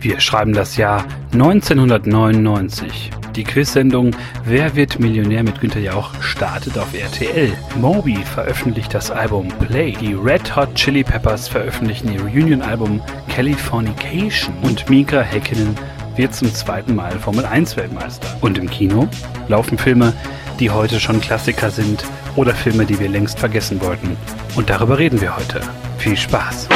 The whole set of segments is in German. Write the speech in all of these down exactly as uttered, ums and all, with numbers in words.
Wir schreiben das Jahr neunzehnhundertneunundneunzig. Die Quiz-Sendung Wer wird Millionär mit Günther Jauch startet auf R T L. Moby veröffentlicht das Album Play. Die Red Hot Chili Peppers veröffentlichen ihr Reunion-Album Californication. Und Mika Häkkinen wird zum zweiten Mal Formel eins Weltmeister. Und im Kino laufen Filme, die heute schon Klassiker sind oder Filme, die wir längst vergessen wollten. Und darüber reden wir heute. Viel Spaß!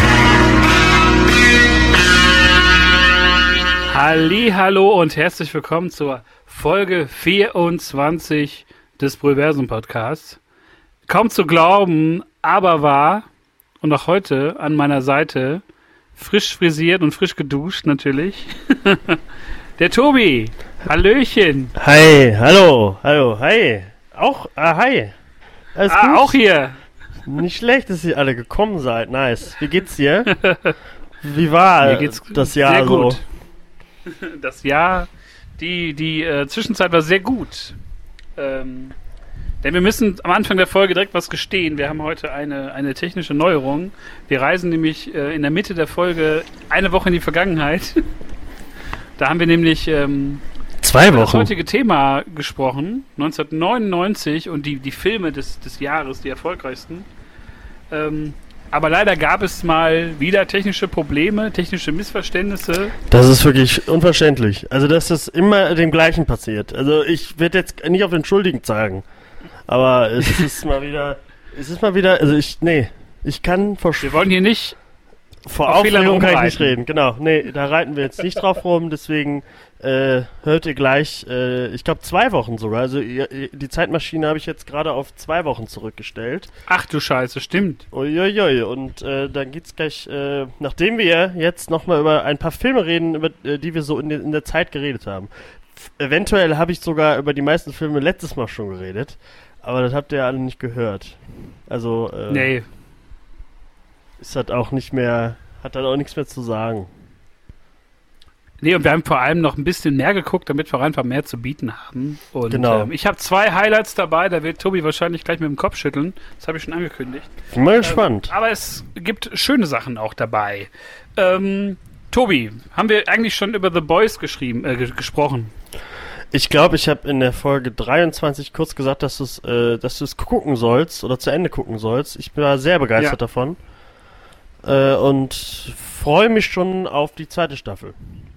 Hallihallo und herzlich willkommen zur Folge vierundzwanzig des Brüllversum Podcasts. Kaum zu glauben, aber wahr. Und auch heute an meiner Seite, frisch frisiert und frisch geduscht natürlich, der Tobi. Hallöchen. Hi, hallo, hallo, hi. Auch, ah, hi. Alles ah, gut? Auch hier. Nicht schlecht, dass ihr alle gekommen seid. Nice. Wie geht's dir? Wie war Mir geht's das Jahr sehr gut. so? Das Jahr, die, die äh, Zwischenzeit war sehr gut. Ähm, denn wir müssen am Anfang der Folge direkt was gestehen. Wir haben heute eine, eine technische Neuerung. Wir reisen nämlich äh, in der Mitte der Folge eine Woche in die Vergangenheit. Da haben wir nämlich ähm, Zwei über das Wochen. heutige Thema gesprochen, neunzehnhundertneunundneunzig, und die, die Filme des, des Jahres, die erfolgreichsten. Ähm, aber leider gab es mal wieder technische Probleme, technische Missverständnisse. Das ist wirklich unverständlich. Also, dass das immer dem Gleichen passiert. Also, ich werde jetzt nicht auf entschuldigend sagen. Aber es ist mal wieder, es ist mal wieder, also ich, nee, ich kann vor, Wir wollen hier nicht vor auf Fehlern Aufregung kann ich rumreiten. nicht reden. Genau, nee, da reiten wir jetzt nicht drauf rum, deswegen äh, hört ihr gleich, äh, ich glaube zwei Wochen sogar. Also ihr, ihr, die Zeitmaschine habe ich jetzt gerade auf zwei Wochen zurückgestellt. Ach du Scheiße, stimmt. Uiuiui, und äh, dann geht's gleich, äh, nachdem wir jetzt nochmal über ein paar Filme reden, über äh, die wir so in, de, in der Zeit geredet haben. F- eventuell habe ich sogar über die meisten Filme letztes Mal schon geredet, aber das habt ihr alle nicht gehört. Also, äh, Nee. ist das auch nicht mehr, hat dann auch nichts mehr zu sagen. Nee, und wir haben vor allem noch ein bisschen mehr geguckt, damit wir einfach mehr zu bieten haben. Und Genau. ähm, ich habe zwei Highlights dabei, da wird Tobi wahrscheinlich gleich mit dem Kopf schütteln. Das habe ich schon angekündigt. Bin mal gespannt. Ähm, aber es gibt schöne Sachen auch dabei. Ähm, Tobi, haben wir eigentlich schon über The Boys geschrieben, äh, ge- gesprochen? Ich glaube, ich habe in der Folge dreiundzwanzig kurz gesagt, dass du es äh, dass du es gucken sollst oder zu Ende gucken sollst. Ich war sehr begeistert Ja. davon. Äh, und freue mich schon auf die zweite Staffel.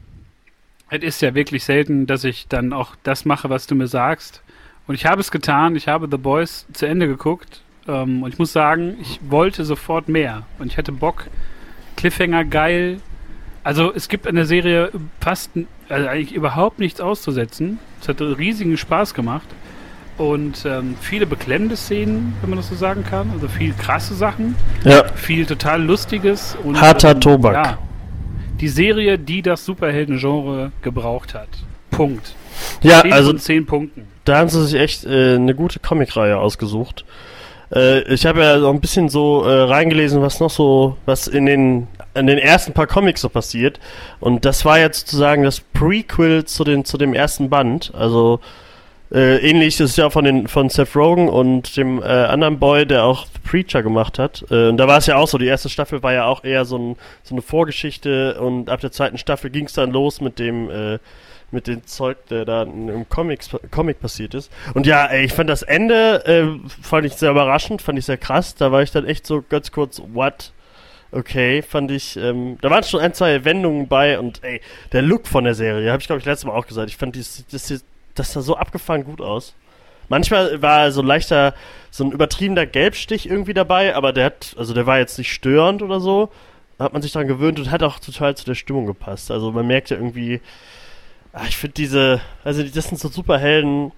Es ist ja wirklich selten, dass ich dann auch das mache, was du mir sagst. Und ich habe es getan. Ich habe The Boys zu Ende geguckt. Ähm, und ich muss sagen, ich wollte sofort mehr. Und ich hatte Bock. Cliffhanger geil. Also es gibt in der Serie fast, also eigentlich überhaupt nichts auszusetzen. Es hat riesigen Spaß gemacht. Und ähm, viele beklemmende Szenen, wenn man das so sagen kann. Also viel krasse Sachen. Ja. Viel total Lustiges. Und, Harter ähm, Tobak. Ja, die Serie, die das Superhelden-Genre gebraucht hat. Punkt. Ja, zehn also von zehn Punkten. da haben sie sich echt äh, eine gute Comicreihe ausgesucht. Äh, ich habe ja so ein bisschen so äh, reingelesen, was noch so, was in den in den ersten paar Comics so passiert. Und das war jetzt sozusagen das Prequel zu den zu dem ersten Band. Also äh, ähnlich ist es ja von den von Seth Rogen und dem äh, anderen Boy, der auch The Preacher gemacht hat. Äh, und da war es ja auch so, die erste Staffel war ja auch eher so, ein, so eine Vorgeschichte, und ab der zweiten Staffel ging es dann los mit dem äh, mit dem Zeug, der da im Comics, Comic passiert ist. Und ja, ey, ich fand das Ende, äh, fand ich sehr überraschend, fand ich sehr krass. Da war ich dann echt so ganz kurz, what? Okay, fand ich, ähm, da waren schon ein, zwei Wendungen bei, und ey, der Look von der Serie, habe ich glaube ich letztes Mal auch gesagt, ich fand das, das, das sah so abgefahren gut aus. Manchmal war so ein leichter, so ein übertriebener Gelbstich irgendwie dabei, aber der hat, also der war jetzt nicht störend oder so. Da hat man sich dran gewöhnt und hat auch total zu der Stimmung gepasst. Also man merkt ja irgendwie, ach, ich finde diese, also das sind so Superhelden,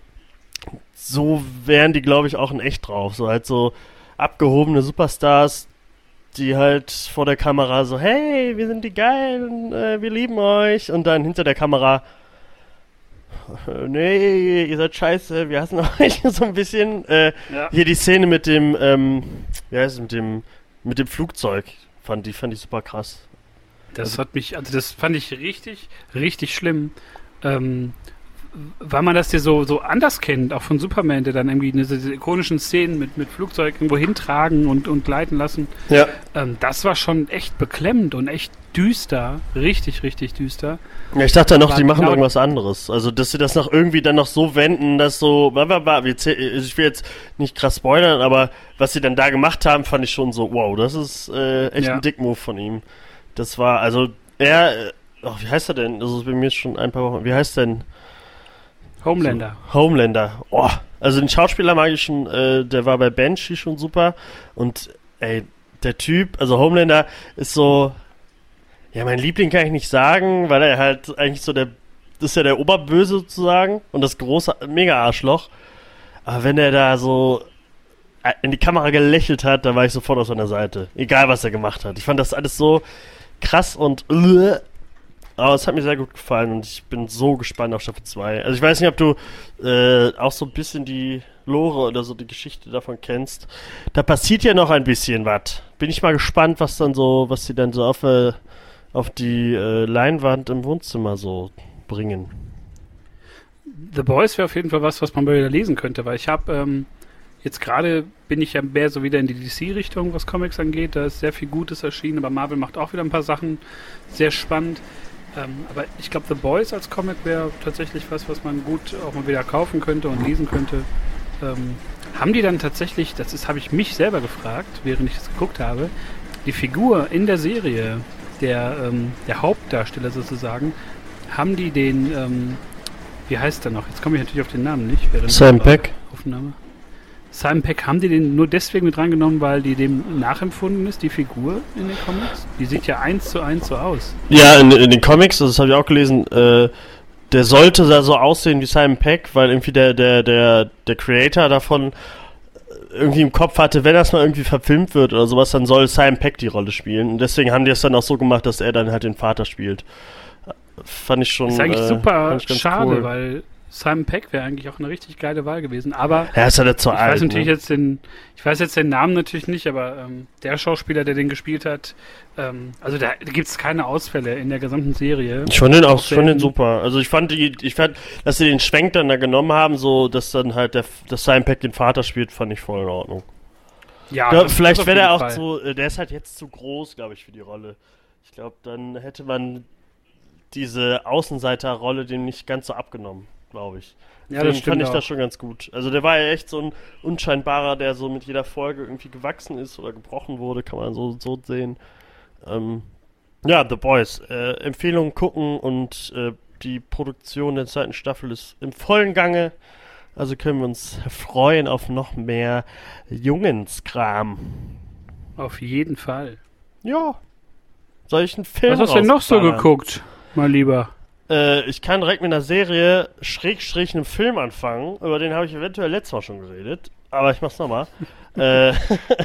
so wären die glaube ich auch in echt drauf. So halt so abgehobene Superstars, die halt vor der Kamera so, hey, wir sind die Geilen, äh, wir lieben euch. Und dann hinter der Kamera, äh, nee, ihr seid scheiße, wir hassen euch so ein bisschen. Äh, Ja. Hier die Szene mit dem, ähm, wie heißt es, mit dem, mit dem Flugzeug, fand die, fand ich super krass. Das hat mich, also das fand ich richtig, richtig schlimm. Ähm, weil man das dir so, so anders kennt, auch von Superman, der dann irgendwie diese, diese ikonischen Szenen mit, mit Flugzeug irgendwo hintragen und, und gleiten lassen. Ja. Ähm, das war schon echt beklemmend und echt düster. Richtig, richtig düster. Ja, ich dachte noch, War die machen genau- irgendwas anderes. Also, dass sie das noch irgendwie dann noch so wenden, dass so, ich will jetzt nicht krass spoilern, aber was sie dann da gemacht haben, fand ich schon so, wow, das ist äh, echt Ja. ein Dickmove von ihm. Das war, also, er, äh, oh, wie heißt er denn? Das ist bei mir schon ein paar Wochen, wie heißt denn? Homelander. So, Homelander. Oh, also den Schauspieler mag ich schon, äh, der war bei Banshee schon super. Und ey, der Typ, also Homelander ist so, ja, mein Liebling kann ich nicht sagen, weil er halt eigentlich so der, das ist ja der Oberböse sozusagen und das große Mega-Arschloch. Aber wenn er da so in die Kamera gelächelt hat, da war ich sofort auf seiner Seite. Egal, was er gemacht hat. Ich fand das alles so krass und uh, aber es hat mir sehr gut gefallen und ich bin so gespannt auf Staffel zwei. Also ich weiß nicht, ob du äh, auch so ein bisschen die Lore oder so die Geschichte davon kennst. Da passiert ja noch ein bisschen was. Bin ich mal gespannt, was dann so, was sie dann so auf, äh, auf die äh, Leinwand im Wohnzimmer so bringen. The Boys wäre auf jeden Fall was, was man mal wieder lesen könnte, weil ich habe ähm, jetzt gerade bin ich ja mehr so wieder in die D C-Richtung, was Comics angeht. Da ist sehr viel Gutes erschienen, aber Marvel macht auch wieder ein paar Sachen sehr spannend. Ähm, aber ich glaube, The Boys als Comic wäre tatsächlich was, was man gut auch mal wieder kaufen könnte und lesen könnte. Ähm, haben die dann tatsächlich, das ist, habe ich mich selber gefragt, während ich das geguckt habe, die Figur in der Serie, der, ähm, der Hauptdarsteller sozusagen, haben die den, ähm, wie heißt der noch? Jetzt komme ich natürlich auf den Namen nicht. Während Sam Peck. Aufnahme. Simon Peck, haben die den nur deswegen mit reingenommen, weil die dem nachempfunden ist, die Figur in den Comics? Die sieht ja eins zu eins so aus. Ja, in, in den Comics, das habe ich auch gelesen, äh, der sollte da so aussehen wie Simon Peck, weil irgendwie der, der, der, der Creator davon irgendwie im Kopf hatte, wenn das mal irgendwie verfilmt wird oder sowas, dann soll Simon Peck die Rolle spielen. Und deswegen haben die es dann auch so gemacht, dass er dann halt den Vater spielt. Fand ich schon. Ist eigentlich äh, super fand ich ganz schade, cool. weil Simon Peck wäre eigentlich auch eine richtig geile Wahl gewesen. Aber Ja, ist halt zu ich alt. weiß natürlich ne? jetzt den, ich weiß jetzt den Namen natürlich nicht, aber ähm, der Schauspieler, der den gespielt hat, ähm, also da gibt es keine Ausfälle in der gesamten Serie. Ich fand den auch, ich fand den selten. super. Also ich fand die, ich fand, dass sie den Schwenk dann da genommen haben, so, dass dann halt der, dass Simon Peck den Vater spielt, fand ich voll in Ordnung. Ja, Ja, das- vielleicht das auf wäre der jeden auch Fall. zu, äh, der ist halt jetzt zu groß, glaube ich, für die Rolle. Ich glaube, dann hätte man diese Außenseiterrolle dem nicht ganz so abgenommen, glaube ich. Ja, Deswegen das stimmt fand ich auch. das schon ganz gut. Also der war ja echt so ein unscheinbarer, der so mit jeder Folge irgendwie gewachsen ist oder gebrochen wurde, kann man so, so sehen. Ähm, ja, The Boys. Äh, Empfehlung gucken und äh, die Produktion der zweiten Staffel ist im vollen Gange. Also können wir uns freuen auf noch mehr Jungenskram. Auf jeden Fall. Ja. Soll ich einen Film Was hast du denn noch so rausballern? geguckt, mein Lieber? Äh, ich kann direkt mit einer Serie Schrägstrich einem Film anfangen. Über den habe ich eventuell letztes Mal schon geredet. Aber ich mach's nochmal. äh,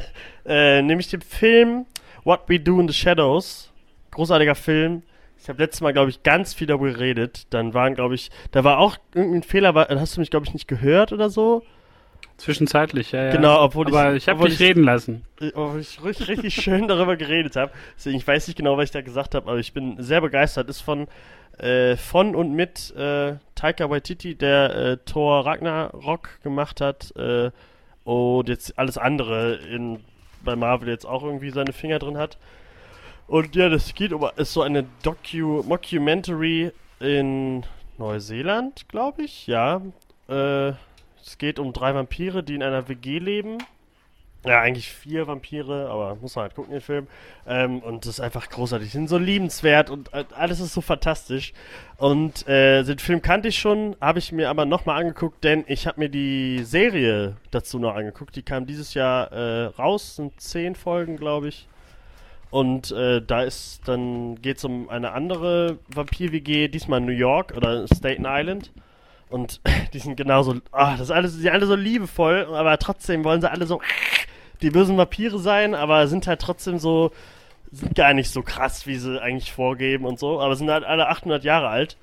äh, nämlich den Film What We Do in the Shadows. Großartiger Film. Ich habe letztes Mal, glaube ich, ganz viel darüber geredet. Dann waren, glaube ich, da war auch irgendein Fehler, war, hast du mich, glaube ich, nicht gehört oder so? Zwischenzeitlich, ja, ja. Genau, obwohl ich- Aber ich habe obwohl dich ich- reden lassen. Äh, Wo ich richtig, richtig schön darüber geredet habe. Deswegen, ich weiß nicht genau, was ich da gesagt habe, aber ich bin sehr begeistert. Ist von, äh, von und mit äh, Taika Waititi, der äh, Thor Ragnarok gemacht hat äh, und jetzt alles andere in, bei Marvel jetzt auch irgendwie seine Finger drin hat. Und ja, das geht um, ist so eine Docu, Mockumentary in Neuseeland, glaube ich, ja. Äh, es geht um drei Vampire, die in einer W G leben. Ja, eigentlich vier Vampire, aber muss man halt gucken, den Film. Ähm, und das ist einfach großartig. Die sind so liebenswert und äh, alles ist so fantastisch. Und äh, den Film kannte ich schon, habe ich mir aber nochmal angeguckt, denn ich habe mir die Serie dazu noch angeguckt. Die kam dieses Jahr äh, raus, sind zehn Folgen, glaube ich. Und äh, da ist dann geht's um eine andere Vampir-W G, diesmal in New York oder Staten Island. Und die sind genauso, ah, das ist alles, die sind alle so liebevoll, aber trotzdem wollen sie alle so die bösen Vampire sein, aber sind halt trotzdem so, sind gar nicht so krass, wie sie eigentlich vorgeben und so, aber sind halt alle achthundert Jahre alt.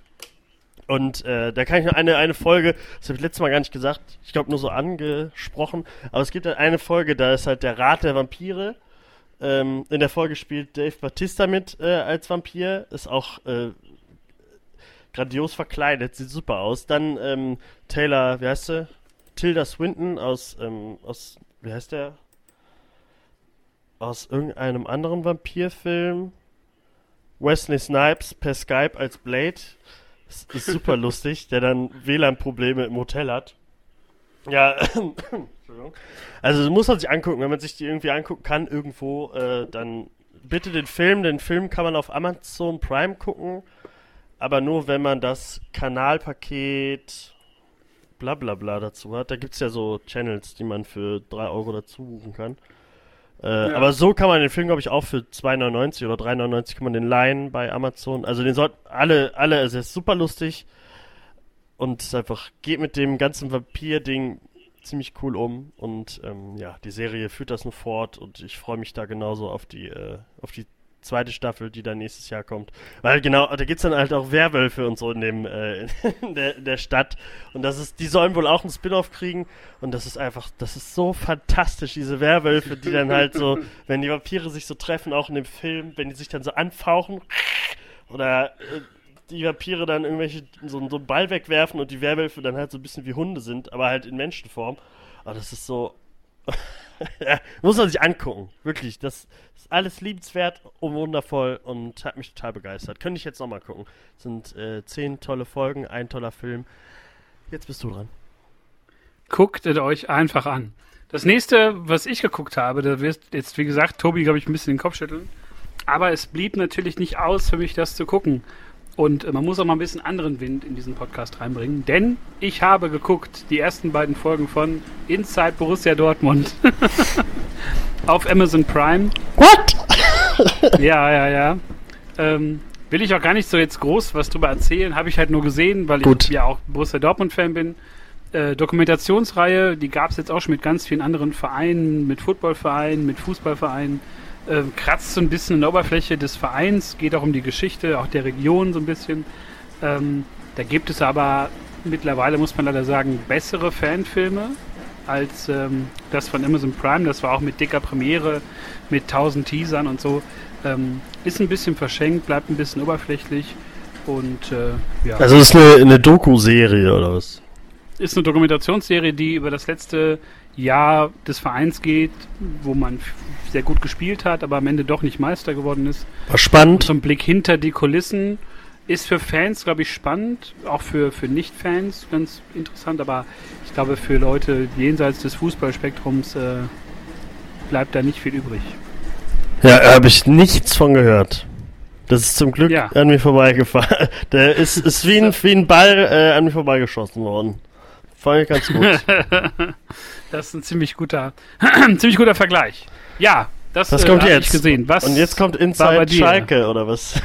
Und äh, da kann ich noch eine, eine Folge, das habe ich letztes Mal gar nicht gesagt, ich glaube nur so angesprochen, aber es gibt halt eine Folge, da ist halt der Rat der Vampire. Ähm, in der Folge spielt Dave Bautista mit äh, als Vampir, ist auch äh, grandios verkleidet, sieht super aus. Dann ähm, Taylor, wie heißt sie? Tilda Swinton aus, ähm, aus, wie heißt der? Aus irgendeinem anderen Vampirfilm. Wesley Snipes per Skype als Blade. Das ist super lustig, der dann W L A N-Probleme im Hotel hat. Ja, Entschuldigung. Also das muss man sich angucken, wenn man sich die irgendwie angucken kann irgendwo, äh, dann bitte den Film. Den Film kann man auf Amazon Prime gucken, aber nur wenn man das Kanalpaket bla bla bla dazu hat. Da gibt es ja so Channels, die man für drei Euro dazu buchen kann. Äh, ja. Aber so kann man den Film, glaube ich, auch für zwei neunundneunzig oder drei neunundneunzig kann man den leihen bei Amazon. Also den sollten alle, alle, also er ist super lustig und es ist einfach, geht mit dem ganzen Vampir-Ding ziemlich cool um und ähm, ja, die Serie führt das nur fort und ich freue mich da genauso auf die, äh, auf die zweite Staffel, die dann nächstes Jahr kommt. Weil genau, da gibt's dann halt auch Werwölfe und so in dem äh, in der, in der Stadt. Und das ist, die sollen wohl auch einen Spin-off kriegen. Und das ist einfach, das ist so fantastisch, diese Werwölfe, die dann halt so, wenn die Vampire sich so treffen, auch in dem Film, wenn die sich dann so anfauchen oder äh, die Vampire dann irgendwelche, so, so einen Ball wegwerfen und die Werwölfe dann halt so ein bisschen wie Hunde sind, aber halt in Menschenform. Aber das ist so... Ja, muss man sich angucken. Wirklich, das ist alles liebenswert und wundervoll und hat mich total begeistert. Könnte ich jetzt nochmal gucken. Es sind äh, zehn tolle Folgen, ein toller Film. Jetzt bist du dran. Guckt es euch einfach an. Das nächste, was ich geguckt habe, da wirst jetzt, wie gesagt, Tobi, glaube ich, ein bisschen den Kopf schütteln. Aber es blieb natürlich nicht aus für mich, das zu gucken. Und äh, man muss auch mal ein bisschen anderen Wind in diesen Podcast reinbringen, denn ich habe geguckt, die ersten beiden Folgen von Inside Borussia Dortmund auf Amazon Prime. What? Ja, ja, ja. Ähm, will ich auch gar nicht so jetzt groß was drüber erzählen, habe ich halt nur gesehen, weil Gut. ich ja auch Borussia Dortmund-Fan bin. Äh, Dokumentationsreihe, die gab es jetzt auch schon mit ganz vielen anderen Vereinen, mit Footballvereinen, mit Fußballvereinen. Ähm, kratzt so ein bisschen in der Oberfläche des Vereins, geht auch um die Geschichte, auch der Region so ein bisschen. Ähm, da gibt es aber mittlerweile, muss man leider sagen, bessere Fanfilme als ähm, das von Amazon Prime. Das war auch mit dicker Premiere, mit tausend Teasern und so. Ähm, ist ein bisschen verschenkt, bleibt ein bisschen oberflächlich und äh, ja. Also ist eine, eine Doku-Serie oder was? Ist eine Dokumentationsserie, die über das letzte Jahr des Vereins geht, wo man sehr gut gespielt hat, aber am Ende doch nicht Meister geworden ist. War spannend. So ein Blick hinter die Kulissen ist für Fans, glaube ich, spannend, auch für, für Nicht-Fans ganz interessant, aber ich glaube, für Leute jenseits des Fußballspektrums äh, bleibt da nicht viel übrig. Ja, habe ich nichts von gehört. Das ist zum Glück ja. an mir vorbeigefahren. Der ist, ist wie, ein, wie ein Ball äh, an mir vorbeigeschossen worden. Fand ich ganz gut. Das ist ein ziemlich guter, ziemlich guter Vergleich. Ja, das, das äh, kommt habe jetzt. ich gesehen. Was und jetzt kommt Inside Schalke oder was?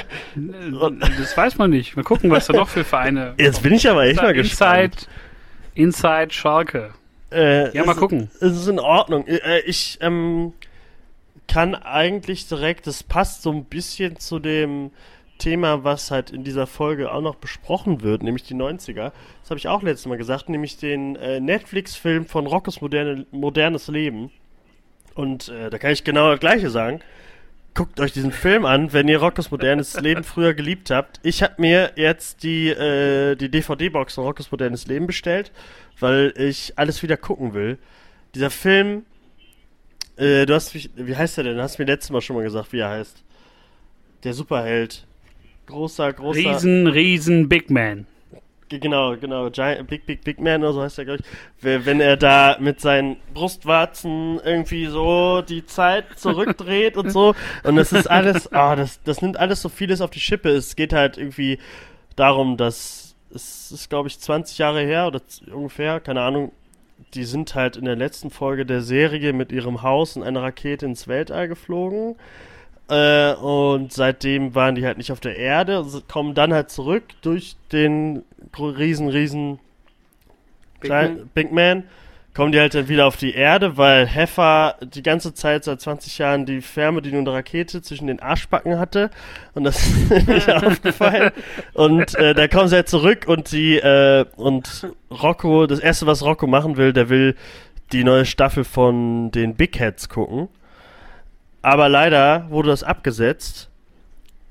Das weiß man nicht. Mal gucken, was da noch für Vereine. Jetzt bin ich aber echt mal Inside, gespannt. Inside Schalke. Äh, ja, mal gucken. Es ist in Ordnung. Äh, ich ähm, kann eigentlich direkt, das passt so ein bisschen zu dem Thema, was halt in dieser Folge auch noch besprochen wird, nämlich die neunziger. Das habe ich auch letztes Mal gesagt, nämlich den äh, Netflix-Film von Roccos moderne, modernes Leben. Und äh, da kann ich genau das Gleiche sagen. Guckt euch diesen Film an, wenn ihr Roccos modernes Leben früher geliebt habt. Ich habe mir jetzt die, äh, die D V D-Box von Roccos modernes Leben bestellt, weil ich alles wieder gucken will. Dieser Film, äh, du hast mich, wie heißt der denn? Du hast mir letztes Mal schon mal gesagt, wie er heißt. Der Superheld. Großer, großer... Riesen, riesen Big Man. Genau, genau. Giant, Big, Big, Big Man oder so heißt er, glaube ich. Wenn er da mit seinen Brustwarzen irgendwie so die Zeit zurückdreht und so. Und das ist alles... Ah, oh, das, das nimmt alles so vieles auf die Schippe. Es geht halt irgendwie darum, dass... Es ist, glaube ich, zwanzig Jahre her oder ungefähr, keine Ahnung. Die sind halt in der letzten Folge der Serie mit ihrem Haus in einer Rakete ins Weltall geflogen. Äh, und seitdem waren die halt nicht auf der Erde, also kommen dann halt zurück durch den riesen, riesen Big Giant, Man. Big Man, kommen die halt dann wieder auf die Erde, weil Heffer die ganze Zeit seit zwanzig Jahren die Fernbedienung der Rakete zwischen den Arschbacken hatte und das ist mir nicht aufgefallen. Und äh, da kommen sie halt zurück und die äh, und Rocco, das erste, was Rocco machen will, der will die neue Staffel von den Big Heads gucken. Aber leider wurde das abgesetzt,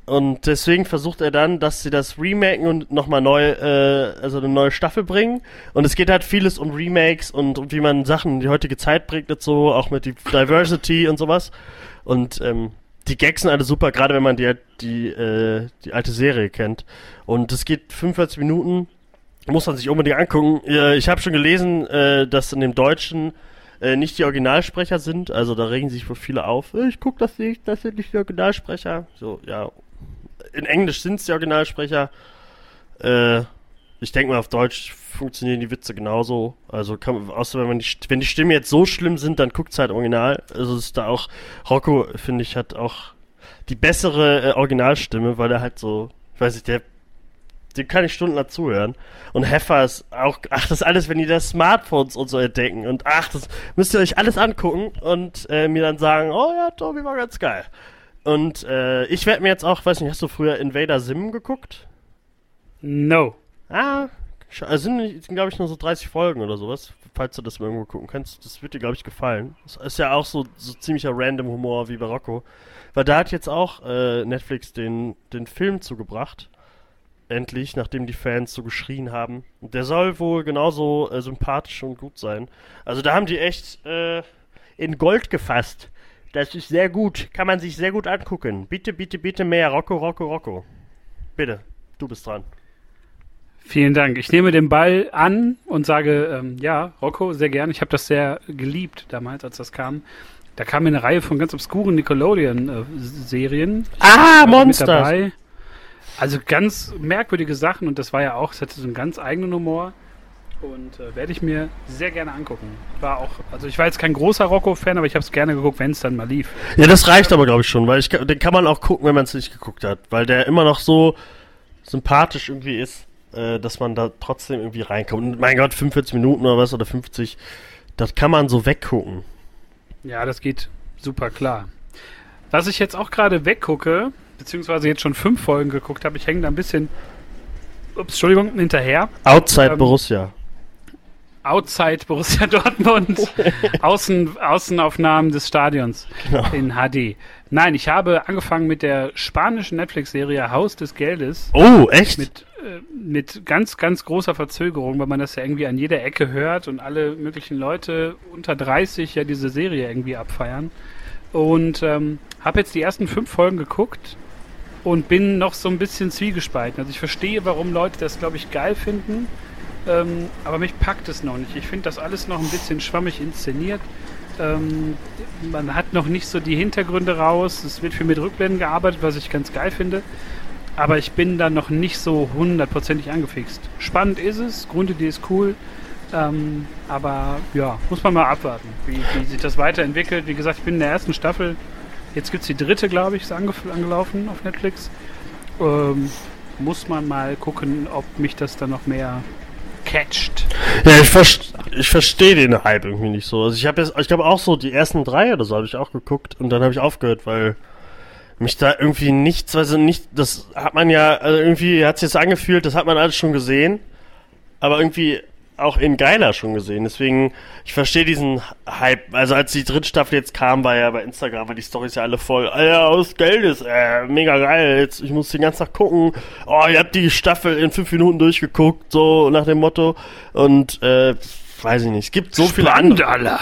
Und deswegen versucht er dann, dass sie das remaken und nochmal neu, äh, also eine neue Staffel bringen. Und es geht halt vieles um Remakes und um wie man Sachen in die heutige Zeit bringt und so, auch mit die Diversity und sowas. Und ähm, die Gags sind alle super, gerade wenn man die, die, äh, die alte Serie kennt. Und es geht fünfundvierzig Minuten, muss man sich unbedingt angucken. Äh, ich habe schon gelesen, äh, dass in dem Deutschen äh, nicht die Originalsprecher sind. Also da regen sich wohl viele auf. Äh, ich guck das nicht, das sind nicht die Originalsprecher. So, ja. In Englisch sind es die Originalsprecher. Äh, ich denke mal, auf Deutsch funktionieren die Witze genauso. Also, kann, außer wenn, man die, wenn die Stimmen jetzt so schlimm sind, dann guckt's halt original. Also, ist da auch, Rocco, finde ich, hat auch die bessere äh, Originalstimme, weil er halt so, ich weiß nicht, der, dem kann ich stundenlang zuhören. Und Heffer ist auch, ach, das alles, wenn die da Smartphones und so entdecken. Und ach, das müsst ihr euch alles angucken und äh, mir dann sagen, oh ja, Tobi war ganz geil. Und äh, ich werde mir jetzt auch, weiß nicht, hast du früher Invader Sim geguckt? No. Ah, also sind, sind glaube ich nur so dreißig Folgen oder sowas, falls du das mal irgendwo gucken kannst. Das wird dir, glaube ich, gefallen. Das ist ja auch so, so ziemlicher random Humor wie bei Rocco. Weil da hat jetzt auch äh, Netflix den, den Film zugebracht. Endlich, nachdem die Fans so geschrien haben. Und der soll wohl genauso äh, sympathisch und gut sein. Also da haben die echt äh, in Gold gefasst. Das ist sehr gut. Kann man sich sehr gut angucken. Bitte, bitte, bitte mehr. Rocco, Rocco, Rocco. Bitte, du bist dran. Vielen Dank. Ich nehme den Ball an und sage, ähm, ja, Rocco, sehr gern. Ich habe das sehr geliebt damals, als das kam. Da kam eine Reihe von ganz obskuren Nickelodeon-Serien. Ah, Monsters! Also ganz merkwürdige Sachen und das war ja auch, es hatte so einen ganz eigenen Humor. Und äh, werde ich mir sehr gerne angucken. War auch, also ich war jetzt kein großer Rocco-Fan, aber ich habe es gerne geguckt, wenn es dann mal lief. Ja, das reicht aber, glaube ich, schon, weil ich, den kann man auch gucken, wenn man es nicht geguckt hat, weil der immer noch so sympathisch irgendwie ist, äh, dass man da trotzdem irgendwie reinkommt. Und mein Gott, fünfundvierzig Minuten oder was, oder fünfzig, das kann man so weggucken. Ja, das geht super klar. Was ich jetzt auch gerade weggucke, beziehungsweise jetzt schon fünf Folgen geguckt habe, ich hänge da ein bisschen, ups, Entschuldigung, hinterher. Outside ähm, Borussia. Outside Borussia Dortmund, Außen, Außenaufnahmen des Stadions genau. In H D. Nein, ich habe angefangen mit der spanischen Netflix-Serie Haus des Geldes. Oh, echt? Mit, äh, mit ganz, ganz großer Verzögerung, weil man das ja irgendwie an jeder Ecke hört und alle möglichen Leute unter dreißig ja diese Serie irgendwie abfeiern. Und ähm, habe jetzt die ersten fünf Folgen geguckt und bin noch so ein bisschen zwiegespalten. Also ich verstehe, warum Leute das, glaube ich, geil finden. Ähm, aber mich packt es noch nicht. Ich finde das alles noch ein bisschen schwammig inszeniert. Ähm, man hat noch nicht so die Hintergründe raus. Es wird viel mit Rückblenden gearbeitet, was ich ganz geil finde. Aber ich bin da noch nicht so hundertprozentig angefixt. Spannend ist es, Grundidee ist cool. Ähm, aber ja, muss man mal abwarten, wie, wie sich das weiterentwickelt. Wie gesagt, ich bin in der ersten Staffel. Jetzt gibt es die dritte, glaube ich, ist ange- angelaufen auf Netflix. Ähm, muss man mal gucken, ob mich das dann noch mehr catcht. Ja, ich, verst- ich verstehe den Hype irgendwie nicht so. Also ich habe jetzt, ich glaube auch so die ersten drei oder so habe ich auch geguckt und dann habe ich aufgehört, weil mich da irgendwie nichts, also nicht, das hat man ja, also irgendwie hat es jetzt angefühlt, das hat man alles schon gesehen, aber irgendwie auch in geiler schon gesehen. Deswegen, ich verstehe diesen Hype. Also als die dritte Staffel jetzt kam, war ja bei Instagram, war die Storys ja alle voll. Alter, aus Geldes, äh, mega geil. Jetzt, ich muss den ganzen Tag gucken. Oh, ihr habt die Staffel in fünf Minuten durchgeguckt, so nach dem Motto. Und, äh, weiß ich nicht. Es gibt so viele andere. Alter.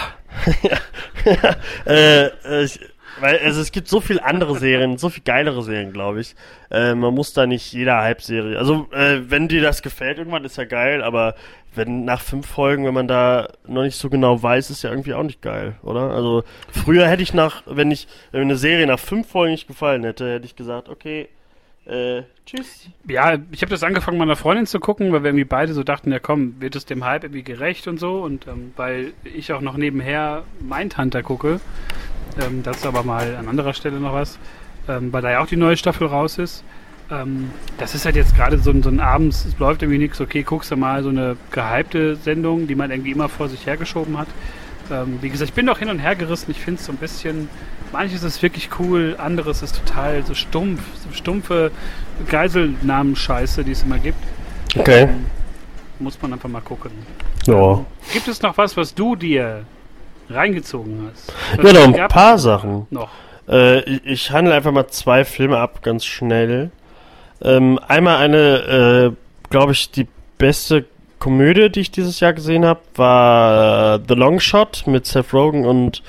ja. äh, äh, ich, weil, also es gibt so viele andere Serien, so viel geilere Serien, glaube ich. Äh, man muss da nicht jeder Hype-Serie. Also, äh, wenn dir das gefällt, irgendwann ist ja geil, aber wenn nach fünf Folgen, wenn man da noch nicht so genau weiß, ist ja irgendwie auch nicht geil, oder? Also, früher hätte ich nach, wenn ich, wenn eine Serie nach fünf Folgen nicht gefallen hätte, hätte ich gesagt, okay, äh, tschüss. Ja, ich habe das angefangen, meiner Freundin zu gucken, weil wir irgendwie beide so dachten, ja komm, wird es dem Hype irgendwie gerecht und so. Und ähm, weil ich auch noch nebenher Mindhunter gucke, ähm, das ist aber mal an anderer Stelle noch was, ähm, weil da ja auch die neue Staffel raus ist. Ähm, das ist halt jetzt gerade so, so ein Abends, es läuft irgendwie nichts, okay, guckst du mal so eine gehypte Sendung, die man irgendwie immer vor sich hergeschoben hat. Ähm, wie gesagt, ich bin doch hin und her gerissen, ich finde es so ein bisschen, manches ist wirklich cool, anderes ist total so stumpf, so stumpfe Geiselnamen-Scheiße, die es immer gibt. Okay. Ähm, muss man einfach mal gucken. Ja. Ähm, gibt es noch was, was du dir reingezogen hast? Ja, noch ein paar Sachen. Noch. Äh, ich, ich handle einfach mal zwei Filme ab, ganz schnell. Ähm, einmal eine, äh, glaube ich, die beste Komödie, die ich dieses Jahr gesehen habe, war äh, The Long Shot mit Seth Rogen und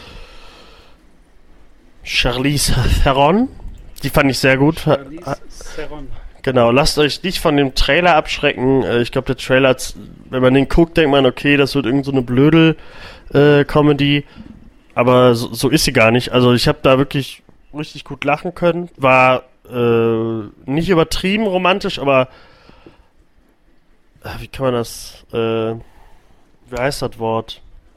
Charlize Theron. Die fand ich sehr gut. Charlize Theron. Genau, lasst euch nicht von dem Trailer abschrecken. Äh, ich glaube, der Trailer, wenn man den guckt, denkt man, okay, das wird irgend so eine Blödel-Comedy. Äh, aber so, so ist sie gar nicht. Also ich habe da wirklich richtig gut lachen können. War äh, nicht übertrieben romantisch, aber wie kann man das, äh, wie heißt das Wort?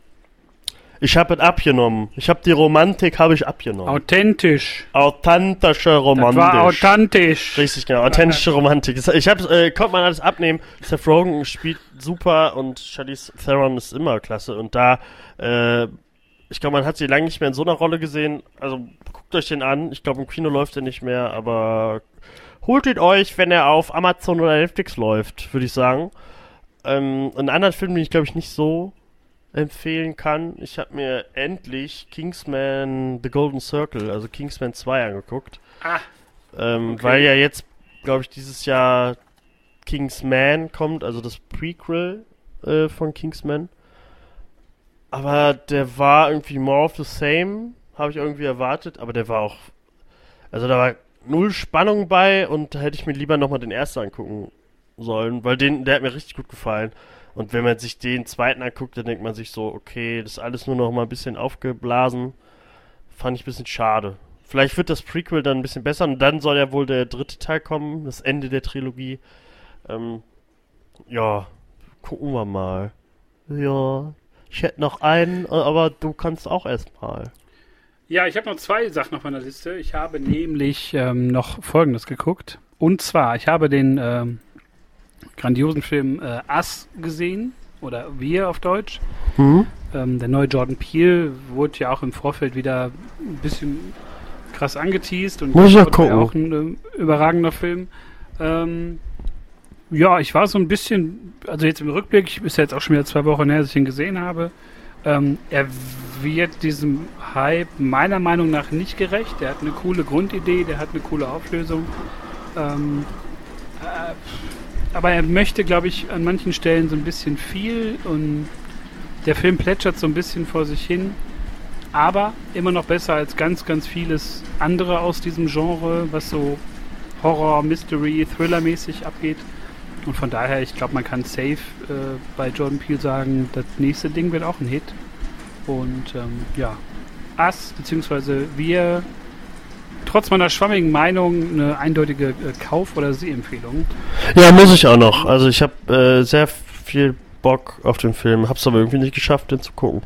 Ich habe es abgenommen. Ich habe die Romantik, habe ich abgenommen. Authentisch. Authentische Romantik. Das war authentisch. Richtig, genau. Authentische Romantik. Ich habe, äh, konnte man alles abnehmen. Seth Rogen spielt super und Charlize Theron ist immer klasse. Und da, äh, ich glaube, man hat sie lange nicht mehr in so einer Rolle gesehen. Also guckt euch den an. Ich glaube, im Kino läuft er nicht mehr, aber holt ihn euch, wenn er auf Amazon oder Netflix läuft, würde ich sagen. Ähm, einen anderen Film, den ich glaube ich nicht so empfehlen kann. Ich habe mir endlich Kingsman The Golden Circle, also Kingsman zwei angeguckt. Ah. Ähm, okay. Weil ja jetzt, glaube ich, dieses Jahr Kingsman kommt, also das Prequel äh, von Kingsman. Aber der war irgendwie more of the same, habe ich irgendwie erwartet, aber der war auch, also da war null Spannung bei und da hätte ich mir lieber nochmal den ersten angucken sollen, weil den, der hat mir richtig gut gefallen. Und wenn man sich den zweiten anguckt, dann denkt man sich so, okay, das ist alles nur noch mal ein bisschen aufgeblasen. Fand ich ein bisschen schade. Vielleicht wird das Prequel dann ein bisschen besser und dann soll ja wohl der dritte Teil kommen, das Ende der Trilogie. Ähm, ja, gucken wir mal. Ja, ich hätte noch einen, aber du kannst auch erstmal. Ja, ich habe noch zwei Sachen auf meiner Liste. Ich habe nämlich ähm, noch Folgendes geguckt. Und zwar, ich habe den ähm, grandiosen Film äh, Us gesehen. Oder Wir auf Deutsch. Mhm. Ähm, der neue Jordan Peele wurde ja auch im Vorfeld wieder ein bisschen krass angeteased. Und Muss ich ja war gucken. auch ein äh, überragender Film. Ähm, ja, ich war so ein bisschen, also jetzt im Rückblick, ist ja jetzt auch schon wieder zwei Wochen her, dass ich ihn gesehen habe. Ähm, er wird diesem Hype meiner Meinung nach nicht gerecht. Der hat eine coole Grundidee, der hat eine coole Auflösung. Ähm, äh, aber er möchte, glaube ich, an manchen Stellen so ein bisschen viel und der Film plätschert so ein bisschen vor sich hin. Aber immer noch besser als ganz, ganz vieles andere aus diesem Genre, was so Horror, Mystery, Thriller-mäßig abgeht. Und von daher, ich glaube, man kann safe äh, bei Jordan Peele sagen, das nächste Ding wird auch ein Hit. Und ähm, ja, Us, beziehungsweise wir, trotz meiner schwammigen Meinung, eine eindeutige äh, Kauf- oder Sehempfehlung. Ja, muss ich auch noch. Also ich habe äh, sehr viel Bock auf den Film, hab's aber irgendwie nicht geschafft, den zu gucken.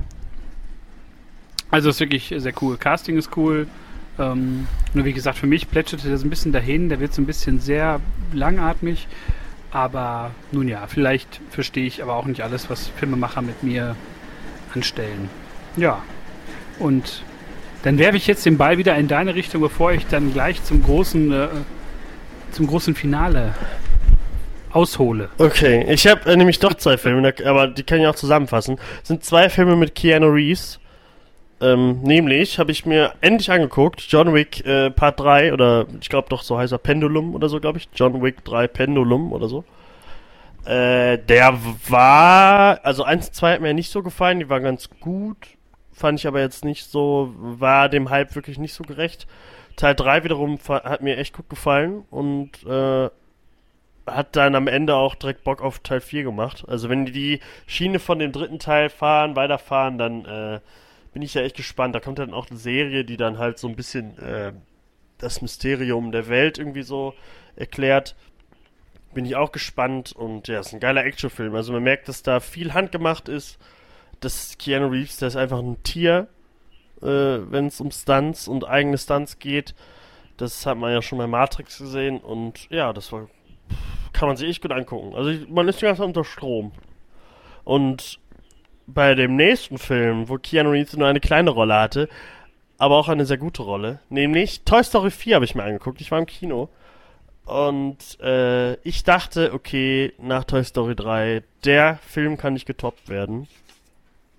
Also ist wirklich sehr cool. Casting ist cool. Ähm, nur wie gesagt, für mich plätscherte der so ein bisschen dahin. Der wird so ein bisschen sehr langatmig. Aber nun ja, vielleicht verstehe ich aber auch nicht alles, was Filmemacher mit mir anstellen. Ja, und dann werfe ich jetzt den Ball wieder in deine Richtung, bevor ich dann gleich zum großen, äh, zum großen Finale aushole. Okay, ich habe äh, nämlich doch zwei Filme, aber die kann ich auch zusammenfassen. Es sind zwei Filme mit Keanu Reeves. Ähm, nämlich habe ich mir endlich angeguckt, John Wick äh, Part drei, oder ich glaube doch so heißt er, Pendulum oder so, glaube ich. John Wick drei Pendulum oder so. Äh, der war, also eins und zwei hat mir nicht so gefallen, die waren ganz gut, fand ich aber jetzt nicht so, war dem Hype wirklich nicht so gerecht. Teil drei wiederum hat mir echt gut gefallen und äh, hat dann am Ende auch direkt Bock auf Teil vier gemacht. Also wenn die die Schiene von dem dritten Teil fahren, weiterfahren, dann äh, bin ich ja echt gespannt. Da kommt dann auch eine Serie, die dann halt so ein bisschen äh, das Mysterium der Welt irgendwie so erklärt. Bin ich auch gespannt und ja, es ist ein geiler Actionfilm. Also man merkt, dass da viel handgemacht ist. Das Keanu Reeves, der ist einfach ein Tier, äh, wenn es um Stunts und eigene Stunts geht. Das hat man ja schon bei Matrix gesehen und ja, das war, kann man sich echt gut angucken. Also ich, man ist ganz unter Strom. Und bei dem nächsten Film, wo Keanu Reeves nur eine kleine Rolle hatte, aber auch eine sehr gute Rolle, nämlich Toy Story vier habe ich mir angeguckt. Ich war im Kino und äh, ich dachte, okay, nach Toy Story drei, der Film kann nicht getoppt werden.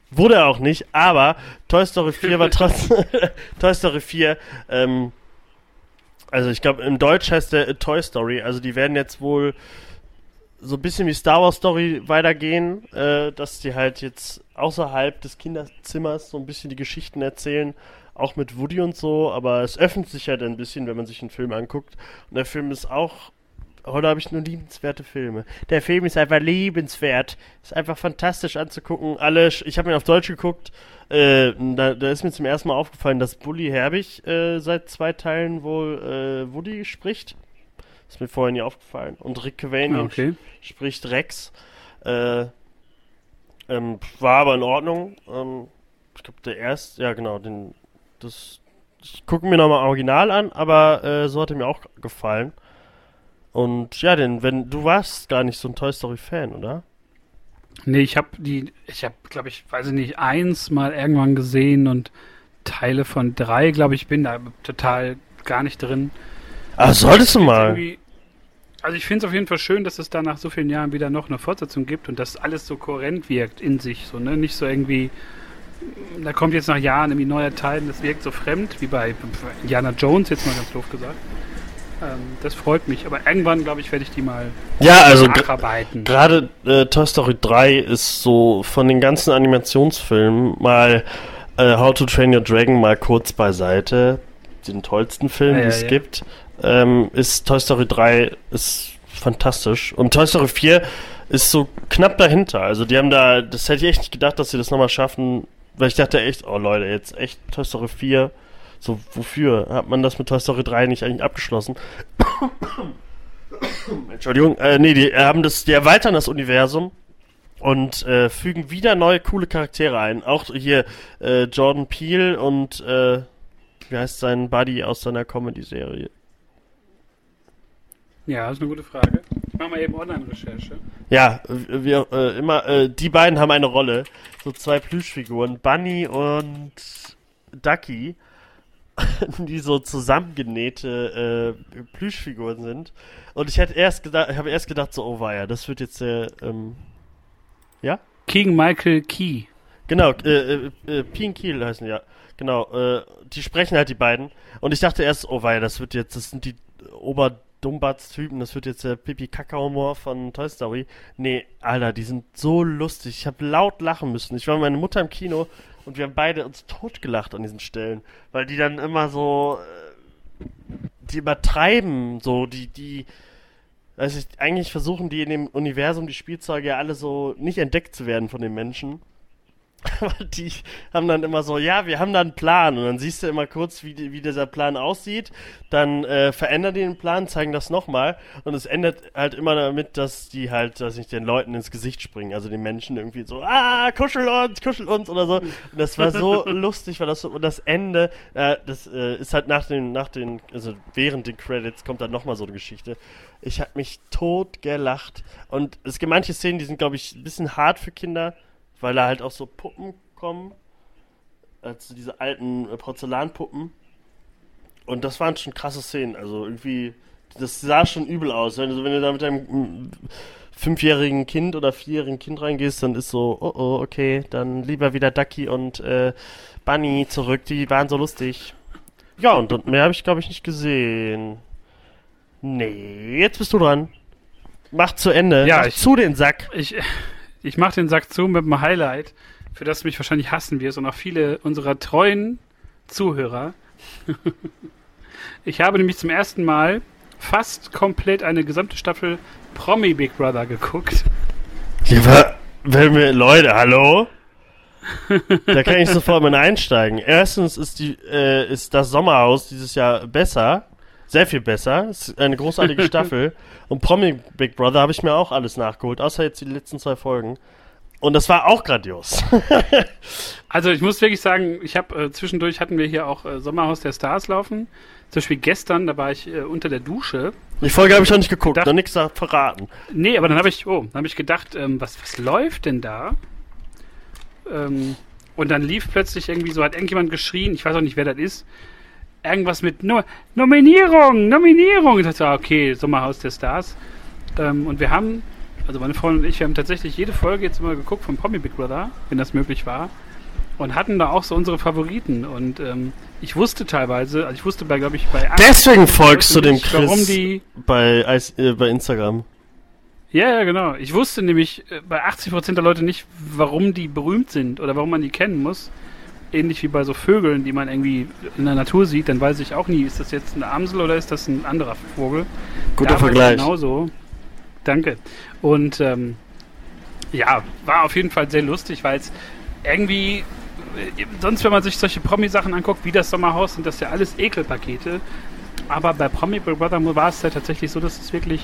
Wurde er auch nicht, aber Toy Story vier war trotzdem... Toy Story vier, ähm... Also ich glaube, im Deutsch heißt der Toy Story. Also die werden jetzt wohl so ein bisschen wie Star Wars Story weitergehen, äh, dass die halt jetzt außerhalb des Kinderzimmers so ein bisschen die Geschichten erzählen, auch mit Woody und so, aber es öffnet sich halt ein bisschen, wenn man sich einen Film anguckt. Und der Film ist auch, heute habe ich nur liebenswerte Filme. Der Film ist einfach liebenswert. Ist einfach fantastisch anzugucken. Alle, ich habe ihn auf Deutsch geguckt. Äh, da, da ist mir zum ersten Mal aufgefallen, dass Bully Herbig äh, seit zwei Teilen wohl äh, Woody spricht. Ist mir vorher nie aufgefallen. Und Rick Cavani okay. spricht Rex. Äh, ähm, war aber in Ordnung. Ähm, ich glaube, der erste, ja genau, den, das, ich gucke mir nochmal Original an, aber äh, so hat er mir auch gefallen. Und ja, denn wenn du warst gar nicht so ein Toy Story Fan, oder? Nee, ich habe die, ich habe, glaube ich, weiß ich nicht, eins mal irgendwann gesehen und Teile von drei, glaube ich, bin da total gar nicht drin. Ah, solltest du mal. Also ich finde es auf jeden Fall schön, dass es da nach so vielen Jahren wieder noch eine Fortsetzung gibt und dass alles so kohärent wirkt in sich, so, ne? Nicht so irgendwie, da kommt jetzt nach Jahren irgendwie neuer Teil und das wirkt so fremd, wie bei Indiana Jones, jetzt mal ganz doof gesagt. Ähm, das freut mich, aber irgendwann, glaube ich, werde ich die mal ja, also nacharbeiten. Gerade äh, Toy Story drei ist so von den ganzen Animationsfilmen mal äh, How to Train Your Dragon mal kurz beiseite, den tollsten Film, ja, den es ja. gibt, ähm, ist Toy Story drei ist fantastisch. Und Toy Story vier ist so knapp dahinter. Also die haben da, das hätte ich echt nicht gedacht, dass sie das nochmal schaffen, weil ich dachte echt, oh Leute, jetzt echt Toy Story vier, so wofür hat man das mit Toy Story drei nicht eigentlich abgeschlossen? Entschuldigung, äh, nee, die haben das, die erweitern das Universum und äh, fügen wieder neue coole Charaktere ein. Auch hier äh, Jordan Peele und äh, wie heißt sein Buddy aus seiner Comedy-Serie? Ja, das ist eine gute Frage. Ich mache mal eben Online-Recherche. Ja, wir äh, immer, äh, die beiden haben eine Rolle. So zwei Plüschfiguren, Bunny und Ducky, die so zusammengenähte äh, Plüschfiguren sind. Und ich hätte erst gedacht, ich habe erst gedacht, so, oh weia, das wird jetzt der, ähm, ja? Keegan Michael Key. Genau, äh, äh, äh, Pien Kiel heißen ja. Genau, äh, die sprechen halt die beiden. Und ich dachte erst, oh weia, das wird jetzt, das sind die Oberdummbatz-Typen, das wird jetzt der Pipi-Kaka-Humor von Toy Story. Nee, Alter, die sind so lustig. Ich habe laut lachen müssen. Ich war mit meiner Mutter im Kino und wir haben beide uns totgelacht an diesen Stellen. Weil die dann immer so, äh, die übertreiben, so, die, die, also ich, eigentlich versuchen die in dem Universum, die Spielzeuge ja alle so nicht entdeckt zu werden von den Menschen. Aber die haben dann immer so, ja, wir haben da einen Plan. Und dann siehst du immer kurz, wie, die, wie dieser Plan aussieht. Dann äh, verändern die den Plan, zeigen das nochmal. Und es endet halt immer damit, dass die halt, dass nicht den Leuten ins Gesicht springen. Also den Menschen irgendwie so, ah, kuschel uns, kuschel uns oder so. Und das war so lustig, weil das so, und das Ende, äh, das äh, ist halt nach den, nach den, also während den Credits kommt dann nochmal so eine Geschichte. Ich hab mich tot gelacht. Und es gibt manche Szenen, die sind, glaube ich, ein bisschen hart für Kinder, weil da halt auch so Puppen kommen, also diese alten äh, Porzellanpuppen. Und das waren schon krasse Szenen. Also irgendwie, das sah schon übel aus. Wenn du, wenn du da mit deinem m, fünfjährigen Kind oder vierjährigen Kind reingehst, dann ist so, oh oh, okay, dann lieber wieder Ducky und äh, Bunny zurück. Die waren so lustig. Ja, und, und mehr habe ich, glaube ich, nicht gesehen. Nee, jetzt bist du dran. Mach zu Ende. Ja, Mach ich, zu den Sack. Ich... Ich mache den Sack zu mit einem Highlight, für das du mich wahrscheinlich hassen wirst und auch viele unserer treuen Zuhörer. Ich habe nämlich zum ersten Mal fast komplett eine gesamte Staffel Promi Big Brother geguckt. Ja, wenn wir, Leute, hallo? Da kann ich sofort mal einsteigen. Erstens ist die, äh, ist das Sommerhaus dieses Jahr besser. Sehr viel besser. Es ist eine großartige Staffel. Und Promi Big Brother habe ich mir auch alles nachgeholt, außer jetzt die letzten zwei Folgen. Und das war auch grandios. Also ich muss wirklich sagen, ich habe äh, zwischendurch hatten wir hier auch äh, Sommerhaus der Stars laufen. Zum Beispiel gestern, da war ich äh, unter der Dusche. Die Folge habe ich noch nicht geguckt, gedacht, noch nichts verraten. Nee, aber dann habe ich, oh, dann habe ich gedacht, ähm, was, was läuft denn da? Ähm, und dann lief plötzlich irgendwie so, hat irgendjemand geschrien, ich weiß auch nicht, wer das ist, irgendwas mit no- Nominierung, Nominierung. Ich dachte, okay, Sommerhaus der Stars. Ähm, und wir haben also meine Freundin und ich, wir haben tatsächlich jede Folge jetzt immer geguckt von Promi Big Brother, wenn das möglich war. Und hatten da auch so unsere Favoriten. Und ähm, ich wusste teilweise, also ich wusste bei, glaube ich, bei... Deswegen folgst du dem nicht, Chris warum die, bei, äh, bei Instagram. Ja, ja, genau. Ich wusste nämlich äh, bei achtzig Prozent der Leute nicht, warum die berühmt sind oder warum man die kennen muss. Ähnlich wie bei so Vögeln, die man irgendwie in der Natur sieht, dann weiß ich auch nie, ist das jetzt eine Amsel oder ist das ein anderer Vogel. Guter da Vergleich. Genauso. Danke. Und ähm, ja, war auf jeden Fall sehr lustig, weil es irgendwie... Sonst, wenn man sich solche Promi-Sachen anguckt, wie das Sommerhaus, sind das ja alles Ekelpakete. Aber bei Promi Big Brother war es ja tatsächlich so, dass es wirklich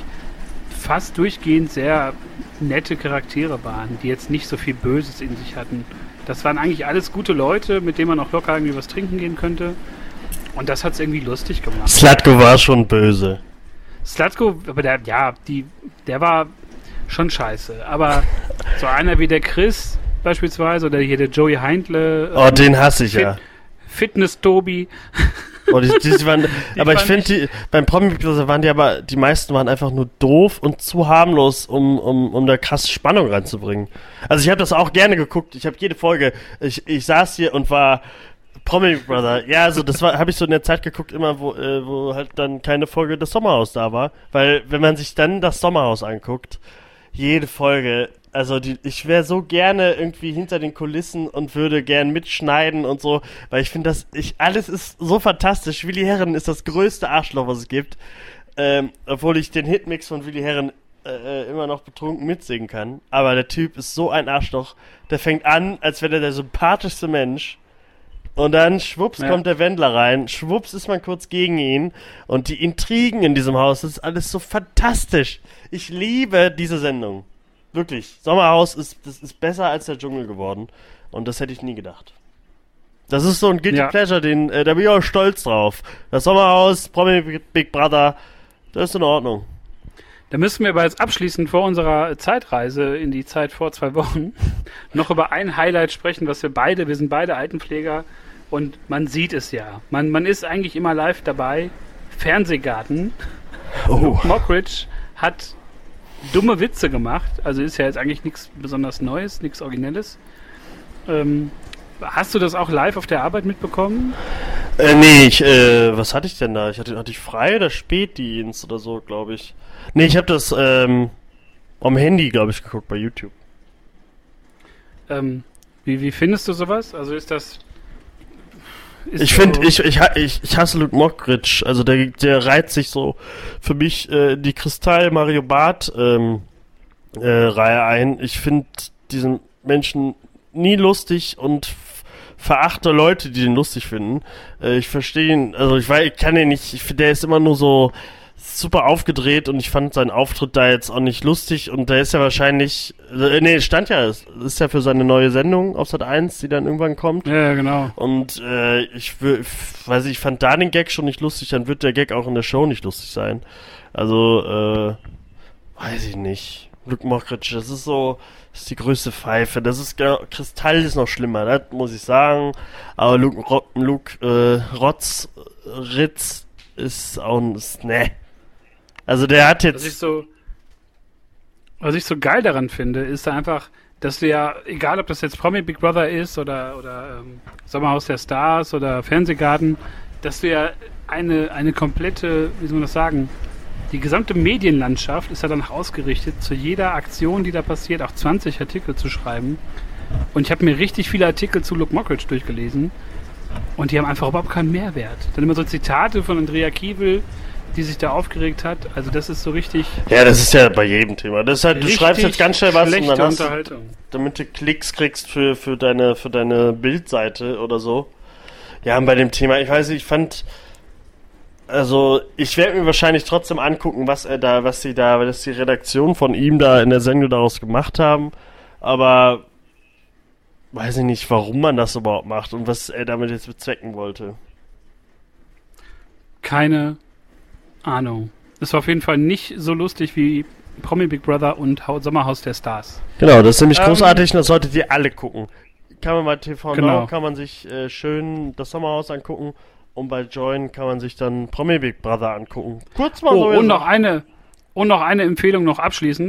fast durchgehend sehr nette Charaktere waren, die jetzt nicht so viel Böses in sich hatten. Das waren eigentlich alles gute Leute, mit denen man auch locker irgendwie was trinken gehen könnte. Und das hat es irgendwie lustig gemacht. Slutko war schon böse. Slutko, aber der, ja, die, der war schon scheiße. Aber so einer wie der Chris... beispielsweise, oder hier der Joey Heindle. Oh, ähm, den hasse ich Fit- ja. Fitness-Tobi. Oh, die, die waren, die aber ich finde, beim Promi waren die aber, die meisten waren einfach nur doof und zu harmlos, um, um, um da krass Spannung reinzubringen. Also ich habe das auch gerne geguckt, ich habe jede Folge, ich, ich saß hier und war Promi Brother. Ja, also das war, habe ich so in der Zeit geguckt, immer, wo, äh, wo halt dann keine Folge des Sommerhaus da war. Weil, wenn man sich dann das Sommerhaus anguckt, jede Folge, also die, ich wäre so gerne irgendwie hinter den Kulissen und würde gern mitschneiden und so, weil ich finde, dass ich, alles ist so fantastisch. Willi Herren ist das größte Arschloch, was es gibt. Ähm, obwohl ich den Hitmix von Willi Herren äh, immer noch betrunken mitsingen kann. Aber der Typ ist so ein Arschloch. Der fängt an, als wäre der der sympathischste Mensch. Und dann, schwupps, ja. kommt der Wendler rein. Schwupps ist man kurz gegen ihn. Und die Intrigen in diesem Haus, das ist alles so fantastisch. Ich liebe diese Sendung. Wirklich. Sommerhaus ist, das ist besser als der Dschungel geworden. Und das hätte ich nie gedacht. Das ist so ein Guilty ja. Pleasure, den, äh, da bin ich auch stolz drauf. Das Sommerhaus, Promi Big Brother, das ist in Ordnung. Da müssen wir aber jetzt abschließend vor unserer Zeitreise in die Zeit vor zwei Wochen noch über ein Highlight sprechen, was wir beide, wir sind beide Altenpfleger und man sieht es ja. Man, man ist eigentlich immer live dabei. Fernsehgarten. Oh. Mockridge hat dumme Witze gemacht. Also ist ja jetzt eigentlich nichts besonders Neues, nichts Originelles. Ähm, hast du das auch live auf der Arbeit mitbekommen? Äh, nee, ich, äh, was hatte ich denn da? Ich hatte, hatte ich frei oder Spätdienst oder so, glaube ich. Nee, ich habe das, ähm, am Handy, glaube ich, geguckt bei YouTube. Ähm, wie, wie findest du sowas? Also ist das... Ist ich finde, ich, ich, ich, ich hasse Luke Mockridge. Also der, der reiht sich so für mich äh, die Kristall Mario Barth ähm, äh, Reihe ein. Ich finde diesen Menschen nie lustig und f- verachte Leute, die den lustig finden. Äh, ich verstehe ihn, also ich weiß, ich kann ihn nicht, ich finde, der ist immer nur so super aufgedreht und ich fand seinen Auftritt da jetzt auch nicht lustig und der ist ja wahrscheinlich, äh, nee, stand ja, ist, ist ja für seine neue Sendung auf Sat eins, die dann irgendwann kommt. Ja, genau. Und äh, ich w- weiß ich, ich fand da den Gag schon nicht lustig, dann wird der Gag auch in der Show nicht lustig sein. Also, äh, weiß ich nicht. Luke Mockridge, das ist so, das ist die größte Pfeife. Das ist, Kristall ist noch schlimmer, das muss ich sagen. Aber Luke, Ro- Luke äh, Rotz, Ritz ist auch ein, ist, ne. Also der hat jetzt... Was ich so, was ich so geil daran finde, ist einfach, dass du ja, egal ob das jetzt Promi Big Brother ist oder, oder ähm, Sommerhaus der Stars oder Fernsehgarten, dass du ja eine, eine komplette, wie soll man das sagen, die gesamte Medienlandschaft ist ja danach ausgerichtet, zu jeder Aktion, die da passiert, auch zwanzig Artikel zu schreiben. Und ich habe mir richtig viele Artikel zu Luke Mockridge durchgelesen und die haben einfach überhaupt keinen Mehrwert. Dann immer so Zitate von Andrea Kiewel, die sich da aufgeregt hat. Also das ist so richtig... Ja, das ist ja bei jedem Thema. Das ist halt, du schreibst jetzt ganz schnell was und dann hast, damit du Klicks kriegst für, für deine, für deine Bildseite oder so. Ja, und bei dem Thema, ich weiß nicht, ich fand... Also, ich werde mir wahrscheinlich trotzdem angucken, was er da, was sie da, was die Redaktion von ihm da in der Sendung daraus gemacht haben. Aber weiß ich nicht, warum man das überhaupt macht und was er damit jetzt bezwecken wollte. Keine Ahnung. Es war auf jeden Fall nicht so lustig wie Promi Big Brother und Sommerhaus der Stars. Genau, das ist nämlich ähm, großartig und das solltet ihr alle gucken. Kann man bei T V genau. Now, kann man sich äh, schön das Sommerhaus angucken und bei Join kann man sich dann Promi Big Brother angucken. Kurz mal oh, so. Und noch eine, und noch eine Empfehlung noch abschließend.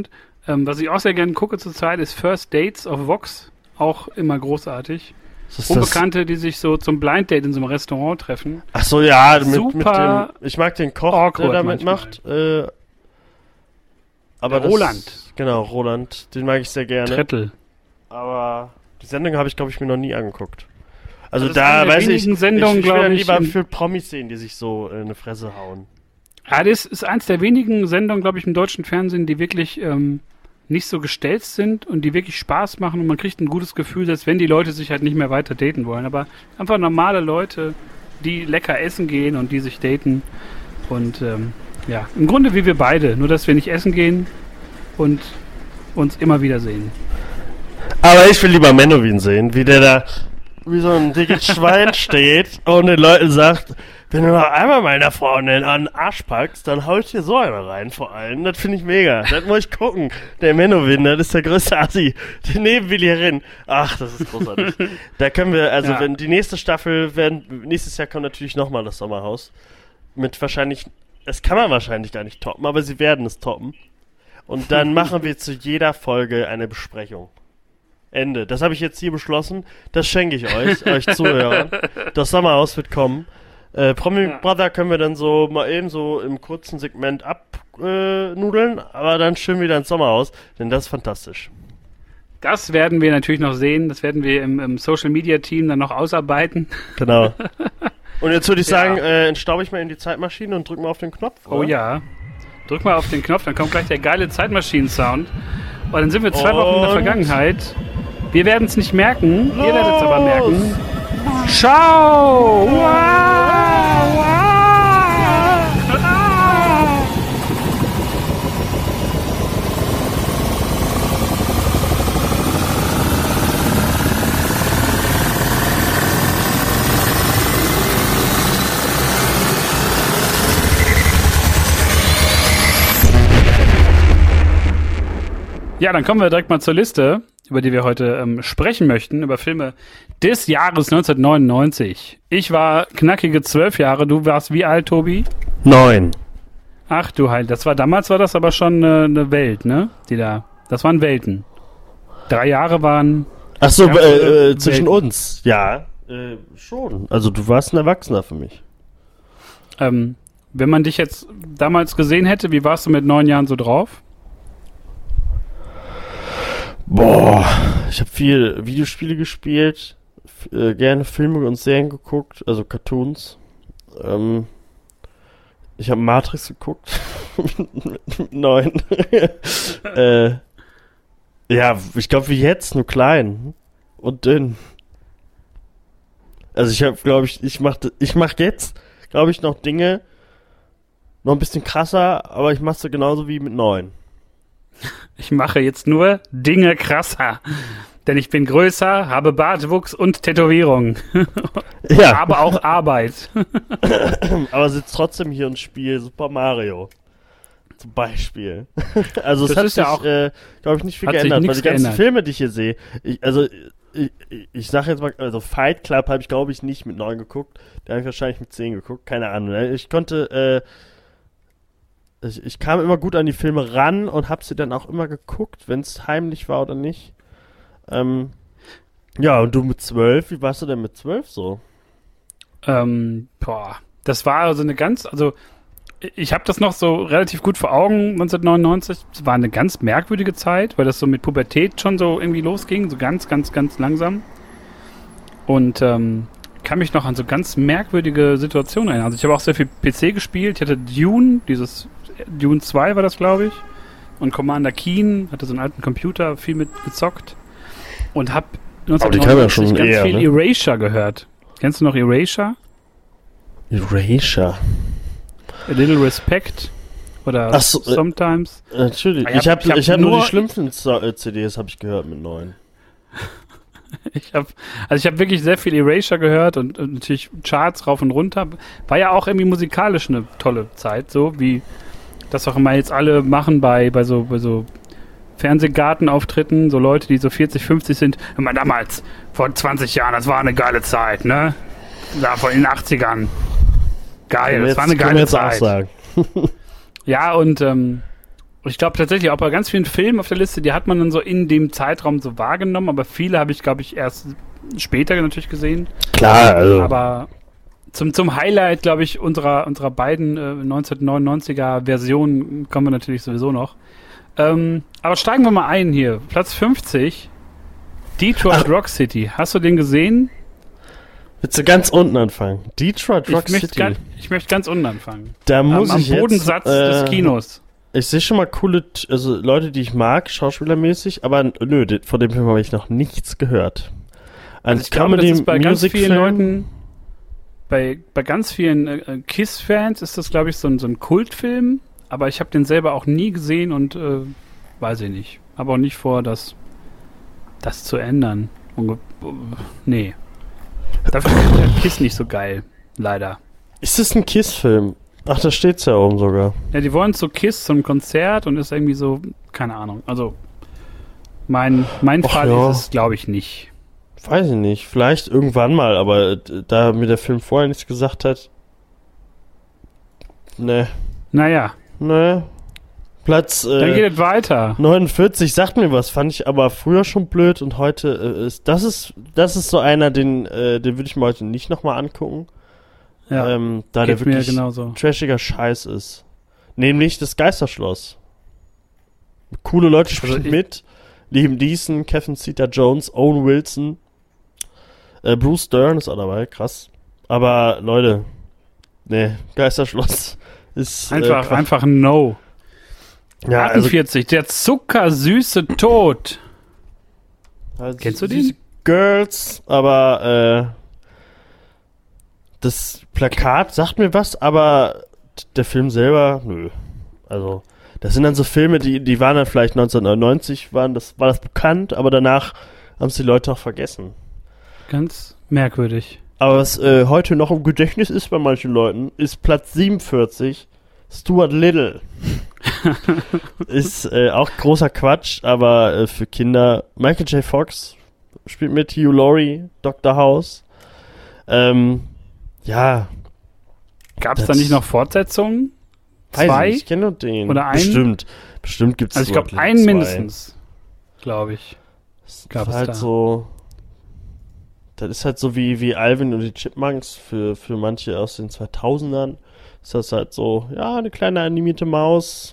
Ähm, was ich auch sehr gerne gucke zurzeit ist First Dates auf Vox. Auch immer großartig. Unbekannte, die sich so zum Blind Date in so einem Restaurant treffen. Ach so, ja, mit, Super mit dem, ich mag den Koch, der da mitmacht. Äh, aber das, Roland. Genau, Roland, den mag ich sehr gerne. Trettel. Aber die Sendung habe ich, glaube ich, mir noch nie angeguckt. Also das da weiß ich, Sendungen, ich, ich will dann ich, lieber für Promis sehen, die sich so in eine Fresse hauen. Ja, das ist eins der wenigen Sendungen, glaube ich, im deutschen Fernsehen, die wirklich ähm, nicht so gestelzt sind und die wirklich Spaß machen und man kriegt ein gutes Gefühl, selbst wenn die Leute sich halt nicht mehr weiter daten wollen. Aber einfach normale Leute, die lecker essen gehen und die sich daten. Und ähm, ja, im Grunde wie wir beide, nur dass wir nicht essen gehen und uns immer wieder sehen. Aber ich will lieber Menowin sehen, wie der da wie so ein dickes Schwein steht und den Leuten sagt, wenn du noch einmal meiner Freundin an den Arsch packst, dann hau ich dir so eine rein vor allem. Das finde ich mega. Das muss ich gucken. Der Menowin, das ist der größte Assi. Die neben Willi Herrin. Ach, das ist großartig. Da können wir, also ja. wenn die nächste Staffel, werden, nächstes Jahr kommt natürlich nochmal das Sommerhaus. Mit wahrscheinlich, das kann man wahrscheinlich gar nicht toppen, aber sie werden es toppen. Und dann machen wir zu jeder Folge eine Besprechung. Ende. Das habe ich jetzt hier beschlossen. Das schenke ich euch, euch Zuhörern. Das Sommerhaus wird kommen. Äh, Promi ja. Brother können wir dann so mal eben so im kurzen Segment abnudeln, äh, aber dann schön wieder ins Sommerhaus, denn das ist fantastisch. Das werden wir natürlich noch sehen. Das werden wir im, im Social Media Team dann noch ausarbeiten. Genau. Und jetzt würde ich sagen, ja. äh, entstaube ich mal in die Zeitmaschine und drück mal auf den Knopf. Oder? Oh ja. Drück mal auf den Knopf, dann kommt gleich der geile Zeitmaschinen-Sound. Und dann sind wir zwei und Wochen in der Vergangenheit. Wir werden es nicht merken, los. Ihr werdet es aber merken. Ciao! Wow, wow. Ja, dann kommen wir direkt mal zur Liste, über die wir heute ähm, sprechen möchten, über Filme des Jahres neunzehnhundertneunundneunzig. Ich war knackige zwölf Jahre, du warst wie alt, Tobi? Neun. Ach du Heil, das war damals war das aber schon eine, eine Welt, ne? Die da, das waren Welten. Drei Jahre waren. Ach so, äh, äh, zwischen uns, ja, äh, schon. Also du warst ein Erwachsener für mich. Ähm, wenn man dich jetzt damals gesehen hätte, wie warst du mit neun Jahren so drauf? Boah, ich habe viel Videospiele gespielt, f- äh, gerne Filme und Serien geguckt, also Cartoons. Ähm, ich habe Matrix geguckt. mit neun. äh, ja, ich glaube wie jetzt, nur klein und dünn. Also ich habe, glaube ich, ich mach, ich mach jetzt, glaube ich, noch Dinge noch ein bisschen krasser, aber ich mache sie genauso wie mit neun. Ich mache jetzt nur Dinge krasser. Denn ich bin größer, habe Bartwuchs und Tätowierung. Ja. Aber auch Arbeit. Aber sitzt trotzdem hier und spiele Super Mario. Zum Beispiel. Also es das hat ist sich, ja auch, äh, glaube ich, nicht viel hat sich geändert. Weil nichts die ganzen geändert. Filme, die ich hier sehe, ich, also ich, ich, ich sage jetzt mal, also Fight Club habe ich, glaube ich, nicht mit neun geguckt. Den habe ich wahrscheinlich mit zehn geguckt. Keine Ahnung. Ich konnte, äh, Ich, ich kam immer gut an die Filme ran und hab sie dann auch immer geguckt, wenn es heimlich war oder nicht. Ähm, ja, und du mit zwölf, wie warst du denn mit zwölf so? Ähm, boah, das war also eine ganz, also ich habe das noch so relativ gut vor Augen, neunzehnhundertneunundneunzig. Es war eine ganz merkwürdige Zeit, weil das so mit Pubertät schon so irgendwie losging, so ganz, ganz, ganz langsam. Und ähm, kann mich noch an so ganz merkwürdige Situationen erinnern. Also ich habe auch sehr viel P C gespielt. Ich hatte Dune, dieses Dune zwei war das, glaube ich. Und Commander Keen, hatte so einen alten Computer, viel mit gezockt. Und hab neunzehnhundertneunundneunzig ganz eher, viel ne? Erasure gehört. Kennst du noch Erasure? Erasure? A Little Respect oder Ach so, äh, Sometimes. Natürlich. Ich hab- Ich habe ich hab ich hab nur, nur- die schlimmsten So- äh, C Ds habe ich gehört mit neun. Ich habe also ich habe wirklich sehr viel Erasure gehört und, und natürlich Charts rauf und runter. War ja auch irgendwie musikalisch eine tolle Zeit, so wie das auch immer jetzt alle machen bei bei so bei so Fernsehgartenauftritten, so Leute, die so vierzig, fünfzig sind. Immer damals vor zwanzig Jahren, das war eine geile Zeit, ne? Da vor den achtzigern. Geil, das war eine Können wir geile jetzt Zeit. auch sagen. Ja, und ähm, Ich glaube tatsächlich auch bei ganz vielen Filmen auf der Liste, die hat man dann so in dem Zeitraum so wahrgenommen, aber viele habe ich, glaube ich, erst später natürlich gesehen. Klar, also. Aber zum, zum Highlight, glaube ich, unserer, unserer beiden äh, neunzehnhundertneunundneunziger Versionen kommen wir natürlich sowieso noch. Ähm, aber steigen wir mal ein hier. Platz fünfzig, Detroit Ach. Rock City. Hast du den gesehen? Willst du ganz unten anfangen? Detroit Rock ich City. Möchte ganz, ich möchte ganz unten anfangen. Da muss am, ich am Bodensatz jetzt, äh, des Kinos. Ich sehe schon mal coole, also Leute, die ich mag, schauspielermäßig, aber nö, von dem Film habe ich noch nichts gehört. Ein also ich glaube, das ist bei ganz vielen Film. Leuten, bei, bei ganz vielen äh, Kiss-Fans ist das, glaube ich, so ein, so ein Kultfilm, aber ich habe den selber auch nie gesehen und äh, weiß ich nicht. Habe auch nicht vor, das, das zu ändern. Und, uh, nee. Dafür ist der Kiss nicht so geil, leider. Ist das ein Kiss-Film? Ach, da steht's ja oben sogar. Ja, die wollen zu Kiss zum Konzert und ist irgendwie so, keine Ahnung. Also, mein, mein Och, Fall ja. ist es, glaube ich, nicht. Weiß ich nicht. Vielleicht irgendwann mal, aber äh, da mir der Film vorher nichts gesagt hat. Ne. Naja. Ne. Platz äh, Dann geht es weiter. neunundvierzig sagt mir was, fand ich aber früher schon blöd und heute äh, ist das ist das ist so einer, den äh, den würde ich mir heute nicht nochmal angucken. Ja, ähm, da der wirklich trashiger Scheiß ist. Nämlich das Geisterschloss. Coole Leute spielen also mit. Liam Neeson, Kevin Zeta-Jones, Owen Wilson, äh, Bruce Dern ist auch dabei, krass. Aber Leute, nee, Geisterschloss ist einfach, äh, einfach ein No. Ja, achtundvierzig, also, der zuckersüße Tod. Also Kennst du den? Girls, aber äh, das Plakat sagt mir was, aber der Film selber, nö. Also, das sind dann so Filme, die, die waren dann vielleicht neunzehnhundertneunundneunzig, waren das, war das bekannt, aber danach haben es die Leute auch vergessen. Ganz merkwürdig. Aber was äh, heute noch im Gedächtnis ist bei manchen Leuten, ist Platz siebenundvierzig, Stuart Little. Ist äh, auch großer Quatsch, aber äh, für Kinder. Michael J. Fox spielt mit, Hugh Laurie, Doktor House. Ähm, ja. Gab es da nicht noch Fortsetzungen? Weiß Zwei? Ich, ich kenne nur den. Oder einen? Bestimmt. Bestimmt gibt es Also ich glaube, einen mindestens. Glaube ich. Gab es halt da. So. Das ist halt so wie, wie Alvin und die Chipmunks für, für manche aus den zweitausendern. Ist das halt so, ja, eine kleine animierte Maus.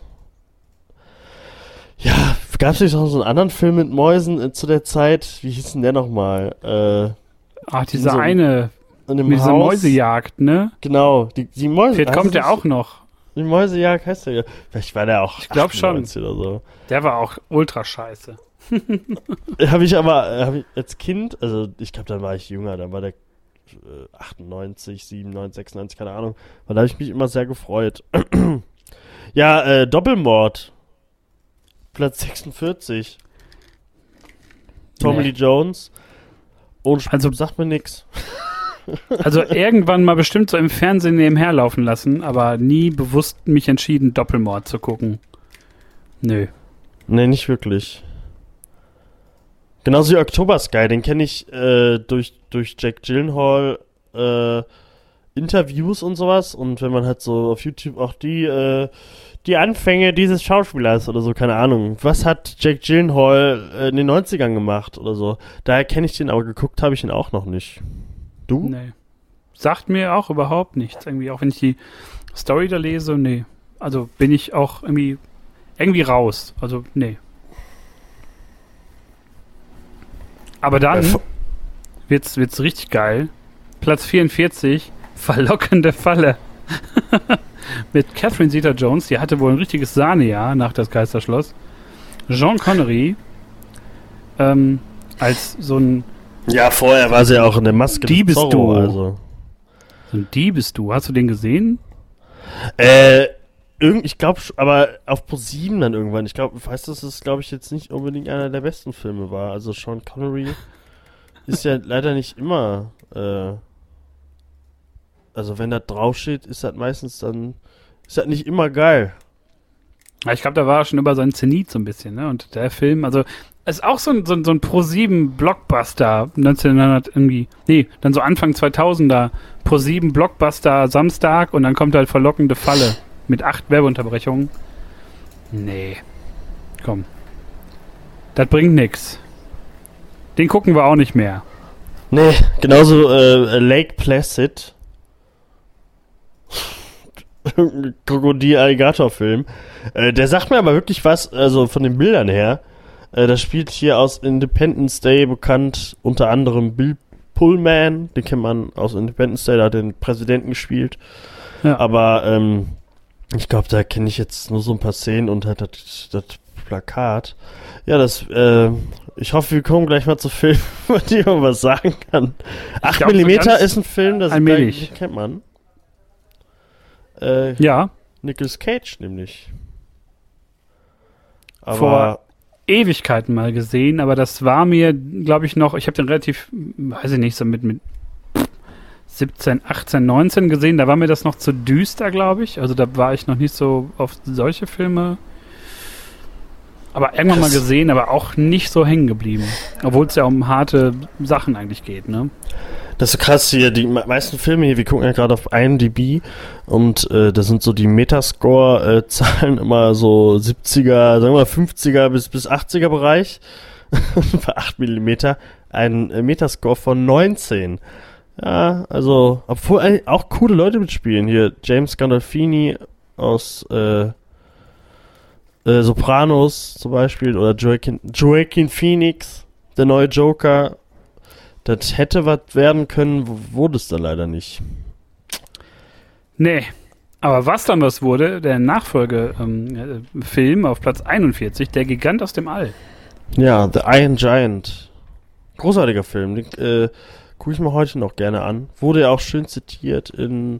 Ja, gab es nicht noch so einen anderen Film mit Mäusen äh, zu der Zeit? Wie hieß denn der nochmal? Äh, Ach, dieser so, eine mit dieser Mäusejagd, ne? Genau, die, die Mäuse. Vielleicht kommt der auch noch. Die Mäusejagd heißt der ja. Vielleicht war der auch ich glaube schon. Oder so. Der war auch ultra scheiße. Habe ich aber hab ich als Kind, also ich glaube, dann war ich jünger, dann war der äh, achtundneunzig, siebenundneunzig, sechsundneunzig, keine Ahnung. Weil da habe ich mich immer sehr gefreut. Ja, äh, Doppelmord. Platz sechsundvierzig. Tommy nee. Lee Jones. Und also sagt mir nix. Also irgendwann mal bestimmt so im Fernsehen nebenher laufen lassen, aber nie bewusst mich entschieden, Doppelmord zu gucken. Nö. Nee, nicht wirklich. Genauso wie October Sky, den kenne ich äh, durch, durch Jack Gyllenhaal äh, Interviews und sowas. Und wenn man halt so auf YouTube auch die äh, die Anfänge dieses Schauspielers oder so, keine Ahnung. Was hat Jack Gyllenhaal äh, in den neunzigern gemacht oder so? Daher kenne ich den, aber geguckt habe ich ihn auch noch nicht. Du? Nee. Sagt mir auch überhaupt nichts. Irgendwie, auch wenn ich die Story da lese, nee. Also bin ich auch irgendwie irgendwie raus. Also, nee. Aber dann ja, wird's, wird's richtig geil. Platz vierundvierzig, verlockende Falle. Mit Catherine Zeta-Jones, die hatte wohl ein richtiges Sahnejahr nach das Geisterschloss. Sean Connery ähm, als so ein ja, vorher war sie ja auch in der Maske Die bist Zorro, du. Also. So ein Die bist du. Hast du den gesehen? Äh, irgend, ich glaube, aber auf ProSieben dann irgendwann. Ich glaube, ich weiß, dass es, glaube ich, jetzt nicht unbedingt einer der besten Filme war. Also Sean Connery ist ja leider nicht immer, äh, also wenn da draufsteht, ist das meistens dann, ist das nicht immer geil. Ja, ich glaube, da war er schon über seinen Zenit so ein bisschen, ne? Und der Film, also ist auch so ein, so ein, so ein ProSieben Blockbuster, neunzehnhundert irgendwie, nee, dann so Anfang zweitausender, ProSieben Blockbuster Samstag und dann kommt halt verlockende Falle mit acht Werbeunterbrechungen. Nee. Komm. Das bringt nix. Den gucken wir auch nicht mehr. Nee, genauso äh, Lake Placid. Krokodil-Alligator-Film. Äh, der sagt mir aber wirklich was, also von den Bildern her. Äh, das spielt hier aus Independence Day bekannt, unter anderem Bill Pullman, den kennt man aus Independence Day, der hat den Präsidenten gespielt. Ja. Aber ähm, ich glaube, da kenne ich jetzt nur so ein paar Szenen und halt das, das Plakat. Ja, das, äh, ich hoffe, wir kommen gleich mal zu Filmen, über die man was sagen kann. acht Millimeter so ist ein Film, das allmählich. Da, kennt man. Äh, ja. Nicolas Cage nämlich. Aber vor Ewigkeiten mal gesehen, aber das war mir, glaube ich, noch, ich habe den relativ, weiß ich nicht, so mit, mit siebzehn, achtzehn, neunzehn gesehen, da war mir das noch zu düster, glaube ich. Also da war ich noch nicht so auf solche Filme. Aber irgendwann mal gesehen, aber auch nicht so hängen geblieben. Obwohl es ja um harte Sachen eigentlich geht, ne? Das ist so krass hier, die meisten Filme hier, wir gucken ja gerade auf I M D B und äh, da sind so die Metascore-Zahlen äh, immer so siebziger, sagen wir mal fünfziger bis, bis achtziger Bereich. Bei acht Millimeter ein äh, Metascore von neunzehn. Ja, also, obwohl äh, auch coole Leute mitspielen. Hier James Gandolfini aus äh, äh, Sopranos zum Beispiel oder Joaquin, Joaquin Phoenix, der neue Joker. Das hätte was werden können, wurde es dann leider nicht. Nee, aber was dann was wurde, der Nachfolgefilm ähm, auf Platz einundvierzig, Der Gigant aus dem All. Ja, The Iron Giant. Großartiger Film, den äh, gucke ich mir heute noch gerne an. Wurde ja auch schön zitiert in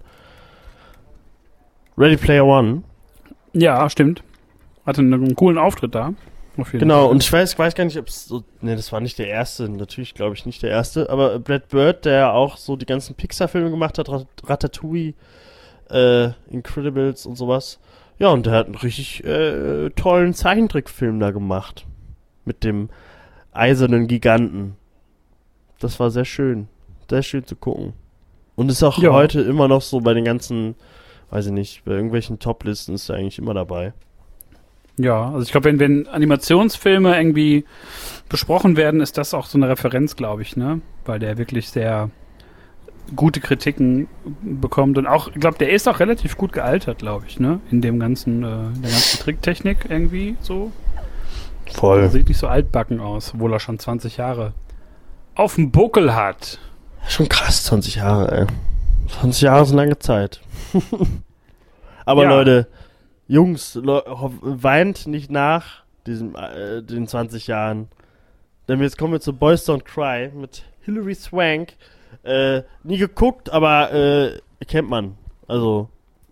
Ready Player One. Ja, stimmt. Hatte einen coolen Auftritt da. Genau, Fall. Und ich weiß, weiß gar nicht, ob es so, ne, das war nicht der erste, natürlich glaube ich nicht der erste, aber Brad Bird, der auch so die ganzen Pixar-Filme gemacht hat, Rat- Ratatouille, äh, Incredibles und sowas. Ja, und der hat einen richtig äh, tollen Zeichentrickfilm da gemacht. Mit dem eisernen Giganten. Das war sehr schön. Sehr schön zu gucken. Und ist auch ja. heute immer noch so bei den ganzen, weiß ich nicht, bei irgendwelchen Top-Listen ist er eigentlich immer dabei. Ja, also ich glaube, wenn, wenn Animationsfilme irgendwie besprochen werden, ist das auch so eine Referenz, glaube ich, ne? Weil der wirklich sehr gute Kritiken bekommt und auch, ich glaube, der ist auch relativ gut gealtert, glaube ich, ne? In dem ganzen, äh, der ganzen Tricktechnik irgendwie so. Voll. Er sieht nicht so altbacken aus, obwohl er schon zwanzig Jahre auf dem Buckel hat. Schon krass, zwanzig Jahre, ey. zwanzig Jahre ist eine lange Zeit. Aber ja. Leute, Jungs, le- weint nicht nach diesem, äh, den zwanzig Jahren. Denn jetzt kommen wir zu Boys Don't Cry mit Hilary Swank. Äh, nie geguckt, aber äh, kennt man. Also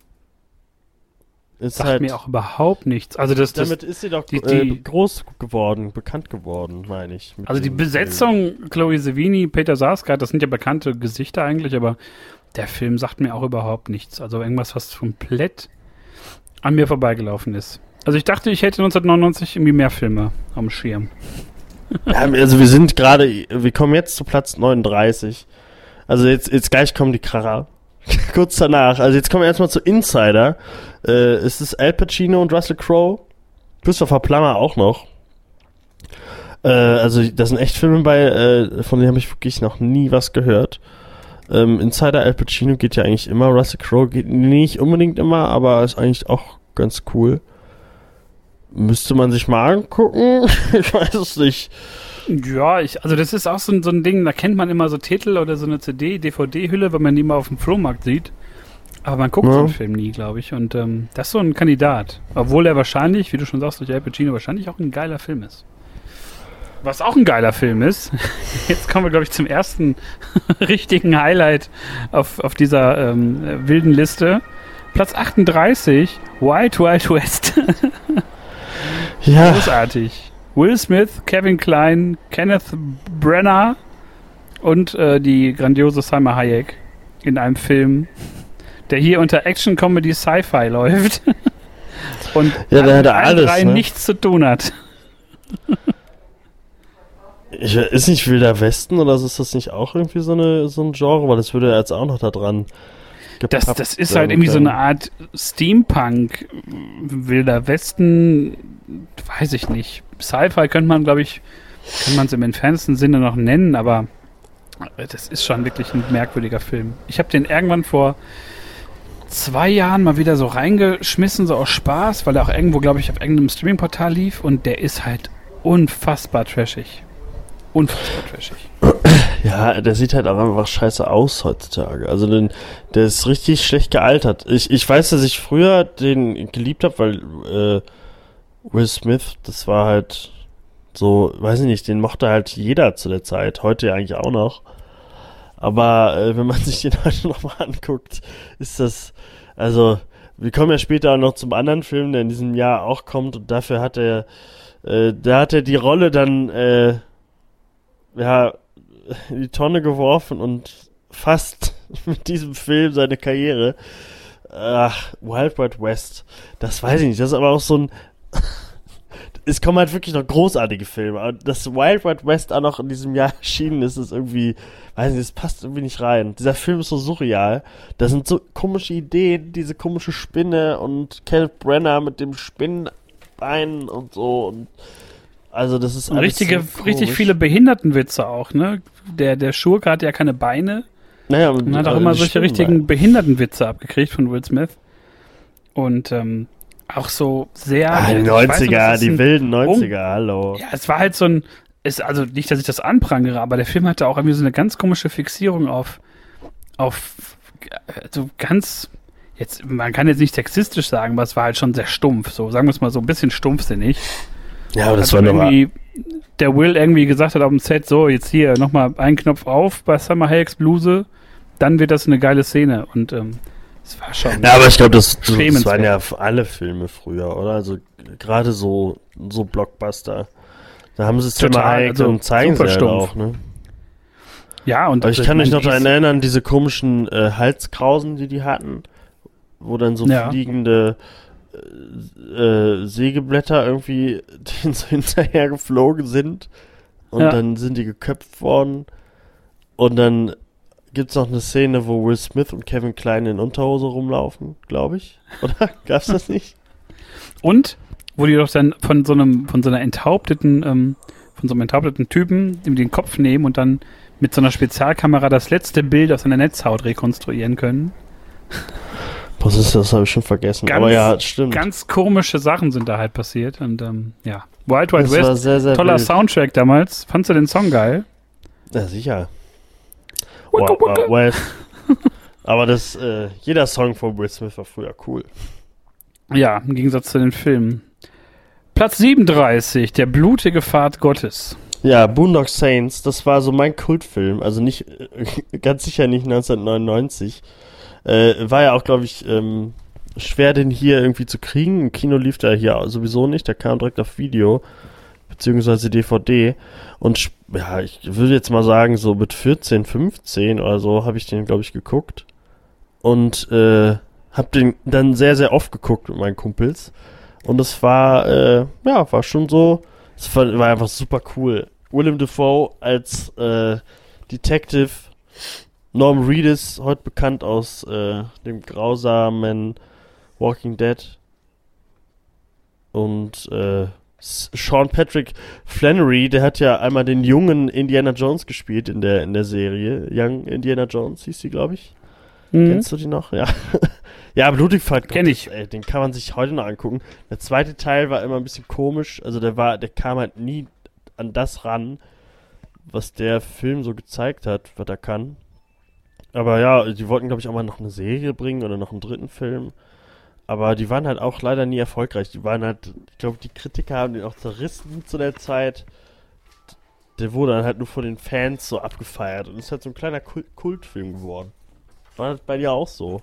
ist sagt halt, mir auch überhaupt nichts. Also das, das, damit ist sie doch die, äh, die, groß geworden, bekannt geworden, meine ich. Also die Besetzung, Film. Chloe Sevigny, Peter Sarsgaard, das sind ja bekannte Gesichter eigentlich, aber der Film sagt mir auch überhaupt nichts. Also irgendwas, was komplett an mir vorbeigelaufen ist. Also ich dachte, ich hätte neunzehnhundertneunundneunzig irgendwie mehr Filme am Schirm. Ja, also wir sind gerade, wir kommen jetzt zu Platz neununddreißig. Also jetzt, jetzt gleich kommen die Kracher. Kurz danach. Also jetzt kommen wir erstmal zu Insider. Äh, es ist Al Pacino und Russell Crowe. Christopher Plummer auch noch. Äh, also das sind echt Filme bei, äh, von denen habe ich wirklich noch nie was gehört. Ähm, Insider Al Pacino geht ja eigentlich immer. Russell Crowe geht nicht unbedingt immer, aber ist eigentlich auch ganz cool. Müsste man sich mal angucken. Ich weiß es nicht. Ja, ich, also das ist auch so ein, so ein Ding, da kennt man immer so Titel oder so eine C D, D V D-Hülle, wenn man die mal auf dem Flohmarkt sieht. Aber man guckt ja. so einen Film nie, glaube ich. Und ähm, das ist so ein Kandidat. Obwohl er wahrscheinlich, wie du schon sagst, durch Al Pacino wahrscheinlich auch ein geiler Film ist. Was auch ein geiler Film ist, jetzt kommen wir, glaube ich, zum ersten richtigen Highlight auf, auf dieser ähm, wilden Liste. Platz achtunddreißig, Wild Wild West. Ja. Großartig. Will Smith, Kevin Kline, Kenneth Branagh und äh, die grandiose Salma Hayek in einem Film, der hier unter Action Comedy Sci-Fi läuft und ja, der mit hat alles, drei ne? nichts zu tun hat. Ich, ist nicht Wilder Westen oder ist das nicht auch irgendwie so, eine, so ein Genre? Weil das würde ja jetzt auch noch da dran gepappt. Das, das ist halt irgendwie so eine Art Steampunk, Wilder Westen, weiß ich nicht. Sci-Fi könnte man, glaube ich, kann man es im entferntesten Sinne noch nennen, aber das ist schon wirklich ein merkwürdiger Film. Ich habe den irgendwann vor zwei Jahren mal wieder so reingeschmissen, so aus Spaß, weil er auch irgendwo, glaube ich, auf irgendeinem Streaming-Portal lief und der ist halt unfassbar trashig. Unfassbar trashig. Ja, der sieht halt auch einfach scheiße aus heutzutage. Also den, der ist richtig schlecht gealtert. Ich, ich weiß, dass ich früher den geliebt habe, weil äh, Will Smith, das war halt so, weiß ich nicht, den mochte halt jeder zu der Zeit. Heute ja eigentlich auch noch. Aber äh, wenn man sich den heute nochmal anguckt, ist das, also wir kommen ja später auch noch zum anderen Film, der in diesem Jahr auch kommt und dafür hat er, äh, da hat er die Rolle dann, äh, ja, in die Tonne geworfen und fast mit diesem Film seine Karriere. Ach, Wild Wild West, das weiß ich nicht, das ist aber auch so ein, es kommen halt wirklich noch großartige Filme, aber dass Wild Wild West auch noch in diesem Jahr erschienen ist, ist irgendwie, weiß nicht, das passt irgendwie nicht rein. Dieser Film ist so surreal, da sind so komische Ideen, diese komische Spinne und Kenneth Branagh mit dem Spinnenbein und so und also das ist alles richtige, so richtig viele Behindertenwitze auch, ne? Der, der Schurke hat ja keine Beine. Naja, und, und hat auch immer solche richtigen Behindertenwitze abgekriegt von Will Smith. Und ähm, auch so sehr... Ah, die neunziger, die wilden neunziger, um, hallo. Ja, es war halt so ein... Ist, also nicht, dass ich das anprangere, aber der Film hatte auch irgendwie so eine ganz komische Fixierung auf... auf so ganz... Jetzt, man kann jetzt nicht sexistisch sagen, aber es war halt schon sehr stumpf. So, sagen wir es mal so ein bisschen stumpfsinnig. Ja, aber das also war irgendwie, der Will irgendwie gesagt hat auf dem Set, so, jetzt hier nochmal einen Knopf auf bei Summer Hayeks Bluse, dann wird das eine geile Szene. Und ähm, es war schon... Ja, aber ich glaube, das, das waren ja alle Filme früher, oder? Also gerade so, so Blockbuster. Da haben sie es Summer Hayeks also und zeigen sie halt auch, ne? Ja, und... Aber ich kann mich noch daran erinnern, diese komischen äh, Halskrausen, die die hatten, wo dann so ja. fliegende... Äh, Sägeblätter irgendwie denen so hinterher geflogen sind und ja. dann sind die geköpft worden und dann gibt's noch eine Szene, wo Will Smith und Kevin Kline in Unterhose rumlaufen, glaube ich, oder? Gab's das nicht? Und wo die doch dann von so einem von so einer enthaupteten ähm, von so einem enthaupteten Typen dem den Kopf nehmen und dann mit so einer Spezialkamera das letzte Bild aus seiner Netzhaut rekonstruieren können. Was ist das? Habe ich schon vergessen. Ganz, aber ja, stimmt. Ganz komische Sachen sind da halt passiert. Und ähm, ja, Wild Wild das West, war sehr, sehr toller wild. Soundtrack damals. Fandst du den Song geil? Ja, sicher. Waka, waka. West. Aber das, äh, jeder Song von Will Smith war früher cool. Ja, im Gegensatz zu den Filmen. Platz siebenunddreißig, der blutige Pfad Gottes. Ja, Boondock Saints, das war so mein Kultfilm. Also nicht, äh, ganz sicher nicht neunzehnhundertneunundneunzig. Äh, war ja auch, glaube ich, ähm, schwer, den hier irgendwie zu kriegen. Im Kino lief der hier sowieso nicht. Der kam direkt auf Video, beziehungsweise D V D. Und ja, ich würde jetzt mal sagen, so mit vierzehn, fünfzehn oder so habe ich den, glaube ich, geguckt. Und äh, habe den dann sehr, sehr oft geguckt mit meinen Kumpels. Und es war, äh, ja, war schon so, es war, war einfach super cool. Willem Dafoe als äh, Detective, Norm Reedus, heute bekannt aus äh, dem grausamen Walking Dead. Und äh, Sean Patrick Flannery, der hat ja einmal den jungen Indiana Jones gespielt in der in der Serie. Young Indiana Jones hieß die, glaube ich. Mhm. Kennst du die noch? Ja. Ja, Blutigpfad. Kenn ich. Ey, den kann man sich heute noch angucken. Der zweite Teil war immer ein bisschen komisch. Also der war, der kam halt nie an das ran, was der Film so gezeigt hat, was er kann. Aber ja, die wollten, glaube ich, auch mal noch eine Serie bringen oder noch einen dritten Film. Aber die waren halt auch leider nie erfolgreich. Die waren halt, ich glaube, die Kritiker haben den auch zerrissen zu der Zeit. Der wurde dann halt nur von den Fans so abgefeiert und ist halt so ein kleiner Kult- Kultfilm geworden. War das bei dir auch so?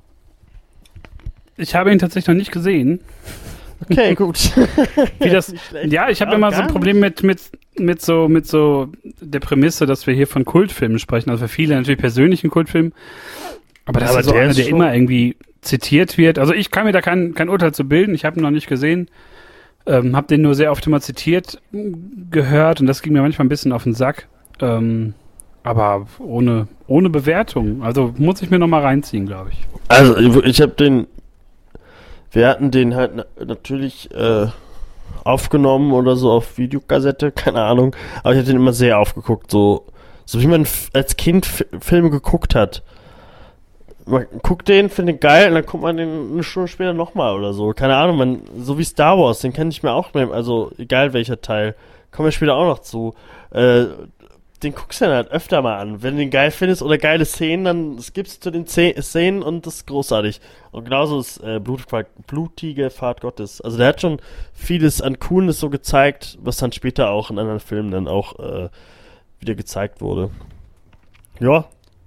Ich habe ihn tatsächlich noch nicht gesehen. Okay, gut. Wie das, ja, ich habe immer so ein Problem mit, mit, mit so, mit so der Prämisse, dass wir hier von Kultfilmen sprechen. Also für viele natürlich persönlichen Kultfilmen. Aber das Aber ist so der einer, ist der schon- immer irgendwie zitiert wird. Also ich kann mir da kein, kein Urteil zu bilden. Ich habe ihn noch nicht gesehen. Ähm, habe den nur sehr oft immer zitiert gehört und das ging mir manchmal ein bisschen auf den Sack. Ähm, Aber ohne, ohne Bewertung. Also muss ich mir nochmal reinziehen, glaube ich. Also ich habe den, wir hatten den halt na- natürlich äh, aufgenommen oder so auf Videokassette, keine Ahnung. Aber ich habe den immer sehr aufgeguckt, so, so wie man f- als Kind F- Filme geguckt hat. Man guckt den, findet den geil und dann guckt man den eine Stunde später nochmal oder so. Keine Ahnung, man, so wie Star Wars, den kann ich mir auch nehmen, also egal welcher Teil. Kommen wir später auch noch zu. Äh, den guckst du dann halt öfter mal an. Wenn du den geil findest oder geile Szenen, dann skippst du den Ze- Szenen und das ist großartig. Und genauso ist äh, Blut, blutige Fahrt Gottes. Also der hat schon vieles an Coolness so gezeigt, was dann später auch in anderen Filmen dann auch äh, wieder gezeigt wurde. Ja.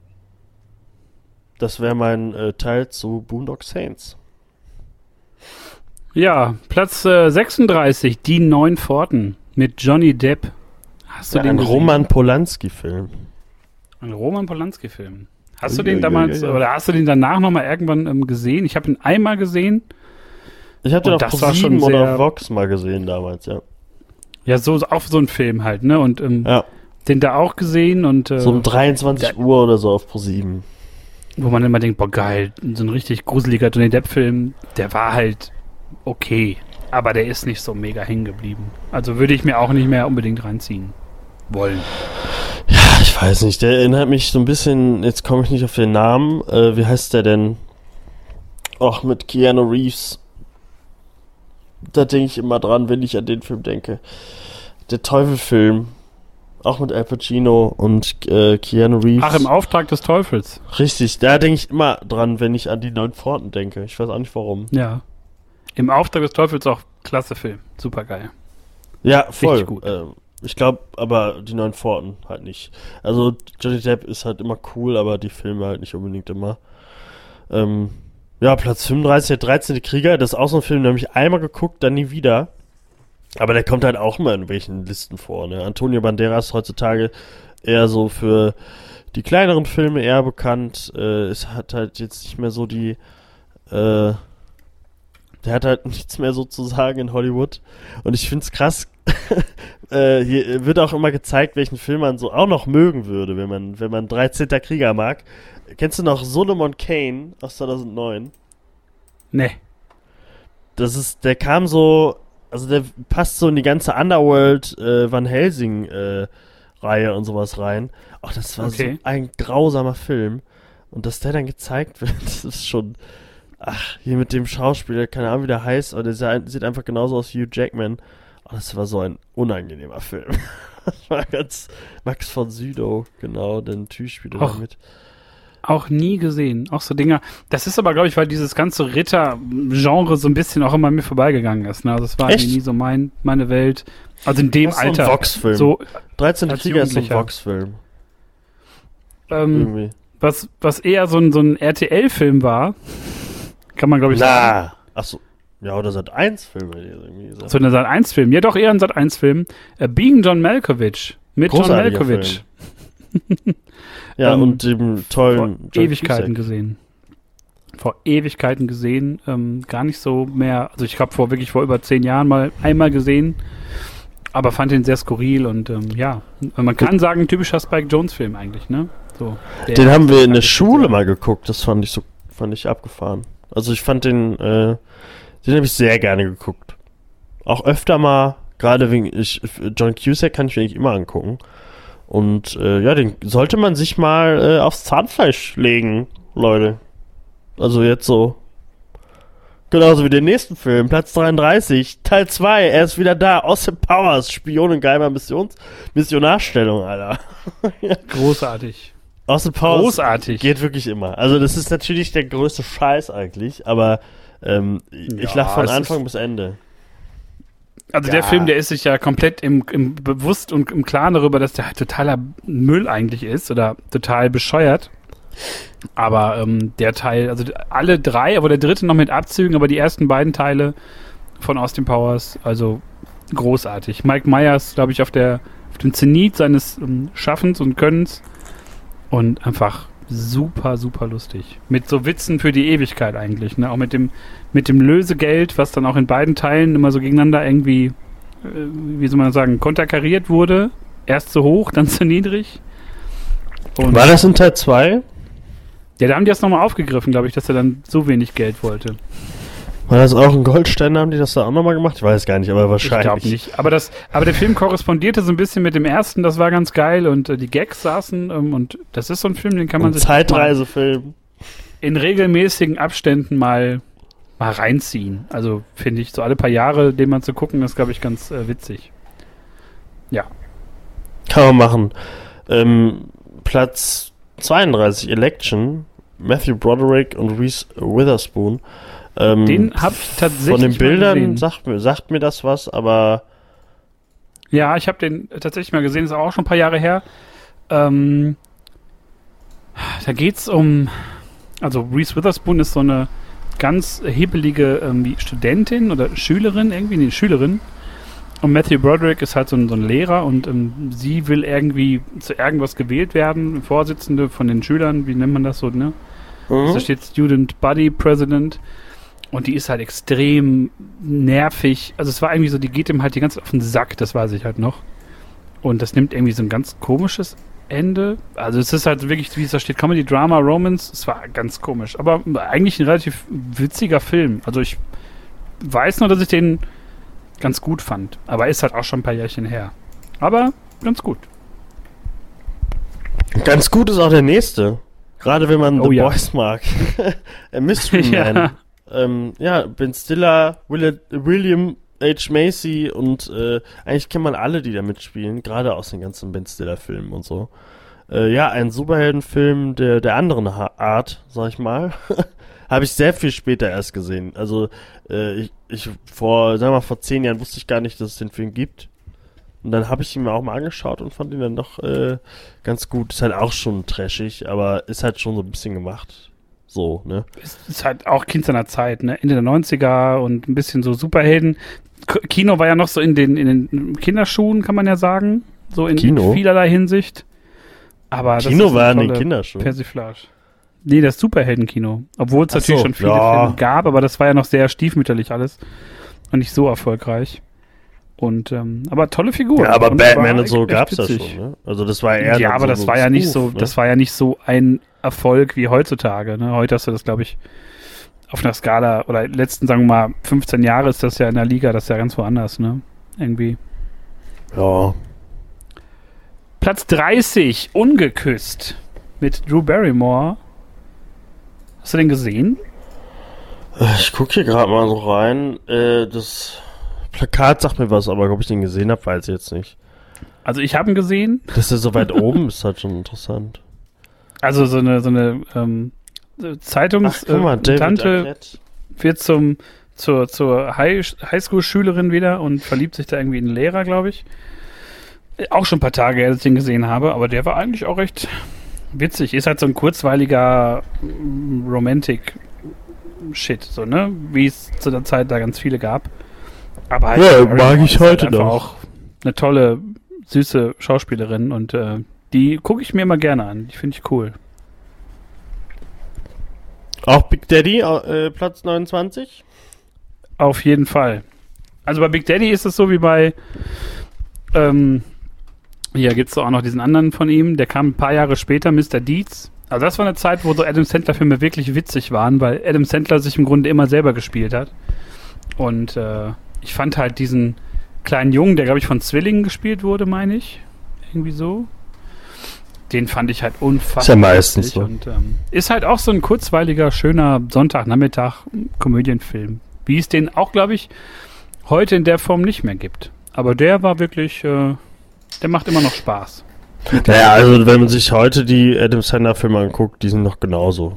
Das wäre mein äh, Teil zu Boondock Saints. Ja, Platz äh, sechsunddreißig, Die Neun Pforten mit Johnny Depp. Hast du Ja, den ein gesehen? Roman Polanski-Film. Ein Roman Polanski-Film. Hast Ja, du den ja, damals, ja, ja. oder hast du den danach nochmal irgendwann ähm, gesehen? Ich habe ihn einmal gesehen. Ich habe den Und auf das war schon ProSieben oder sehr- auf Vox mal gesehen damals, ja. Ja, so auch so ein Film halt, ne? Und ähm, Ja, den da auch gesehen und äh, so um dreiundzwanzig Uhr oder so auf ProSieben. wo man immer denkt, boah geil, so ein richtig gruseliger Johnny Depp-Film, der war halt okay, aber der ist nicht so mega hängen geblieben. Also würde ich mir auch nicht mehr unbedingt reinziehen wollen. Ich weiß nicht, der erinnert mich so ein bisschen, jetzt komme ich nicht auf den Namen, äh, wie heißt der denn? Ach, mit Keanu Reeves. Da denke ich immer dran, wenn ich an den Film denke. Der Teufel-Film. Auch mit Al Pacino und äh, Keanu Reeves. Ach, im Auftrag des Teufels. Richtig, da denke ich immer dran, wenn ich an die Neun Pforten denke. Ich weiß auch nicht warum. Ja. Im Auftrag des Teufels auch klasse Film. Super geil. Ja, voll. Richtig gut. Ähm, ich glaube, aber die Neun Pforten halt nicht. Also Johnny Depp ist halt immer cool, aber die Filme halt nicht unbedingt immer. Ähm, ja, Platz fünfunddreißig, der dreizehnte Krieger, das ist auch so ein Film, den habe ich einmal geguckt, dann nie wieder. Aber der kommt halt auch immer in welchen Listen vor, ne? Antonio Banderas heutzutage eher so für die kleineren Filme eher bekannt. Äh, es hat halt jetzt nicht mehr so die, äh, der hat halt nichts mehr so zu sagen in Hollywood. Und ich find's krass, äh, hier wird auch immer gezeigt, welchen Film man so auch noch mögen würde, wenn man, wenn man dreizehnter Krieger mag. Kennst du noch Solomon Kane aus zweitausendneun? Nee. Das ist, der kam so, also der passt so in die ganze Underworld äh, Van Helsing äh, Reihe und sowas rein. Ach, das war Okay. so ein grausamer Film. Und dass der dann gezeigt wird, das ist schon, ach, hier mit dem Schauspieler, keine Ahnung wie der heißt, aber der sah- sieht einfach genauso aus wie Hugh Jackman. Oh, das war so ein unangenehmer Film. Das war ganz, Max von Sydow, genau, den Typ spielt er Och. da mit. Auch nie gesehen. Auch so Dinger. Das ist aber, glaube ich, weil dieses ganze Ritter-Genre so ein bisschen auch immer an mir vorbeigegangen ist. Ne? Also es war Echt? irgendwie nie so mein, meine Welt. Also in dem Das ist so ein Alter. Vox-Film. So, dreizehnter als Krieger ist ein Jugendlicher. Vox-Film. ähm, Irgendwie. was, was eher so ein, so ein R T L-Film war, kann man, glaube ich, sagen. Na, achso. Ja, oder Sat eins Filme irgendwie so. So ein Sat eins Film. Ja, doch eher ein Sat eins Film. Äh, Being John Malkovich. Mit John Großartiger Malkovich. Ja, ähm, und dem Vor tollen John Ewigkeiten Cusack. gesehen. Vor Ewigkeiten gesehen. Ähm, gar nicht so mehr. Also ich glaube vor wirklich vor über zehn Jahren mal einmal gesehen. Aber fand ihn sehr skurril und ähm, ja. Man kann sagen, ein typischer Spike Jones Film eigentlich, ne? So. Der- Den haben wir in der der- Schule mal geguckt, das fand ich so, fand ich abgefahren. Also ich fand den, äh, den habe ich sehr gerne geguckt. Auch öfter mal, gerade wegen, ich, John Cusack kann ich mir eigentlich immer angucken. Und äh, ja, den sollte man sich mal äh, aufs Zahnfleisch legen, Leute. Also jetzt so. Genauso wie den nächsten Film, Platz dreiunddreißig, Teil zwei, er ist wieder da, Austin Powers, Spion in geheimer Missions Missionarstellung, Alter. Großartig. Austin Powers Großartig. geht wirklich immer. Also das ist natürlich der größte Scheiß eigentlich, aber ähm, ich Ja, lach von es Anfang ist- bis Ende. Also Ja. der Film, der ist sich ja komplett im, im bewusst und im Klaren darüber, dass der halt totaler Müll eigentlich ist oder total bescheuert. Aber ähm, der Teil, also alle drei, aber der dritte noch mit Abzügen, aber die ersten beiden Teile von Austin Powers, also großartig. Mike Myers, glaube ich, auf der auf dem Zenit seines ähm, Schaffens und Könnens und einfach super, super lustig. Mit so Witzen für die Ewigkeit eigentlich, ne? Auch mit dem mit dem Lösegeld, was dann auch in beiden Teilen immer so gegeneinander irgendwie, äh, wie soll man sagen, konterkariert wurde. Erst zu hoch, dann zu niedrig. Und war das in Teil zwei? Ja, da haben die das nochmal aufgegriffen, glaube ich, dass er dann so wenig Geld wollte. War das auch ein Goldstein? Haben die das da auch nochmal gemacht? Ich weiß gar nicht, aber wahrscheinlich. Ich glaube nicht. Aber, das, aber der Film korrespondierte so ein bisschen mit dem ersten, das war ganz geil und äh, die Gags saßen ähm, und das ist so ein Film, den kann man ein sich Zeitreisefilm in regelmäßigen Abständen mal, mal reinziehen. Also finde ich, so alle paar Jahre, den mal zu gucken, ist, glaube ich, ganz äh, witzig. Ja. Kann man machen. Ähm, Platz zweiunddreißig, Election, Matthew Broderick und Reese Witherspoon. Ähm, den hab ich tatsächlich von den Bildern gesehen. sagt mir, sagt mir das was, aber ja, ich habe den tatsächlich mal gesehen, ist auch schon ein paar Jahre her. Ähm, da geht's um, also Reese Witherspoon ist so eine ganz hebelige ähm, Studentin oder Schülerin, irgendwie, nee, Schülerin. Und Matthew Broderick ist halt so ein, so ein Lehrer und ähm, sie will irgendwie zu irgendwas gewählt werden, Vorsitzende von den Schülern, wie nennt man das so, ne? Mhm. Da steht Student Body President. Und die ist halt extrem nervig. Also es war irgendwie so, die geht ihm halt die ganze Zeit auf den Sack, das weiß ich halt noch. Und das nimmt irgendwie so ein ganz komisches Ende. Also es ist halt wirklich, wie es da steht, Comedy, Drama, Romance. Es war ganz komisch. Aber eigentlich ein relativ witziger Film. Also ich weiß nur, dass ich den ganz gut fand. Aber ist halt auch schon ein paar Jährchen her. Aber ganz gut. Ganz gut ist auch der nächste. Gerade wenn man oh, The ja. Boys mag. Mystery Man. Ja. Ähm, ja, Ben Stiller, Will- William H. Macy und äh, eigentlich kennt man alle, die da mitspielen, gerade aus den ganzen Ben Stiller-Filmen und so. Äh, ja, ein Superheldenfilm der, der anderen ha- Art, sag ich mal. Habe ich sehr viel später erst gesehen. Also äh, ich, ich vor, sagen wir mal, vor zehn Jahren wusste ich gar nicht, dass es den Film gibt. Und dann habe ich ihn mir auch mal angeschaut und fand ihn dann doch äh, ganz gut. Ist halt auch schon trashig, aber ist halt schon so ein bisschen gemacht. So, ne? Es ist halt auch Kind seiner Zeit, ne? Ende der neunziger und ein bisschen so Superhelden. K- Kino war ja noch so in den, in den Kinderschuhen, kann man ja sagen. So in, in vielerlei Hinsicht. Aber Kino das ist war in den Kinderschuhen. Persiflage. Nee, das Superheldenkino. Obwohl es Ach natürlich so, schon viele ja. Filme gab, aber das war ja noch sehr stiefmütterlich alles. Und nicht so erfolgreich. Und, ähm, aber tolle Figuren. Ja, aber und Batman und so echt gab's ja witzig. schon, ne? Also das war eher Ja, aber so, das so war ja Spoof, nicht so, ne? das war ja nicht so ein Erfolg wie heutzutage, ne? Heute hast du das, glaube ich, auf einer Skala, oder letzten, sagen wir mal, fünfzehn Jahre ist das ja in der Liga, das ist ja ganz woanders, ne? Irgendwie. Ja. Platz dreißig, Ungeküsst, mit Drew Barrymore. Hast du den gesehen? Ich gucke hier gerade mal so rein. Äh, das Plakat sagt mir was, aber ob ich den gesehen habe, weiß ich jetzt nicht. Also ich habe ihn gesehen. Dass der so weit oben ist, halt schon interessant. Also so eine, so eine ähm, Zeitungstante wird zum zur, zur High, Highschool-Schülerin wieder und verliebt sich da irgendwie in einen Lehrer, glaube ich. Auch schon ein paar Tage her, als ich den gesehen habe, aber der war eigentlich auch recht witzig. Ist halt so ein kurzweiliger Romantic-Shit, so, ne? Wie es zu der Zeit da ganz viele gab. Aber halt ja, mag ich heute halt noch. Auch eine tolle, süße Schauspielerin und äh, die gucke ich mir immer gerne an. Die finde ich cool. Auch Big Daddy, äh, Platz neunundzwanzig? Auf jeden Fall. Also bei Big Daddy ist es so wie bei ähm, hier gibt es auch noch diesen anderen von ihm, der kam ein paar Jahre später, Mister Deeds. Also das war eine Zeit, wo so Adam Sandler-Filme wirklich witzig waren, weil Adam Sandler sich im Grunde immer selber gespielt hat. Und äh, ich fand halt diesen kleinen Jungen, der glaube ich von Zwillingen gespielt wurde, meine ich. Irgendwie so. Den fand ich halt unfassbar. Ist ja meistens so. Und ähm, ist halt auch so ein kurzweiliger, schöner Sonntagnachmittag-Komödienfilm. Wie es den auch, glaube ich, heute in der Form nicht mehr gibt. Aber der war wirklich, äh, der macht immer noch Spaß. Naja, also wenn man sich heute die Adam Sandler-Filme anguckt, die sind noch genauso.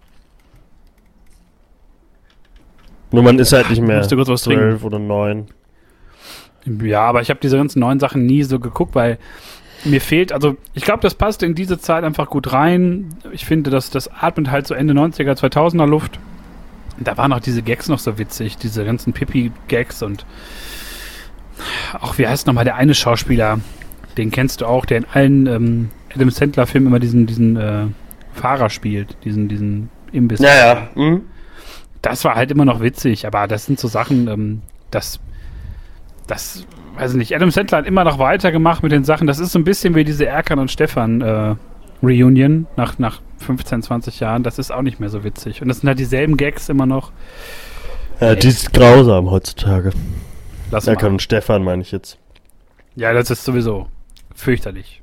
Nur man ist halt nicht mehr Musst du kurz was zwölf oder neun. Ja, aber ich habe diese ganzen neuen Sachen nie so geguckt, weil mir fehlt, also ich glaube, das passt in diese Zeit einfach gut rein. Ich finde, dass das atmet halt so Ende neunziger, zweitausender Luft. Da waren auch diese Gags noch so witzig, diese ganzen Pippi-Gags und auch, wie heißt nochmal der eine Schauspieler, den kennst du auch, der in allen ähm, Adam Sandler-Filmen immer diesen, diesen äh, Fahrer spielt, diesen, diesen Imbiss. Ja, ja. Mhm. Das war halt immer noch witzig, aber das sind so Sachen, ähm, das, das, weiß ich nicht, Adam Sandler hat immer noch weitergemacht mit den Sachen, das ist so ein bisschen wie diese Erkan und Stefan äh, Reunion nach, nach fünfzehn, zwanzig Jahren, das ist auch nicht mehr so witzig. Und das sind halt dieselben Gags immer noch. Ja, die ist grausam heutzutage. Lass Ja, mal. kann Stefan, meine ich jetzt. Ja, das ist sowieso fürchterlich.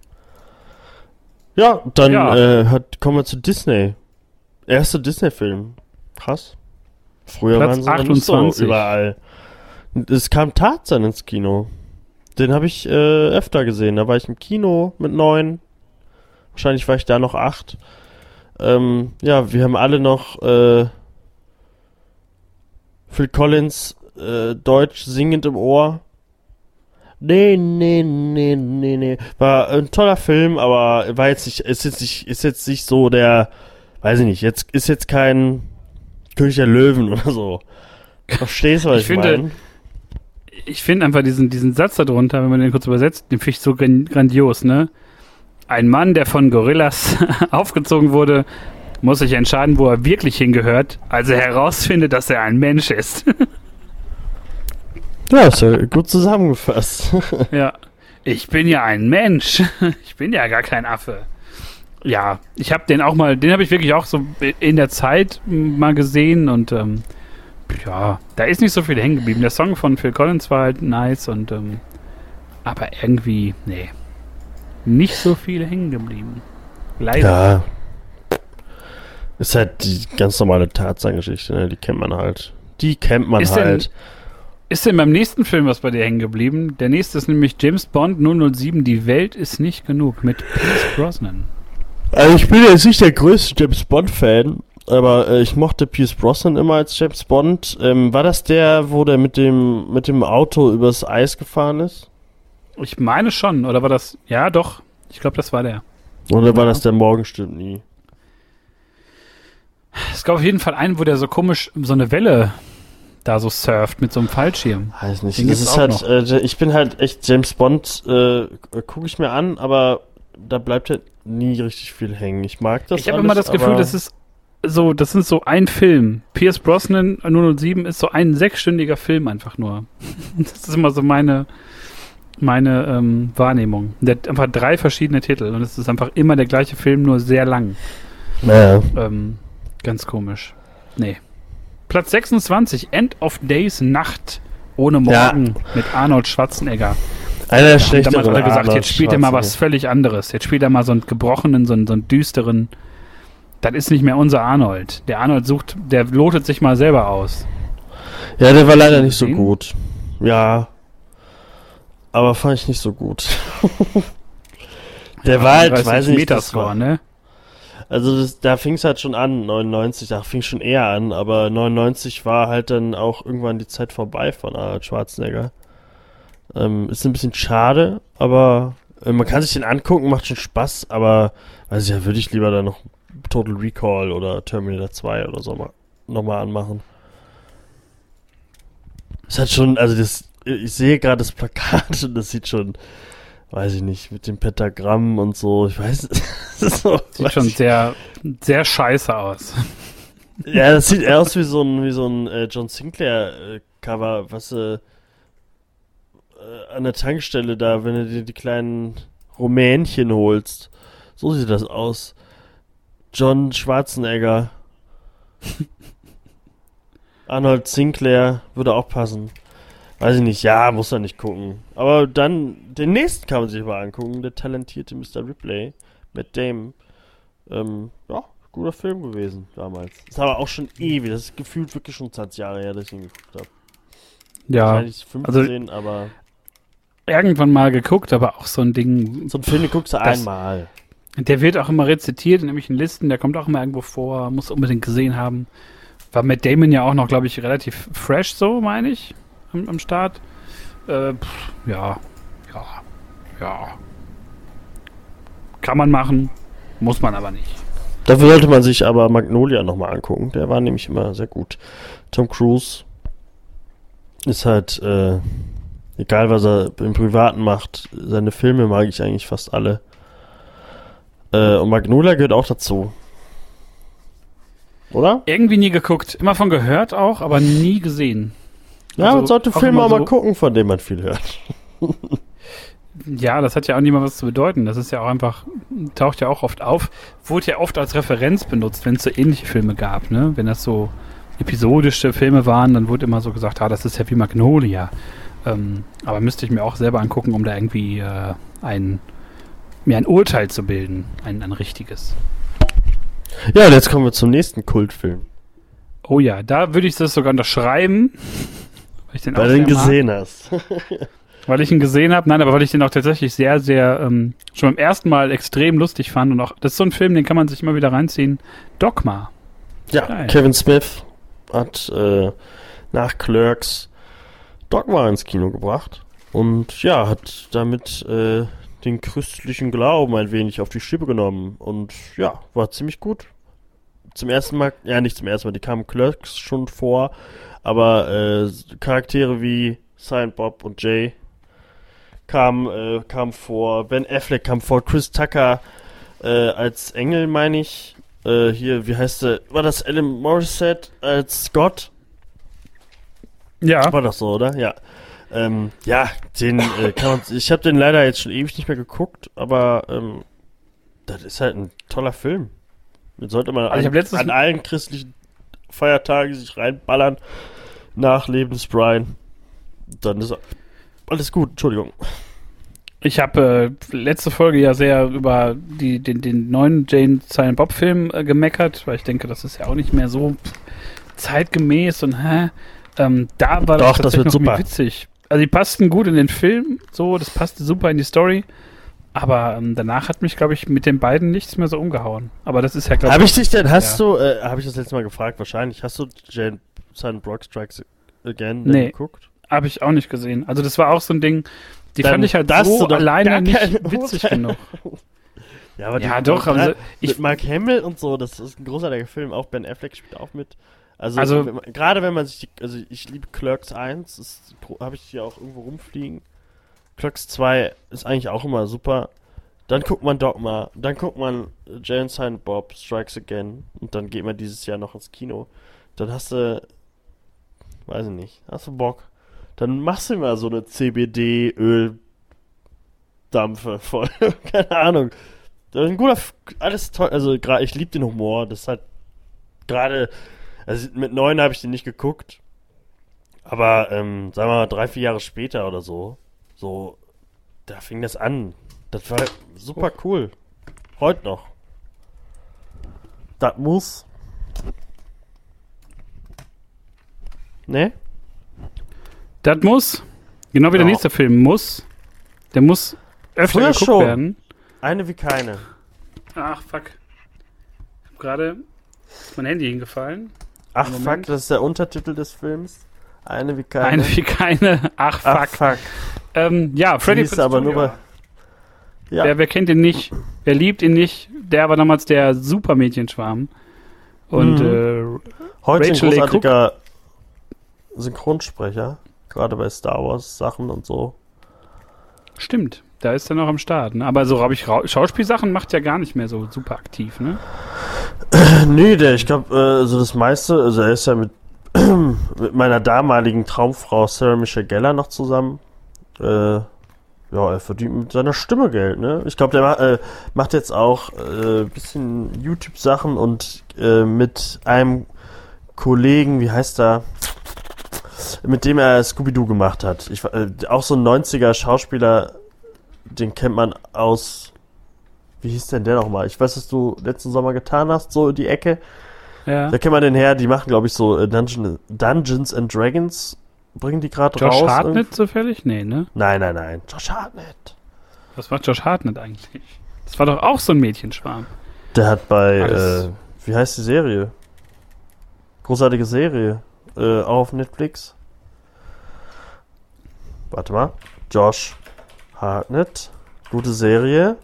Ja, dann Ja. Äh, hat, kommen wir zu Disney. Erster Disney-Film. Krass. Früher Platz waren sie noch nicht achtundzwanzig. so überall. Es kam Tarzan ins Kino. Den habe ich äh, öfter gesehen. Da war ich im Kino mit neun. Wahrscheinlich war ich da noch acht. Ähm, ja, wir haben alle noch äh, Phil Collins äh, Deutsch singend im Ohr. Nee, nee, nee, nee, nee. War ein toller Film, aber war jetzt nicht, ist jetzt nicht, ist jetzt nicht so der, weiß ich nicht, jetzt ist jetzt kein König der Löwen oder so. Verstehst du, was Ich ich, finde- meine? Ich finde einfach diesen, diesen Satz da drunter, wenn man den kurz übersetzt, den finde ich so gran- grandios, ne? Ein Mann, der von Gorillas aufgezogen wurde, muss sich entscheiden, wo er wirklich hingehört, als er herausfindet, dass er ein Mensch ist. Ja, ist ja gut zusammengefasst. Ja. Ich bin ja ein Mensch. Ich bin ja gar kein Affe. Ja, ich habe den auch mal, den habe ich wirklich auch so in der Zeit mal gesehen und ähm, ja, da ist nicht so viel hängen geblieben. Der Song von Phil Collins war halt nice und ähm, aber irgendwie, nee, nicht so viel hängen geblieben. Leider. Ja. Ist halt die ganz normale Tarzan-Geschichte, ne? Die kennt man halt. Die kennt man Ist denn- halt. Ist denn beim nächsten Film was bei dir hängen geblieben? Der nächste ist nämlich James Bond null null sieben, Die Welt ist nicht genug mit Pierce Brosnan. Also ich bin jetzt nicht der größte James Bond-Fan, aber äh, ich mochte Pierce Brosnan immer als James Bond. Ähm, war das der, wo der mit dem mit dem Auto übers Eis gefahren ist? Ich meine schon, oder war das, ja doch, ich glaube das war der. Oder war Ja. das der Morgen stimmt nie? Es gab auf jeden Fall einen, wo der so komisch so eine Welle da so surft mit so einem Fallschirm. Weiß nicht. Den Das gibt's ist auch halt, noch. äh, ich bin halt echt James Bond, äh, gucke ich mir an, aber da bleibt halt nie richtig viel hängen. Ich mag das Ich habe alles, immer das Gefühl, aber- das ist so, das sind so ein Film. Pierce Brosnan null null sieben ist so ein sechsstündiger Film einfach nur. Das ist immer so meine meine ähm, Wahrnehmung. Der hat einfach drei verschiedene Titel und es ist einfach immer der gleiche Film, nur sehr lang. Naja. Ähm, ganz komisch. Nee. Platz sechsundzwanzig, End of Days Nacht ohne Morgen mit Arnold Schwarzenegger. Einer der Da haben schlechteren damals alle gesagt, Arnold jetzt spielt er mal was Schwarzenegger. völlig anderes. Jetzt spielt er mal so einen gebrochenen, so einen, so einen düsteren. Das ist nicht mehr unser Arnold. Der Arnold sucht, der lotet sich mal selber aus. Ja, der war leider nicht so gesehen? gut. Ja. Aber fand ich nicht so gut. Der war halt, weiß ich nicht, das war, Metascore, ne? also das, da fing es halt schon an, neunundneunzig, da fing schon eher an, aber neunundneunzig war halt dann auch irgendwann die Zeit vorbei von Arnold Schwarzenegger. Ähm, ist ein bisschen schade, aber äh, man kann sich den angucken, macht schon Spaß, aber weiß ich ja, würde ich lieber dann noch Total Recall oder Terminator zwei oder so mal, nochmal anmachen. Es hat schon, also das, ich sehe gerade das Plakat und das sieht schon, weiß ich nicht, mit dem Pentagramm und so, ich weiß, das ist so, Sieht weiß schon ich- sehr, sehr scheiße aus. ja, das sieht eher aus wie so ein, wie so ein äh, John Sinclair äh, Cover, was äh, äh, an der Tankstelle da, wenn du dir die kleinen Rumänchen holst. So sieht das aus. John Schwarzenegger. Arnold Sinclair würde auch passen. Weiß ich nicht, ja, muss er nicht gucken. Aber dann, den nächsten kann man sich mal angucken, der talentierte Mister Ripley mit Damon. Ähm, ja, guter Film gewesen damals. Ist aber auch schon ewig, das ist gefühlt wirklich schon zwanzig Jahre her, dass ich ihn geguckt habe. Ja, Wahrscheinlich fünfzehn, aber irgendwann mal geguckt, aber auch so ein Ding. so einen Film, den guckst du Das- einmal. Der wird auch immer rezitiert in irgendwelchen Listen, der kommt auch immer irgendwo vor, muss unbedingt gesehen haben. War Matt Damon ja auch noch, glaube ich, relativ fresh so, meine ich, am, am Start. Äh, pff, ja, ja, ja. Kann man machen, muss man aber nicht. Dafür sollte man sich aber Magnolia nochmal angucken. Der war nämlich immer sehr gut. Tom Cruise ist halt, äh, egal was er im Privaten macht, seine Filme mag ich eigentlich fast alle. Äh, und Magnolia gehört auch dazu. Oder? Irgendwie nie geguckt, immer von gehört auch, aber nie gesehen. Ja, Also man sollte auch Filme immer auch mal so- gucken, von denen man viel hört. ja, das hat ja auch nicht mal was zu bedeuten. Das ist ja auch einfach, taucht ja auch oft auf, wurde ja oft als Referenz benutzt, wenn es so ähnliche Filme gab, ne? Wenn das so episodische Filme waren, dann wurde immer so gesagt, ah, das ist ja wie Magnolia. Ähm, aber müsste ich mir auch selber angucken, um da irgendwie äh, ein, mir ein Urteil zu bilden. Ein, ein richtiges. Ja, und jetzt kommen wir zum nächsten Kultfilm. Oh ja, da würde ich das sogar unterschreiben. Weil ich den Weil auch du ihn sehr mag. gesehen hast. Weil ich ihn gesehen habe, nein, aber weil ich den auch tatsächlich sehr, sehr, ähm, schon beim ersten Mal extrem lustig fand und auch, das ist so ein Film, den kann man sich immer wieder reinziehen. Dogma. Ja, Geil. Kevin Smith hat äh, nach Clerks Dogma ins Kino gebracht und ja, hat damit äh, den christlichen Glauben ein wenig auf die Schippe genommen und ja, war ziemlich gut. Zum ersten Mal, ja nicht zum ersten Mal, die kamen Clerks schon vor, aber äh, Charaktere wie Silent Bob und Jay kamen äh, kam vor, Ben Affleck kam vor, Chris Tucker äh, als Engel, meine ich. Äh, hier, wie heißt der? War das Alan Morissette als Scott? Ja. War das so, oder? Ja. Ähm, ja, den äh, kann man. Ich habe den leider jetzt schon ewig nicht mehr geguckt, aber ähm, das ist halt ein toller Film. Den sollte man Also ich hab an, letztens an allen christlichen Feiertagen sich reinballern nach Lebensbrian. Dann ist alles gut. Entschuldigung. Ich habe äh, letzte Folge ja sehr über die, den, den neuen Jane Silent Bob Film äh, gemeckert, weil ich denke, das ist ja auch nicht mehr so zeitgemäß und hä? Ähm, da war Doch, das das wird tatsächlich noch super. irgendwie witzig. Also die passten gut in den Film, so, das passte super in die Story, aber ähm, danach hat mich, glaube ich, mit den beiden nichts mehr so umgehauen. Aber das ist ja, glaube ich... Habe ich dich denn, hast ja. du, äh, habe ich das letzte Mal gefragt, wahrscheinlich, hast du Jane Silent Bob Strikes Again denn Nee. geguckt? Habe ich auch nicht gesehen. Also das war auch so ein Ding, die Dann fand ich halt darfst so du doch alleine gar nicht keine witzig Urteile- genug. Ja, aber Ja, die, doch, gerade also ich- mit Mark Hamill und so, das ist ein großartiger Film. Auch Ben Affleck spielt auch mit. Also, Also- wenn man, gerade wenn man sich, die, also ich liebe Clerks eins, habe ich hier auch irgendwo rumfliegen. Clerks zwei ist eigentlich auch immer super. Dann guckt man Dogma, dann guckt man Jay and Silent Bob Strikes Again und dann geht man dieses Jahr noch ins Kino. Dann hast du, weiß ich nicht, hast du Bock? Dann machst du mal so eine C B D-Öl-Dampfe voll. Keine Ahnung. Das ist ein guter, F- alles toll. Also gerade, ich liebe den Humor. Das hat gerade, also mit neun habe ich den nicht geguckt. Aber, ähm, sagen wir mal, drei, vier Jahre später oder so, so, da fing das an. Das war super cool. Heute noch. Das muss. Ne? Das muss, genau wie der Ja. nächste Film muss, der muss öfter Früher geguckt schon. werden. Eine wie keine. Ach, fuck. Ich hab gerade ist mein Handy hingefallen. Ach Moment. fuck, das ist der Untertitel des Films. Eine wie keine. Eine wie keine. Ach, fuck. Ach fuck. Ähm, ja, Freddy hieß aber nur Junior bei- Ja. Wer, wer kennt ihn nicht? Wer liebt ihn nicht? Der war damals der Supermädchenschwarm. Und Mhm. äh, Heute Rachel ein Lee großartiger Synchronsprecher. Gerade bei Star Wars Sachen und so. stimmt, da ist er noch am Start. Ne? Aber so habe ich Ra- Schauspielsachen macht ja gar nicht mehr so super aktiv, ne? Nee, der, ich glaube, äh, also das meiste, also er ist ja mit, mit meiner damaligen Traumfrau Sarah Michelle Gellar noch zusammen. Äh, ja, er verdient mit seiner Stimme Geld, ne? Ich glaube, der ma äh, macht jetzt auch äh, ein bisschen YouTube-Sachen und äh, mit einem Kollegen, wie heißt er, mit dem er Scooby-Doo gemacht hat. Ich, äh, auch so ein neunziger Schauspieler, den kennt man aus, wie hieß denn der nochmal? Ich weiß, was du letzten Sommer getan hast, so die Ecke. Ja. Da kennt man den her, die machen, glaube ich, so äh, Dungeon, Dungeons and Dragons, bringen die gerade Josh raus. Hartnett irgendwie. zufällig? Nee, ne? Nein, nein, nein. Josh Hartnett. Was macht Josh Hartnett eigentlich? Das war doch auch so ein Mädchenschwarm. Der hat bei, Alles. äh, wie heißt die Serie? Großartige Serie. Äh, auch auf Netflix. Warte mal. Josh Hartnett. Gute Serie.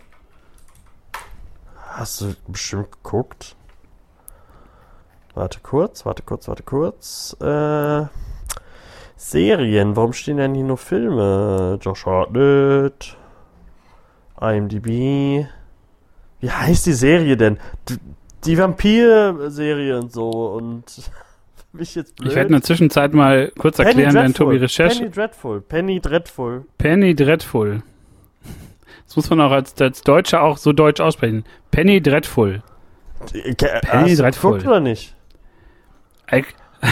Hast du bestimmt geguckt? Warte kurz, warte kurz, warte kurz. Äh, Serien. Warum stehen denn hier nur Filme? Josh Hartnett. IMDb. Wie heißt die Serie denn? D die Vampir-Serie und so. Und bin ich jetzt blöd? Ich werde in der Zwischenzeit mal kurz Penny erklären, während Dreadful. Tobi Recherche. Penny Dreadful. Penny Dreadful. Penny Dreadful. Das muss man auch als, als Deutscher auch so deutsch aussprechen. Penny Dreadful. Penny Dreadful. Guckt oder nicht? I,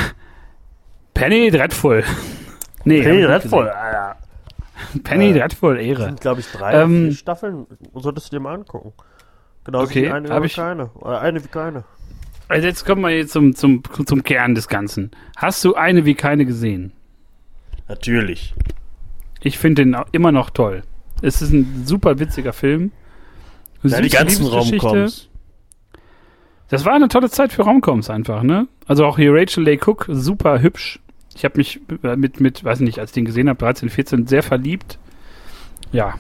Penny Dreadful. Nee, Penny Dreadful, Alter. Penny äh, Dreadful, Ehre. Das sind, glaube ich, drei ähm, vier Staffeln. Solltest du dir mal angucken. Genau, okay, wie eine hab wie ich, keine. Oder eine wie keine. Also jetzt kommen wir jetzt zum, zum, zum Kern des Ganzen. Hast du eine wie keine gesehen? Natürlich. Ich finde den immer noch toll. Es ist ein super witziger Film. Ja, die ganzen Romcoms. Das war eine tolle Zeit für Romcoms einfach, ne? Also auch hier Rachel Leigh Cook, super hübsch. Ich habe mich mit, mit, weiß nicht, als ich den gesehen habe, dreizehn, vierzehn, sehr verliebt. Ja.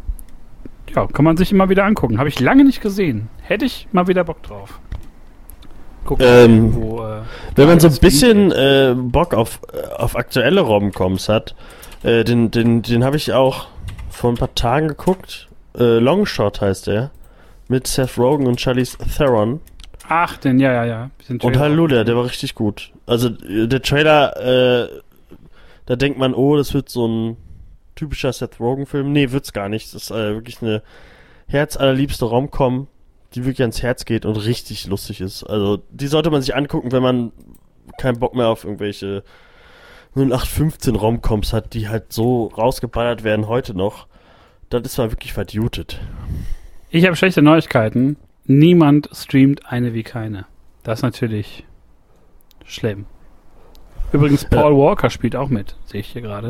Ja, kann man sich immer wieder angucken. Habe ich lange nicht gesehen. Hätte ich mal wieder Bock drauf. Guck ähm, mal, wo, äh, wenn man so ein bisschen äh, Bock auf, auf aktuelle Romcoms hat, äh, den, den, den habe ich auch vor ein paar Tagen geguckt. Äh, Longshot heißt er. Mit Seth Rogen und Charlize Theron. Ach, den, ja, ja, ja. Und Halleluja, der war richtig gut. Also der Trailer, äh, da denkt man, oh, das wird so ein typischer Seth Rogen-Film. Nee, wird's gar nicht. Das ist äh, wirklich eine herzallerliebste Rom-Com, die wirklich ans Herz geht und richtig lustig ist. Also die sollte man sich angucken, wenn man keinen Bock mehr auf irgendwelche null acht fünfzehn Rom-Coms hat, die halt so rausgeballert werden heute noch. Das ist mal wirklich verdutet. Ich habe schlechte Neuigkeiten. Niemand streamt eine wie keine. Das ist natürlich schlimm. Übrigens, Paul äh. Walker spielt auch mit, sehe ich hier gerade.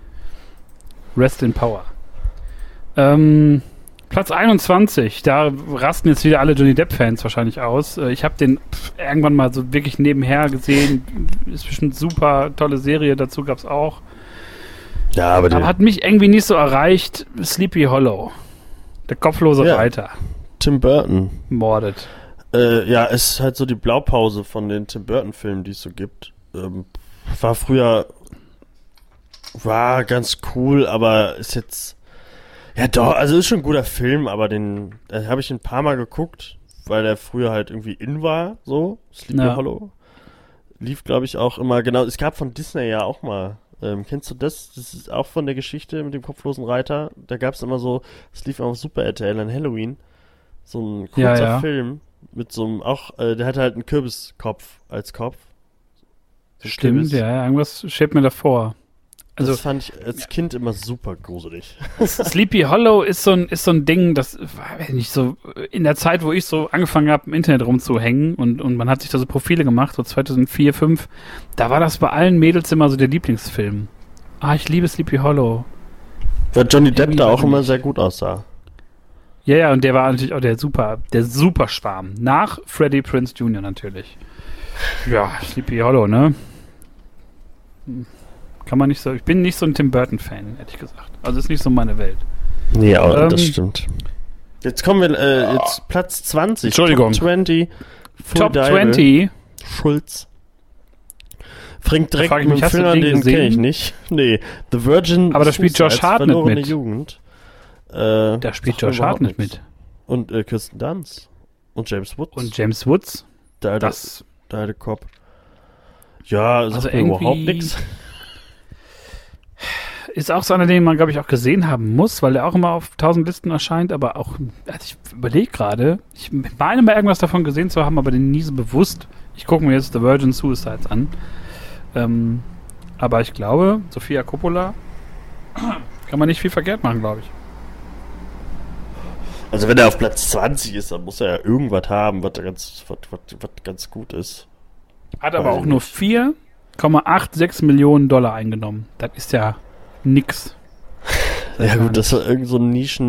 Rest in Power. Ähm, Platz einundzwanzig, da rasten jetzt wieder alle Johnny Depp-Fans wahrscheinlich aus. Ich habe den pff, irgendwann mal so wirklich nebenher gesehen. Ist bestimmt super, tolle Serie, dazu gab es auch. Ja, aber, aber hat mich irgendwie nicht so erreicht. Sleepy Hollow. Der kopflose ja. Reiter. Tim Burton. Mordet. Äh, ja, es ist halt so die Blaupause von den Tim Burton-Filmen, die es so gibt. Ähm, war früher war ganz cool, aber ist jetzt ja doch, also ist schon ein guter Film, aber den äh, habe ich ein paar Mal geguckt, weil der früher halt irgendwie in war, so Sleepy ja. Hollow. Lief, glaube ich, auch immer, genau, es gab von Disney ja auch mal, ähm, kennst du das? Das ist auch von der Geschichte mit dem kopflosen Reiter. Da gab es immer so, es lief auf Super R T L an Halloween, so ein kurzer ja, ja. Film mit so einem, auch, äh, der hatte halt einen Kürbiskopf als Kopf. So Stimmt, Kürbis. ja, irgendwas schwebt mir davor. Also, das fand ich als Kind immer super gruselig. Sleepy Hollow ist so ein, ist so ein Ding, das war nicht so, in der Zeit, wo ich so angefangen habe, im Internet rumzuhängen und, und man hat sich da so Profile gemacht, so zweitausendvier, zweitausendfünf, da war das bei allen Mädels immer so der Lieblingsfilm. Ah, ich liebe Sleepy Hollow. Weil Johnny Depp da auch immer sehr gut aussah. Ja, ja, und der war natürlich auch der super, der Superschwarm. Nach Freddie Prinze Junior natürlich. Ja, Sleepy Hollow, ne? Kann man nicht so, ich bin nicht so ein Tim Burton-Fan, ehrlich gesagt. Also ist nicht so meine Welt. Nee, aber ähm, das stimmt. Jetzt kommen wir, äh, jetzt oh. Platz zwanzig. Entschuldigung. Top zwanzig. Top zwanzig. Schulz. Fängt direkt da mit mich, dem Film an, den kenne ich nicht. Nee, The Virgin. Aber da spielt Josh Hartnett mit. Jugend. Äh, da spielt Josh Hartnett mit. Und äh, Kirsten Dunst. Und James Woods. Und James Woods. Der alte, das. Der alte Cop. Ja, sagt also überhaupt nichts. Ist auch so einer, den man, glaube ich, auch gesehen haben muss, weil der auch immer auf tausend Listen erscheint, aber auch, also ich überlege gerade, ich meine mal irgendwas davon gesehen zu haben, aber den nie so bewusst. Ich gucke mir jetzt The Virgin Suicides an. Ähm, aber ich glaube, Sofia Coppola kann man nicht viel verkehrt machen, glaube ich. Also wenn er auf Platz zwanzig ist, dann muss er ja irgendwas haben, was ganz, was, was, was ganz gut ist. Hat aber Weiß auch nur vier Komma sechsundachtzig Millionen Dollar eingenommen. Das ist ja nix. Das ja gut, das war irgend so ein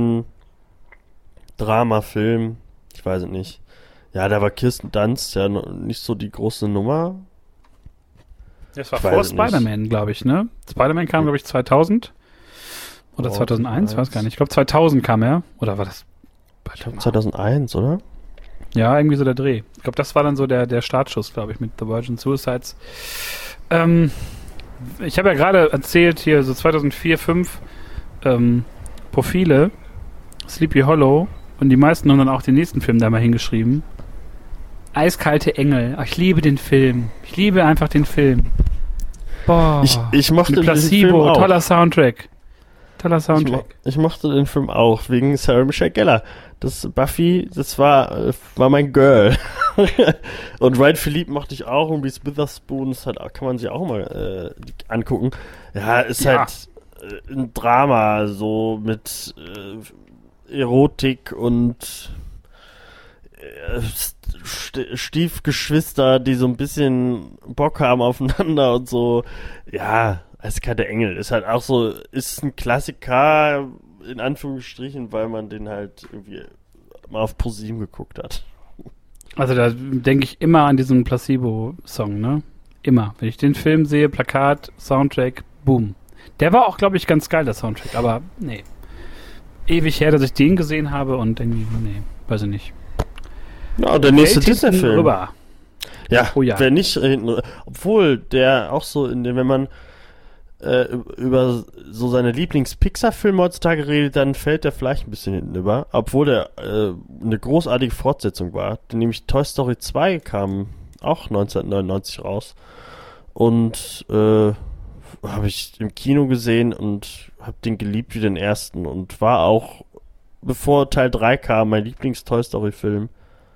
Nischen-Drama-Film. Ich weiß es nicht. Ja, da war Kirsten Dunst ja nicht so die große Nummer. Das war vor Spider-Man, glaube ich, ne? Spider-Man kam, glaube ich, zweitausend. Oder oh, zweitausendeins, weiß gar nicht. Ich glaube, zweitausend kam er. Oder war das? Ich glaube, zweitausendeins, oder? Ja, irgendwie so der Dreh. Ich glaube, das war dann so der, der Startschuss, glaube ich, mit The Virgin Suicides. Ähm, ich habe ja gerade erzählt, hier so zweitausendvier, zweitausendfünf ähm, Profile, Sleepy Hollow, und die meisten haben dann auch den nächsten Film da mal hingeschrieben. Eiskalte Engel. Ach, ich liebe den Film. Ich liebe einfach den Film. Boah. Ich, ich mochte den Placebo, den Film auch. Toller Soundtrack. Toller Soundtrack. Ich, mo- ich mochte den Film auch, wegen Sarah Michelle Gellar. Das Buffy, das war, äh, war mein Girl. Und Ryan Philippe mochte ich auch, und Reese Witherspoon, das halt, kann man sich auch mal äh, angucken. Ja, ist Ja. halt äh, ein Drama, so mit äh, Erotik und äh, St- Stiefgeschwister, die so ein bisschen Bock haben aufeinander und so. Ja, es ist keine Engel. Ist halt auch so, ist ein Klassiker, in Anführungsstrichen, weil man den halt irgendwie mal auf ProSieben geguckt hat. Also da denke ich immer an diesen Placebo-Song, ne? Immer. Wenn ich den Film sehe, Plakat, Soundtrack, boom. Der war auch, glaube ich, ganz geil, der Soundtrack, aber nee. Ewig her, dass ich den gesehen habe und irgendwie, nee, weiß ich nicht. Ja, der nächste Fällt hinten Disney-Film. rüber. Ja, Oh ja. wer nicht äh, hinten, obwohl der auch so, in dem, wenn man äh, über so seine Lieblings-Pixar-Filme heutzutage redet, dann fällt der vielleicht ein bisschen hinten über, obwohl der äh, eine großartige Fortsetzung war, nämlich Toy Story zwei kam auch neunzehnhundertneunundneunzig raus und äh, habe ich im Kino gesehen und habe den geliebt wie den ersten und war auch, bevor Teil drei kam, mein Lieblings-Toy Story-Film.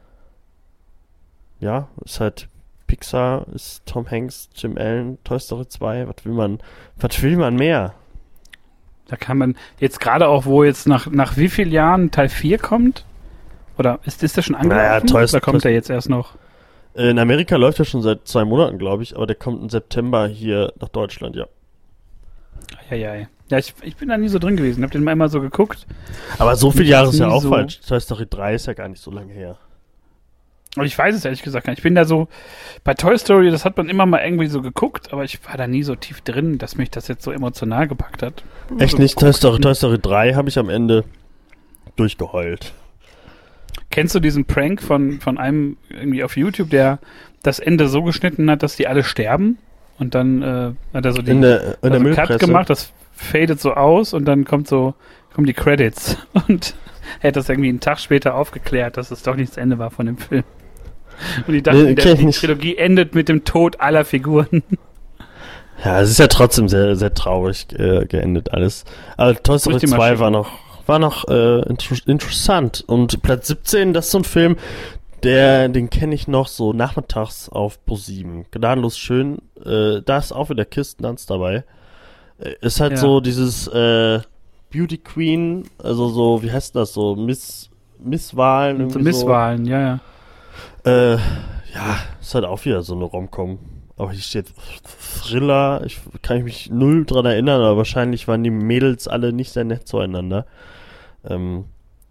Ja, ist halt Pixar, ist Tom Hanks, Jim Allen, Toy Story zwei, was will man, was will man mehr? Da kann man jetzt gerade auch, wo jetzt nach, nach wie vielen Jahren Teil vier kommt? Oder ist, ist der schon angelaufen? Naja, Toy- Oder kommt Toy- der jetzt erst noch? In Amerika läuft er schon seit zwei Monaten, glaube ich, aber der kommt im September hier nach Deutschland, ja. Ja, ja, ja. Ja, ich, ich bin da nie so drin gewesen. Hab den mal immer so geguckt. Aber so viele Jahre ist ja Nie auch so. falsch. Toy Story drei ist ja gar nicht so lange her. Aber ich weiß es ehrlich gesagt gar nicht. Ich bin da so, bei Toy Story, das hat man immer mal irgendwie so geguckt, aber ich war da nie so tief drin, dass mich das jetzt so emotional gepackt hat. Echt So nicht? Toy geguckt. Story, Toy Story drei habe ich am Ende durchgeheult. Kennst du diesen Prank von, von einem irgendwie auf YouTube, der das Ende so geschnitten hat, dass die alle sterben? Und dann äh, hat er so den In der, in der also Cut Müllpresse. gemacht, das fadet so aus und dann kommt so, kommen die Credits. Und er hat das irgendwie einen Tag später aufgeklärt, dass es doch nicht das Ende war von dem Film. Und ich dachte, Nee, der, kenn ich die nicht. Trilogie endet mit dem Tod aller Figuren. Ja, es ist ja trotzdem sehr, sehr traurig äh, geendet alles. Aber Toy Story Muss ich dir mal zwei schicken. war noch, war noch äh, inter- interessant. Und Platz siebzehn, das ist so ein Film, der, den kenne ich noch so nachmittags auf ProSieben. Gnadenlos schön. Äh, da ist auch wieder Kirsten Dunst dabei. Äh, ist halt Ja. so dieses äh, Beauty Queen, also so, wie heißt das so, Miss Misswahlen. So irgendwie Misswahlen, ja, ja. Äh, ja, ist halt auch wieder so eine Rom-Com. Aber hier steht Thriller, ich kann mich null dran erinnern, aber wahrscheinlich waren die Mädels alle nicht sehr nett zueinander. Ähm,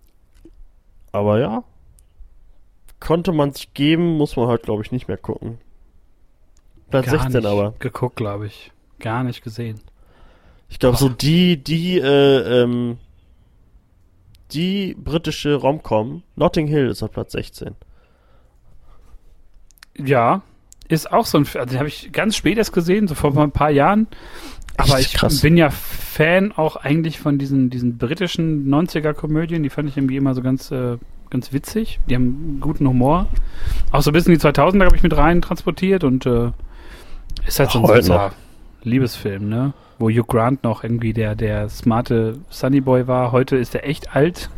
aber ja, konnte man sich geben, muss man halt, glaube ich, nicht mehr gucken. Platz Gar sechzehn nicht aber. geguckt, glaube ich. Gar nicht gesehen. Ich glaube, so die, die, äh, ähm, die britische Rom-Com, Notting Hill ist auf Platz sechzehn. Ja, ist auch so ein Film, also den habe ich ganz spät erst gesehen, so vor ein paar Jahren. Aber Echt ich krass. bin ja Fan auch eigentlich von diesen, diesen britischen neunziger-Komödien, die fand ich irgendwie immer so ganz, äh, ganz witzig. Die haben guten Humor. Auch so ein bisschen die zweitausender habe ich mit rein transportiert und äh, ist halt so ein Heute süßer Liebesfilm, ne? Wo Hugh Grant noch irgendwie der, der smarte Sunnyboy war. Heute ist er echt alt.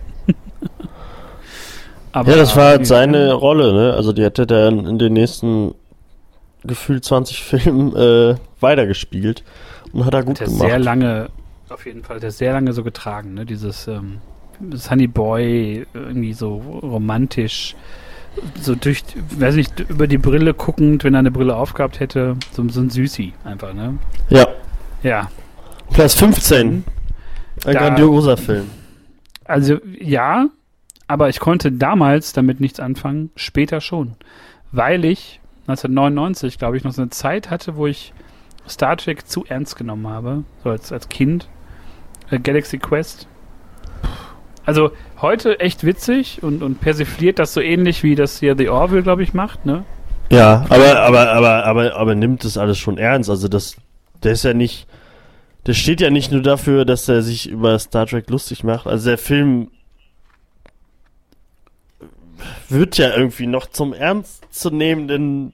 Aber, Ja, das war halt äh, seine Rolle, ne? Also die hätte dann in den nächsten gefühlt zwanzig Filmen äh, weitergespielt und hat er gut der gemacht. sehr lange, auf jeden Fall, der sehr lange so getragen, ne? Dieses ähm, Sunny Boy, irgendwie so romantisch, so durch, weiß nicht, über die Brille guckend, wenn er eine Brille aufgehabt hätte, so, so ein Süßi einfach, ne? Ja, Ja. Platz fünfzehn. Ein Da- grandioser Film. Also ja, aber ich konnte damals damit nichts anfangen, später schon. Weil ich neunzehnhundertneunundneunzig, glaube ich, noch so eine Zeit hatte, wo ich Star Trek zu ernst genommen habe, so als, als Kind. Äh, Galaxy Quest. Also heute echt witzig und, und persifliert das so ähnlich wie das hier The Orville, glaube ich, macht, ne? Ja, aber, aber, aber, aber, aber nimmt das alles schon ernst. Also das, der ist ja nicht, der steht ja nicht nur dafür, dass er sich über Star Trek lustig macht. Also der Film wird ja irgendwie noch zum ernstzunehmenden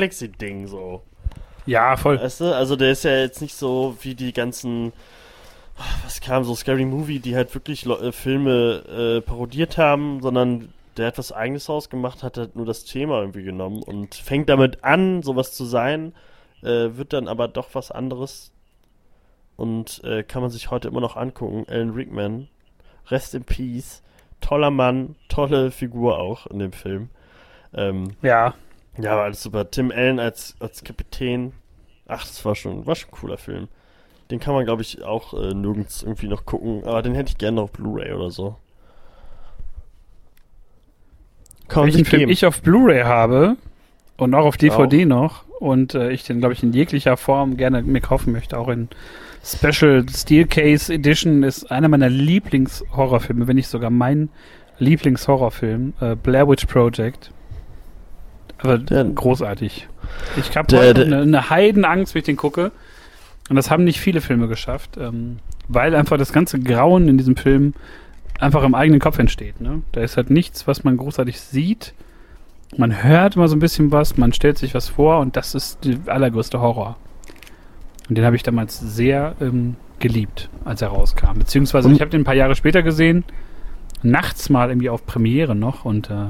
Galaxy-Ding so. Ja, voll. Weißt du? Also der ist ja jetzt nicht so wie die ganzen was kam, so Scary Movie, die halt wirklich Le- äh, Filme äh, parodiert haben, sondern der hat was Eigenes rausgemacht, hat halt nur das Thema irgendwie genommen und fängt damit an, sowas zu sein, äh, wird dann aber doch was anderes und äh, kann man sich heute immer noch angucken. Alan Rickman, Rest in Peace, toller Mann, tolle Figur auch in dem Film. Ähm, Ja. ja, war alles super. Tim Allen als, als Kapitän, ach, das war schon, war schon ein cooler Film. Den kann man, glaube ich, auch äh, nirgends irgendwie noch gucken, aber den hätte ich gerne auf Blu-ray oder so. Kann man Welchen sich Film geben. ich auf Blu-ray habe und auch auf D V D Auch. noch und äh, ich den, glaube ich, in jeglicher Form gerne mir kaufen möchte, auch in Special Steelcase Edition, ist einer meiner Lieblings-Horrorfilme, wenn nicht sogar mein Lieblings-Horrorfilm, äh, Blair Witch Project. Aber Der- großartig. Ich habe Der- heute der- eine, eine Heidenangst, wenn ich den gucke. Und das haben nicht viele Filme geschafft, ähm, weil einfach das ganze Grauen in diesem Film einfach im eigenen Kopf entsteht. Ne? Da ist halt nichts, was man großartig sieht. Man hört immer so ein bisschen was, man stellt sich was vor und das ist der allergrößte Horror. Und den habe ich damals sehr ähm, geliebt, als er rauskam. Beziehungsweise Und- ich habe den ein paar Jahre später gesehen, nachts mal irgendwie auf Premiere noch und äh,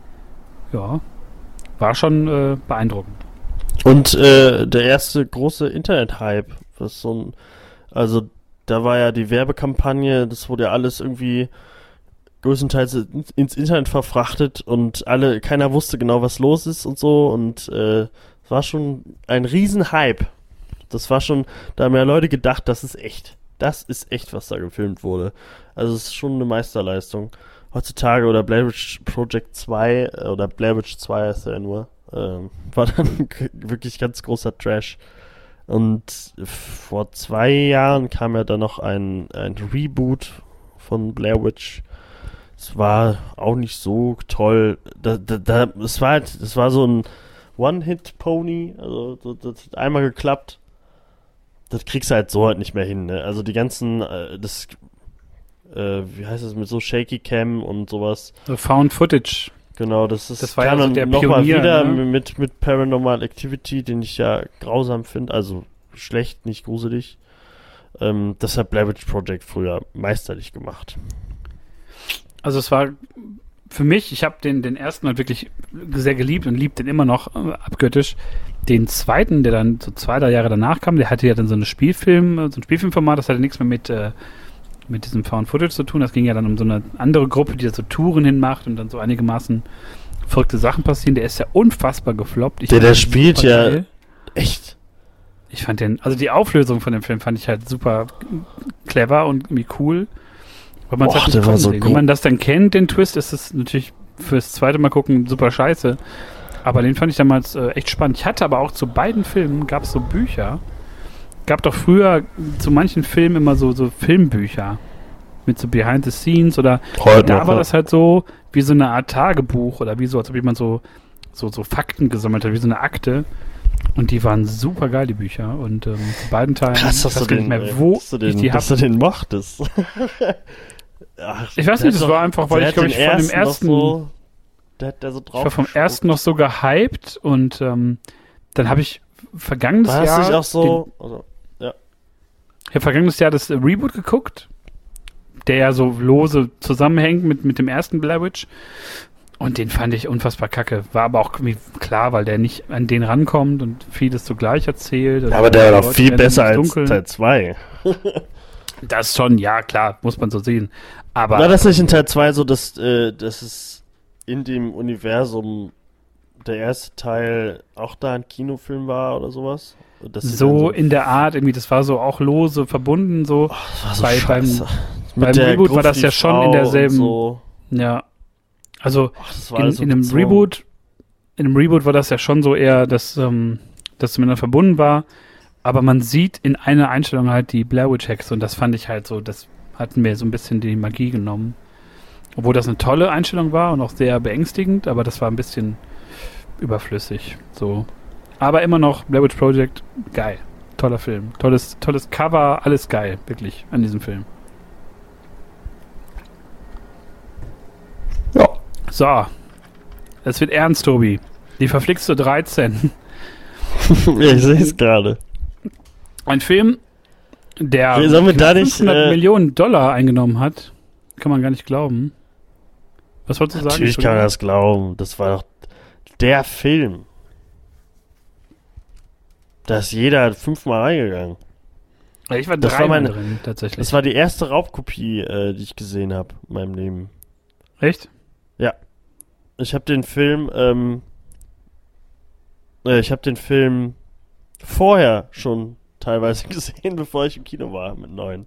ja, war schon äh, beeindruckend. Und äh, der erste große Internet-Hype, was so ein, also da war ja die Werbekampagne, das wurde ja alles irgendwie größtenteils ins, ins Internet verfrachtet und alle, keiner wusste genau, was los ist und so und äh, es war schon ein Riesen-Hype. Das war schon, da haben ja Leute gedacht, das ist echt. Das ist echt, was da gefilmt wurde. Also es ist schon eine Meisterleistung. Heutzutage oder Blair Witch Project zwei äh, oder Blair Witch zwei heißt er ja nur, ähm, war dann wirklich ganz großer Trash. Und vor zwei Jahren kam ja dann noch ein, ein Reboot von Blair Witch. Es war auch nicht so toll. Da, da, da, es war halt, es war so ein One-Hit-Pony. Also das, das hat einmal geklappt. Das kriegst du halt so halt nicht mehr hin. Ne? Also die ganzen, äh, das, äh, wie heißt es, mit so Shaky Cam und sowas. So Found Footage. Genau, das ist Das war ja kam so dann der noch mal Pionier, wieder ne? mit, mit Paranormal Activity, den ich ja grausam finde, also schlecht, nicht gruselig. Ähm, das hat Blair Witch Project früher meisterlich gemacht. Also es war für mich, ich habe den, den ersten halt wirklich sehr geliebt und liebt den immer noch äh, abgöttisch. Den zweiten, der dann so zwei, drei Jahre danach kam, der hatte ja dann so eine Spielfilm, so ein Spielfilmformat, das hatte nichts mehr mit, äh, mit diesem Found Footage zu tun. Das ging ja dann um so eine andere Gruppe, die da so Touren hinmacht und dann so einigermaßen verrückte Sachen passieren. Der ist ja unfassbar gefloppt. Ich Der, fand der den spielt super ja geil. echt. Ich fand den, also die Auflösung von dem Film fand ich halt super clever und irgendwie cool. Weil man Boah, halt der nicht war kommen so sehen. gro- Wenn man das dann kennt, den Twist, ist es natürlich fürs zweite Mal gucken super scheiße. Aber den fand ich damals äh, echt spannend. Ich hatte aber auch zu beiden Filmen, gab es so Bücher. Gab doch früher zu manchen Filmen immer so, so Filmbücher. Mit so Behind the Scenes oder Heute da noch, war ja. das halt so wie so eine Art Tagebuch oder wie so, als ob jemand so, so, so Fakten gesammelt hat, wie so eine Akte. Und die waren super geil, die Bücher. Und ähm, zu beiden Teilen, Krass, ich dass weiß du gar den, nicht mehr, äh, wo dass du ich den, die dass habe. du den mochtest. Ach, Ich weiß der nicht, das hat war doch- einfach, weil der ich, hat glaube den ich, von dem noch ersten, So, der hat der so drauf ich war vom gespuckt. ersten noch so gehypt und ähm, dann habe ich vergangenes War das Jahr, nicht auch so? Also, den, ich habe vergangenes Jahr das äh, Reboot geguckt, der ja so lose zusammenhängt mit, mit dem ersten Blair Witch. Und den fand ich unfassbar kacke. War aber auch irgendwie klar, weil der nicht an den rankommt und vieles zugleich erzählt. ja, aber der war Die doch Leute viel werden besser ins als Dunkeln. Teil zwei. Das schon, ja, klar, muss man so sehen. Aber War das nicht in Teil zwei so, dass, äh, dass es in dem Universum der erste Teil auch da ein Kinofilm war oder sowas? Dass sie so dann in der Art, irgendwie, das war so auch lose verbunden, so. das war so bei- scheiße. beim Mit der Reboot war das ja Gruffy-Frau schon in derselben- und So. Ja. Also Ach, das war in, alles so in einem bezogen. Reboot, in einem Reboot war das ja schon so eher, dass ähm, das miteinander verbunden war. Aber man sieht in einer Einstellung halt die Blair Witch Hexe und das fand ich halt so, das hat mir so ein bisschen die Magie genommen. Obwohl das eine tolle Einstellung war und auch sehr beängstigend, aber das war ein bisschen überflüssig. So. Aber immer noch Blair Witch Project, geil. Toller Film. Tolles, tolles Cover, alles geil, wirklich, an diesem Film. Ja. So. Es wird ernst, Tobi. Die verflixte dreizehn. Ja, ich sehe es gerade. Ein Film, der Sollen wir da nicht, fünfhundert äh, Millionen Dollar eingenommen hat. Kann man gar nicht glauben. Was wolltest du sagen? Natürlich kann man das glauben. Das war doch der Film. Da ist jeder fünfmal reingegangen. Ja, ich war Das war dreimal meine- drin, tatsächlich. Das war die erste Raubkopie, äh, die ich gesehen habe in meinem Leben. Echt? Ich habe den Film, ähm, äh, ich habe den Film vorher schon teilweise gesehen, bevor ich im Kino war mit neun.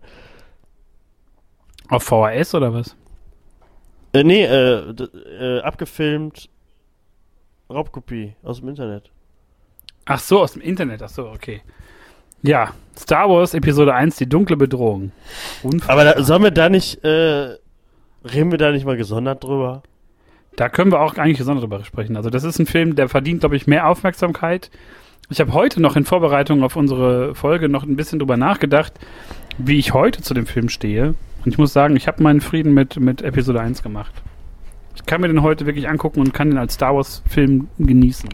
Auf V H S oder was? Äh, nee, äh, d- äh, abgefilmt Raubkopie aus dem Internet. Ach so, aus dem Internet. Ach so, okay. Ja, Star Wars Episode eins, die dunkle Bedrohung. Unfassbar. Aber da, sollen wir da nicht, äh, reden wir da nicht mal gesondert drüber? Da können wir auch eigentlich gesondert drüber sprechen. Also das ist ein Film, der verdient, glaube ich, mehr Aufmerksamkeit. Ich habe heute noch in Vorbereitung auf unsere Folge noch ein bisschen drüber nachgedacht, wie ich heute zu dem Film stehe. Und ich muss sagen, ich habe meinen Frieden mit, mit Episode eins gemacht. Ich kann mir den heute wirklich angucken und kann den als Star Wars Film genießen.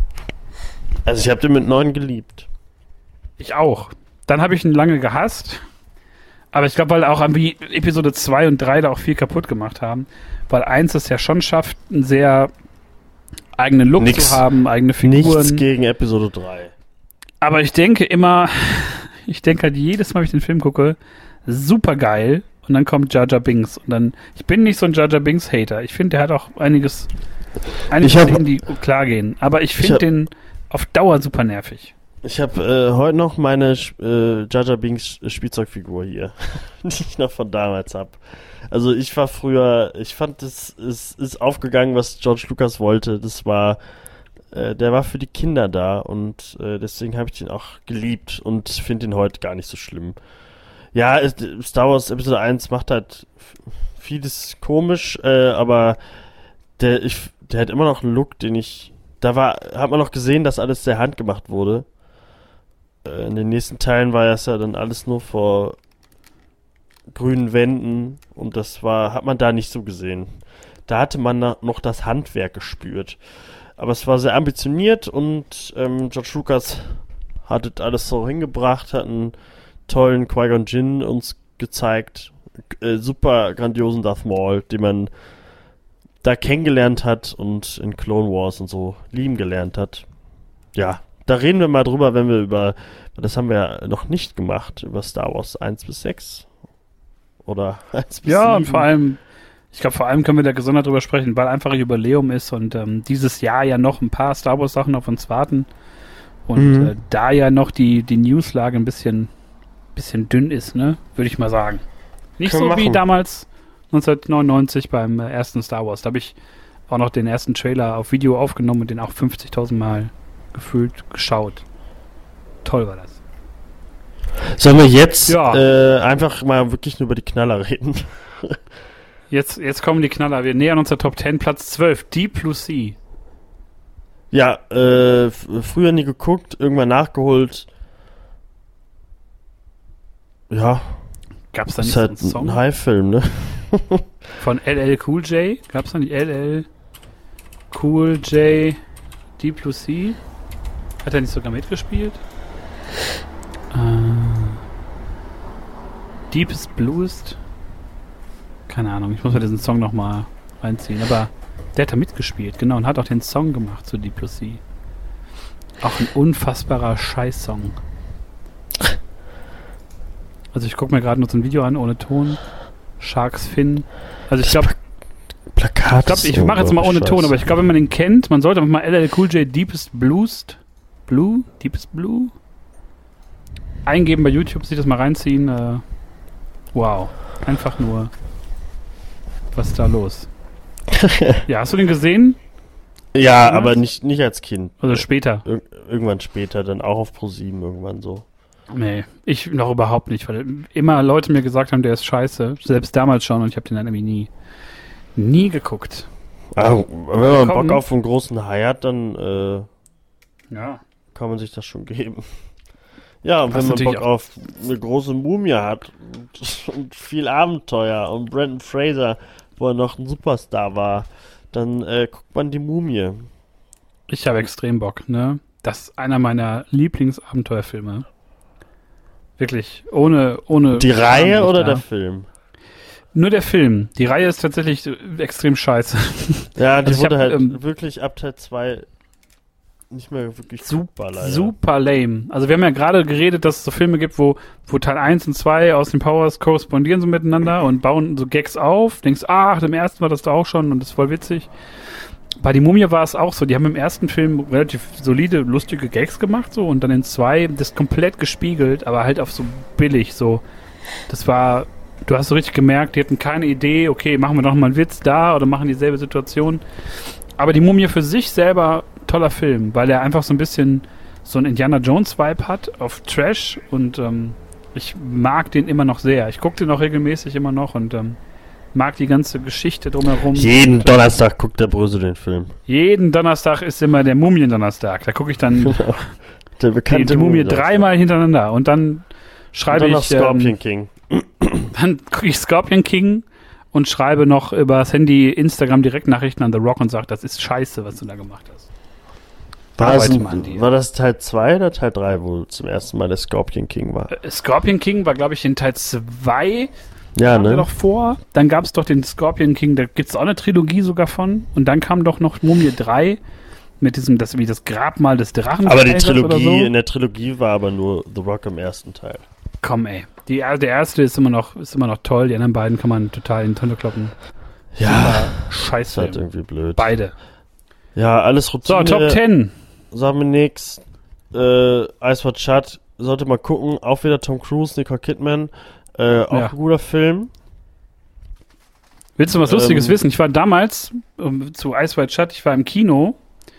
Also ich habe den mit neun geliebt. Ich auch. Dann habe ich ihn lange gehasst. Aber ich glaube, weil auch irgendwie Episode zwei und drei da auch viel kaputt gemacht haben. Weil eins es ja schon schafft, einen sehr eigenen Look Nix. zu haben, eigene Figuren. Nichts gegen Episode drei. Aber ich denke immer, ich denke halt jedes Mal, wenn ich den Film gucke, super geil. Und dann kommt Jar Jar Binks. Und dann, ich bin nicht so ein Jar Jar Binks Hater. Ich finde, der hat auch einiges, einige Ich hab- Szenen, die klar gehen. Aber ich Ich finde hab- den auf Dauer super nervig. Ich habe äh, heute noch meine äh, Jar Jar Binks Spielzeugfigur hier, die ich noch von damals habe. Also ich war früher, ich fand, es ist, ist aufgegangen, was George Lucas wollte. Das war, äh, der war für die Kinder da und äh, deswegen habe ich den auch geliebt und finde ihn heute gar nicht so schlimm. Ja, es, Star Wars Episode eins macht halt f- vieles komisch, äh, aber der, ich, der hat immer noch einen Look, den ich, da war, hat man noch gesehen, dass alles sehr handgemacht wurde. Äh, In den nächsten Teilen war das ja dann alles nur vor grünen Wänden und das war, hat man da nicht so gesehen. Da hatte man na- noch das Handwerk gespürt. Aber es war sehr ambitioniert und ähm, George Lucas hat das alles so hingebracht, hat einen tollen Qui-Gon Jinn uns gezeigt, äh, super grandiosen Darth Maul, den man da kennengelernt hat und in Clone Wars und so lieben gelernt hat. Ja, da reden wir mal drüber, wenn wir über, das haben wir ja noch nicht gemacht, über Star Wars eins bis sechs. Oder eins bis Ja, und sieben. vor allem, ich glaube, vor allem können wir da gesondert drüber sprechen, weil einfach ein Jubiläum ist und ähm, dieses Jahr ja noch ein paar Star Wars Sachen auf uns warten. Und Mhm. äh, da ja noch die, die Newslage ein bisschen, bisschen dünn ist, ne, würde ich mal sagen. Nicht Können so wir wie machen. damals neunzehnhundertneunundneunzig beim äh, ersten Star Wars. Da habe ich auch noch den ersten Trailer auf Video aufgenommen und den auch fünfzigtausend Mal gefühlt geschaut. Toll war das. Sollen wir jetzt Ja. äh, einfach mal wirklich nur über die Knaller reden? Jetzt, jetzt kommen die Knaller. Wir nähern uns der Top zehn, Platz zwölf, Deep Blue Sea. Ja, äh, f- früher nie geguckt, irgendwann nachgeholt. Ja, Gab es da ist nicht so halt einen Song? ein High-Film, ne? Von L L Cool J? Gab es da nicht L L Cool J Deep Blue Sea? Hat er nicht sogar mitgespielt? Äh, Deepest Bluest? Keine Ahnung, ich muss mir diesen Song nochmal reinziehen. Aber der hat da mitgespielt, genau, und hat auch den Song gemacht zu Deep Blue Sea. Auch ein unfassbarer Scheiß-Song. Also ich gucke mir gerade nur so ein Video an, ohne Ton. Sharks Fin. Also ich glaube, Plakat. ich, glaub, ich mache jetzt mal ohne Ton, aber ich glaube, wenn man den kennt, man sollte einfach mal L L Cool J Deepest Blues Blue, Deepest Blue eingeben bei YouTube, sich das mal reinziehen. Äh, wow. Einfach nur, was ist da los? Ja, hast du den gesehen? Ja, Was? aber nicht, nicht als Kind. Also später? Ir irgendwann später, dann auch auf ProSieben irgendwann so. Nee, ich noch überhaupt nicht, weil immer Leute mir gesagt haben, der ist scheiße. Selbst damals schon und ich habe den dann irgendwie nie, nie geguckt. Also, wenn man Komm. Bock auf einen großen Hai hat, dann äh, Ja. kann man sich das schon geben. Ja, und Was wenn man natürlich Bock auch- auf eine große Mumie hat und, und viel Abenteuer und Brandon Fraser, wo er noch ein Superstar war, dann äh, guckt man die Mumie. Ich habe extrem Bock, ne? Das ist einer meiner Lieblingsabenteuerfilme. Wirklich. Ohne, ohne. Die Reihe Scham oder da. der Film? Nur der Film. Die Reihe ist tatsächlich extrem scheiße. Ja, die Also ich wurde hab, halt ähm, wirklich ab Teil zwei nicht mehr wirklich Super, super, leider. super lame. Also wir haben ja gerade geredet, dass es so Filme gibt, wo, wo Teil eins und zwei aus den Powers korrespondieren so miteinander und bauen so Gags auf. Denkst, ach, im ersten war das da auch schon und das ist voll witzig. Bei Die Mumie war es auch so. Die haben im ersten Film relativ solide, lustige Gags gemacht so und dann in zwei das komplett gespiegelt, aber halt auf so billig so. Das war, du hast so richtig gemerkt, die hatten keine Idee, okay, machen wir noch mal einen Witz da oder machen dieselbe Situation. Aber Die Mumie für sich selber toller Film, weil er einfach so ein bisschen so einen Indiana Jones-Vibe hat auf Trash und ähm, ich mag den immer noch sehr. Ich gucke den auch regelmäßig immer noch und ähm, mag die ganze Geschichte drumherum. Jeden und, Donnerstag guckt der Bröse den Film. Jeden Donnerstag ist immer der Mumien-Donnerstag. Da gucke ich dann Der die, bekannte die Mumie Mumien-Donnerstag. dreimal hintereinander und dann schreibe Und dann noch ich Scorpion ähm, King. dann gucke ich Scorpion King und schreibe noch über das Handy Instagram Direktnachrichten an The Rock und sage, das ist scheiße, was du da gemacht hast. War das, Arbeite mal an dir. ein, war das Teil zwei oder Teil drei, wo zum ersten Mal der Scorpion King war? Äh, Scorpion King war, glaube ich, in Teil zwei. Ja, Kam der ne? doch vor. Dann gab es doch den Scorpion King, da gibt es auch eine Trilogie sogar von. Und dann kam doch noch Mumie drei mit diesem, das wie das Grabmal des Drachen. Aber die oder Trilogie, so. in der Trilogie war aber nur The Rock im ersten Teil. Komm, ey. Die, der erste ist immer noch, ist immer noch toll. Die anderen beiden kann man total in die Tonne kloppen. Ja, Scheiße. ist halt irgendwie blöd. Beide. Ja, alles So, Routine. Top zehn. Sagen wir nix. Äh, Ice Watch Shut, sollte mal gucken. Auch wieder Tom Cruise, Nicole Kidman. Äh, auch Ja. ein guter Film. Willst du was Lustiges Ähm, wissen? Ich war damals um, zu Ice White Shut, ich war im Kino,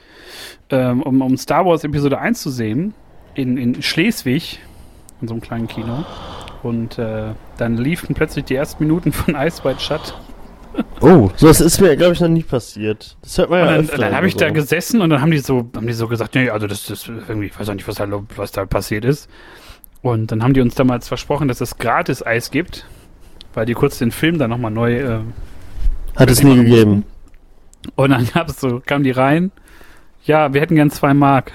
ähm, um, um Star Wars Episode eins zu sehen, in, in Schleswig, in so einem kleinen Kino. Und äh, dann liefen plötzlich die ersten Minuten von Ice White Shut. Oh, so das ist mir, glaube ich, noch nie passiert. Das hört man ja Und dann, öfter dann habe ich so. da gesessen und dann haben die so, haben die so gesagt, nee, also das ist irgendwie, ich weiß auch nicht, was da, was da passiert ist. Und dann haben die uns damals versprochen, dass es gratis Eis gibt, weil die kurz den Film dann nochmal neu äh, Hat es nie gegeben. und dann gab es so, kamen die rein, ja, wir hätten gern zwei Mark.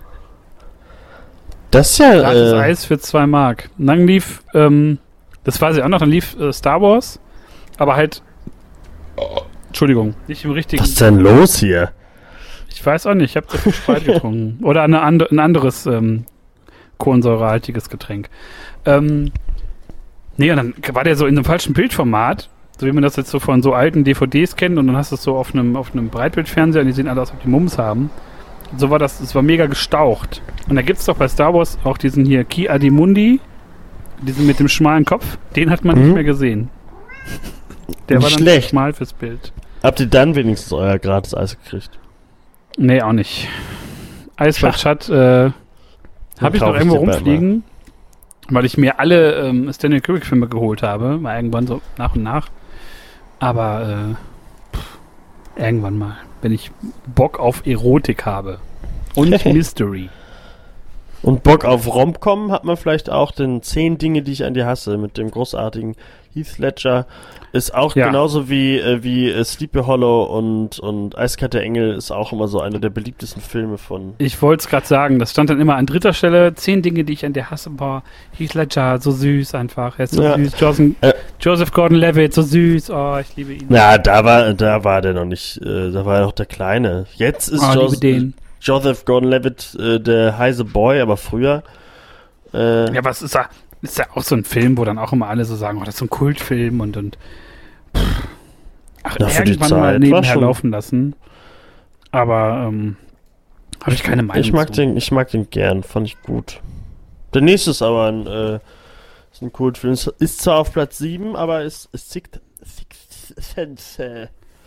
Das ist ja, Gratis äh, Eis für zwei Mark. Und dann lief, ähm, das weiß ich auch noch, dann lief äh, Star Wars, aber halt, Entschuldigung, nicht im richtigen. was ist denn los hier? Ich weiß auch nicht, ich habe zu viel Sprite getrunken. Oder eine and- ein anderes ähm, kohlensäurehaltiges Getränk. Ähm, nee, und dann war der so in einem falschen Bildformat, so wie man das jetzt so von so alten D V Ds kennt, und dann hast du es so auf einem auf einem Breitbildfernseher und die sehen alle aus, als ob die Mums haben. Und so war das, es war mega gestaucht. Und da gibt es doch bei Star Wars auch diesen hier Ki Adimundi, diesen mit dem schmalen Kopf, den hat man Mhm. nicht mehr gesehen. Der Nicht war dann schlecht. schmal fürs Bild. Habt ihr dann wenigstens euer gratis Eis gekriegt? Nee, auch nicht. Ice White Shut äh, habe ich noch kauf ich irgendwo dir bald rumfliegen, weil ich mir alle ähm, Stanley Kubrick-Filme geholt habe, mal irgendwann so nach und nach. Aber äh, pff, irgendwann mal, wenn ich Bock auf Erotik habe. Und Mystery. Und Bock auf Rom-Com hat man vielleicht auch, denn zehn Dinge, die ich an dir hasse, mit dem großartigen Heath Ledger, ist auch Ja. genauso wie, äh, wie äh, Sleepy Hollow und, und Eiskalte Engel ist auch immer so einer der beliebtesten Filme von... Ich wollte es gerade sagen, das stand dann immer an dritter Stelle. Zehn Dinge, die ich an dir hasse. Boah, Heath Ledger, so süß einfach. Er ist so Ja. süß. Joseph, Äh. Joseph Gordon-Levitt, so süß. Oh, ich liebe ihn. Na, da war, da war der noch nicht, äh, da war er noch der Kleine. Jetzt ist Oh, liebe Jos- den. Joseph Gordon-Levitt äh, der heiße Boy, aber früher... Äh, Ja, was ist da? Ist ja auch so ein Film, wo dann auch immer alle so sagen, oh, das ist so ein Kultfilm und, und pff. Ach, Ja, für die irgendwann Zeit mal war nebenher schon- laufen lassen. Aber ähm, habe ich keine Meinung Ich mag zu. den, ich mag den gern, fand ich gut. Der nächste ist aber ein, äh, ist ein Kultfilm. Ist, ist zwar auf Platz sieben, aber ist, ist Sixth, Sixth Sense. Äh,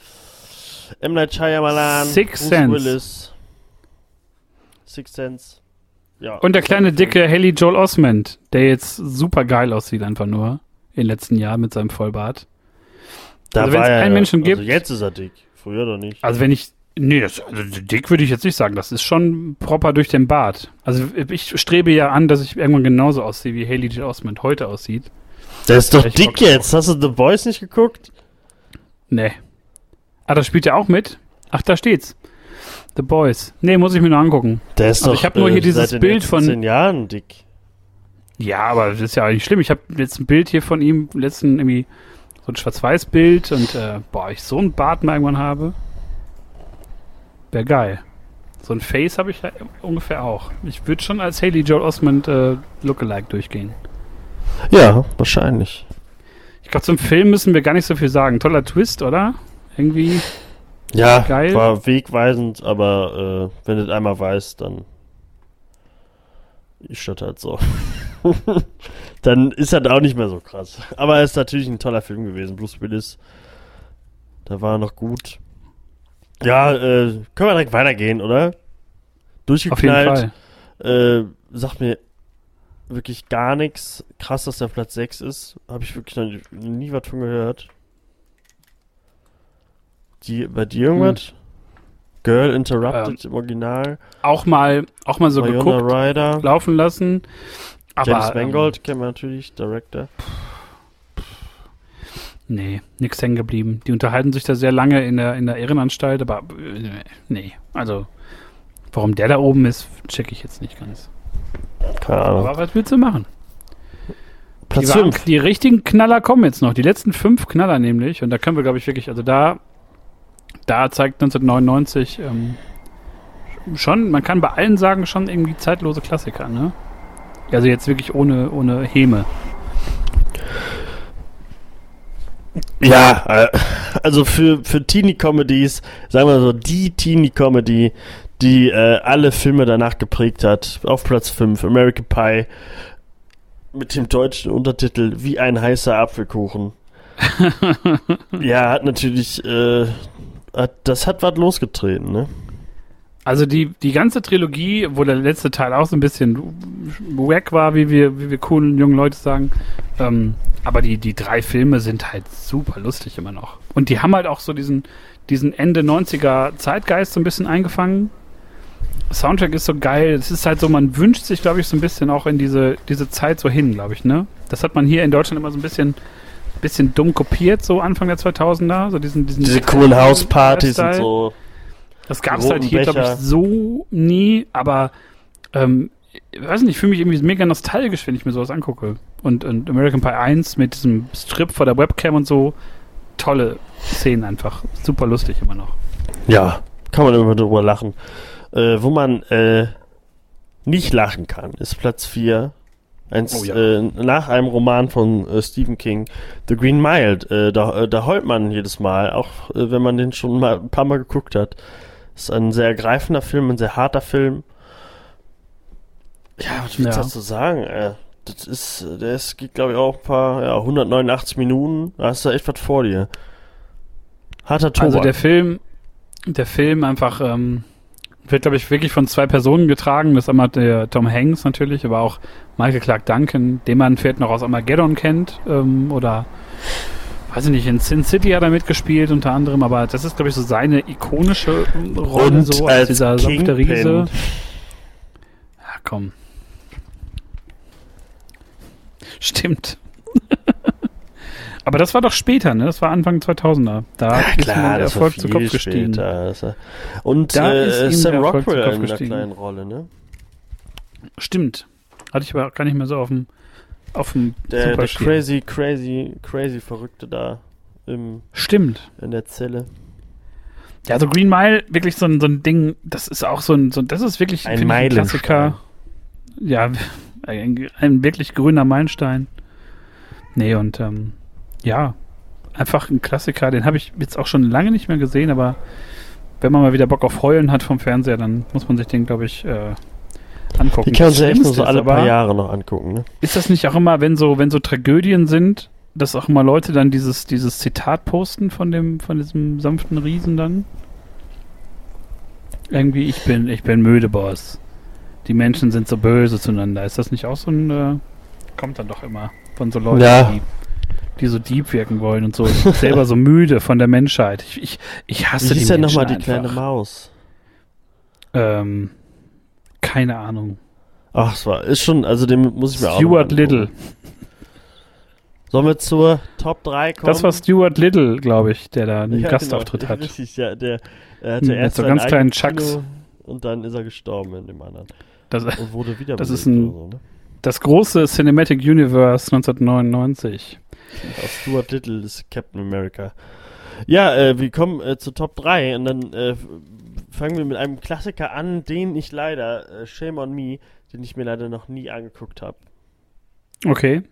M. Night Shyamalan, Sixth Bruce Sense. Willis. Sixth Sense. Ja. Und der kleine, dicke Haley Joel Osment, der jetzt super geil aussieht einfach nur in den letzten Jahren mit seinem Vollbart. Da also wenn's war er, keinen Menschen also gibt- jetzt ist er dick. Früher doch nicht. Also wenn ich, nee, das, also dick würde ich jetzt nicht sagen, das ist schon proper durch den Bart. Also ich strebe ja an, dass ich irgendwann genauso aussehe, wie Haley Joel Osment heute aussieht. Der ist doch Ich dick Bock jetzt. Hast du The Boys nicht geguckt? Nee. Ah, das spielt er auch mit? Ach, da steht's. The Boys. Nee, muss ich mir nur angucken. Der ist Also doch ich hab nur hier dieses seit den Bild letzten von- zehn Jahren dick. Ja, aber das ist ja auch nicht schlimm. Ich habe jetzt ein Bild hier von ihm, letzten irgendwie so ein Schwarz-Weiß-Bild und äh, boah, ich so einen Bart mal irgendwann habe, wäre geil. So ein Face habe ich ja ungefähr auch. Ich würde schon als Haley Joel Osment äh, Lookalike durchgehen. Ja, wahrscheinlich. Ich glaube, zum Film müssen wir gar nicht so viel sagen. Toller Twist, oder? Irgendwie Ja, geil. War wegweisend, aber äh, wenn du das einmal weißt, dann ist das halt so. Dann ist das auch nicht mehr so krass. Aber es ist natürlich ein toller Film gewesen. Bruce Willis, da war er noch gut. Ja, äh, können wir direkt weitergehen, oder? Durchgeknallt. Auf jeden Fall. Äh, sagt mir wirklich gar nichts. Krass, dass der Platz sechs ist. Habe ich wirklich noch nie, nie was von gehört. Die, bei dir irgendwas? Hm. Girl Interrupted ähm, im Original. Auch mal, auch mal so Winona geguckt, Ryder. Laufen lassen. Aber, James Mangold ähm, kennen wir natürlich, Director. Nee, nix hängen geblieben. Die unterhalten sich da sehr lange in der, in der Irrenanstalt, aber äh, nee, also warum der da oben ist, check ich jetzt nicht ganz. Keine Ahnung. Aber was willst du machen? Platz die, waren, fünf. Die richtigen Knaller kommen jetzt noch, die letzten fünf Knaller nämlich, und da können wir, glaube ich, wirklich, also da da zeigt neunzehnhundertneunundneunzig ähm, schon, man kann bei allen sagen, schon irgendwie zeitlose Klassiker, ne? Also jetzt wirklich ohne, ohne Häme. Ja, äh, also für, für Teenie-Comedies, sagen wir so, die Teenie-Comedy, die äh, alle Filme danach geprägt hat, auf Platz fünf, American Pie, mit dem deutschen Untertitel Wie ein heißer Apfelkuchen. Ja, hat natürlich, äh, hat, das hat was losgetreten, ne? Also die, die ganze Trilogie, wo der letzte Teil auch so ein bisschen wack war, wie wir, wie wir coolen jungen Leute sagen, ähm, aber die, die drei Filme sind halt super lustig immer noch. Und die haben halt auch so diesen, diesen Ende neunziger Zeitgeist so ein bisschen eingefangen. Soundtrack ist so geil. Es ist halt so, man wünscht sich, glaube ich, so ein bisschen auch in diese, diese Zeit so hin, glaube ich, ne? Das hat man hier in Deutschland immer so ein bisschen, bisschen dumm kopiert, so Anfang der zweitausender. So diesen, diesen Diese coolen Hauspartys und so. Das gab es halt hier, glaube ich, so nie, aber ähm, ich weiß nicht, ich fühle mich irgendwie mega nostalgisch, wenn ich mir sowas angucke. Und, und American Pie eins mit diesem Strip vor der Webcam und so, tolle Szenen einfach. Super lustig immer noch. Ja, kann man immer drüber lachen. Äh, wo man äh, nicht lachen kann, ist Platz vier. Eins, oh, ja. äh, nach einem Roman von äh, Stephen King, The Green Mile. Äh, da, äh, da heult man jedes Mal, auch äh, wenn man den schon mal ein paar Mal geguckt hat. Ist ein sehr ergreifender Film, ein sehr harter Film. Ja, was willst du ja. dazu sagen? Äh, das ist, der ist, geht glaube ich auch ein paar, ja, hundertneunundachtzig Minuten. Da hast du echt was vor dir. Harter Tobak. Also der Film, der Film einfach, ähm, wird glaube ich wirklich von zwei Personen getragen. Das ist einmal der Tom Hanks natürlich, aber auch Michael Clarke Duncan, den man vielleicht noch aus Armageddon kennt, ähm, oder weiß ich nicht, in Sin City hat er mitgespielt unter anderem, aber das ist, glaube ich, so seine ikonische Rolle, und so als, als dieser sanfte Riese. Ja, komm. Stimmt. Aber das war doch später, ne? Das war Anfang zweitausender. Da ja, ist klar, ihm der das Erfolg war zu Kopf gestiegen. Später. Und da äh, ist Sam ihm der Erfolg Rockwell zu Kopf in einer gestiegen. kleinen Rolle, ne? Stimmt. Hatte ich aber gar nicht mehr so auf dem auf dem Der, der crazy, crazy, crazy Verrückte da im Stimmt. In der Zelle. Ja, so Green Mile, wirklich so ein, so ein Ding, das ist auch so ein, so, das ist wirklich ein, ein Klassiker. Ja, ein, ein wirklich grüner Meilenstein. Nee, und ähm, ja, einfach ein Klassiker, den habe ich jetzt auch schon lange nicht mehr gesehen, aber wenn man mal wieder Bock auf Heulen hat vom Fernseher, dann muss man sich den, glaube ich, äh, angucken. Die kann man sich echt nur so alle paar Jahre noch angucken, ne? Ist das nicht auch immer, wenn so, wenn so Tragödien sind, dass auch immer Leute dann dieses, dieses Zitat posten von dem, von diesem sanften Riesen dann? Irgendwie, ich bin, ich bin müde, Boss. Die Menschen sind so böse zueinander. Ist das nicht auch so ein, äh, kommt dann doch immer von so Leuten, ja. die, die so deep wirken wollen und so, selber so müde von der Menschheit. Ich, ich, ich hasse Wie die hieß denn Menschen nochmal die einfach. kleine Maus? Ähm, keine Ahnung. Ach, es war, ist schon, also dem muss ich mir auch Stuart Little. Sollen wir zur Top drei kommen? Das war Stuart Little, glaube ich, der da einen ja, Gastauftritt genau. hat. Richtig, ja, der er hatte Mit erst so seinen ganz kleinen eigenen Chucks. Kino und dann ist er gestorben in dem anderen. Das, Und wurde wieder das ist ein, oder so, ne? Das große Cinematic Universe neunzehnhundertneunundneunzig. Aus Stuart Little ist Captain America. Ja, äh, wir kommen äh, zu Top drei und dann äh, fangen wir mit einem Klassiker an, den ich leider, äh, Shame on Me, den ich mir leider noch nie angeguckt habe. Okay.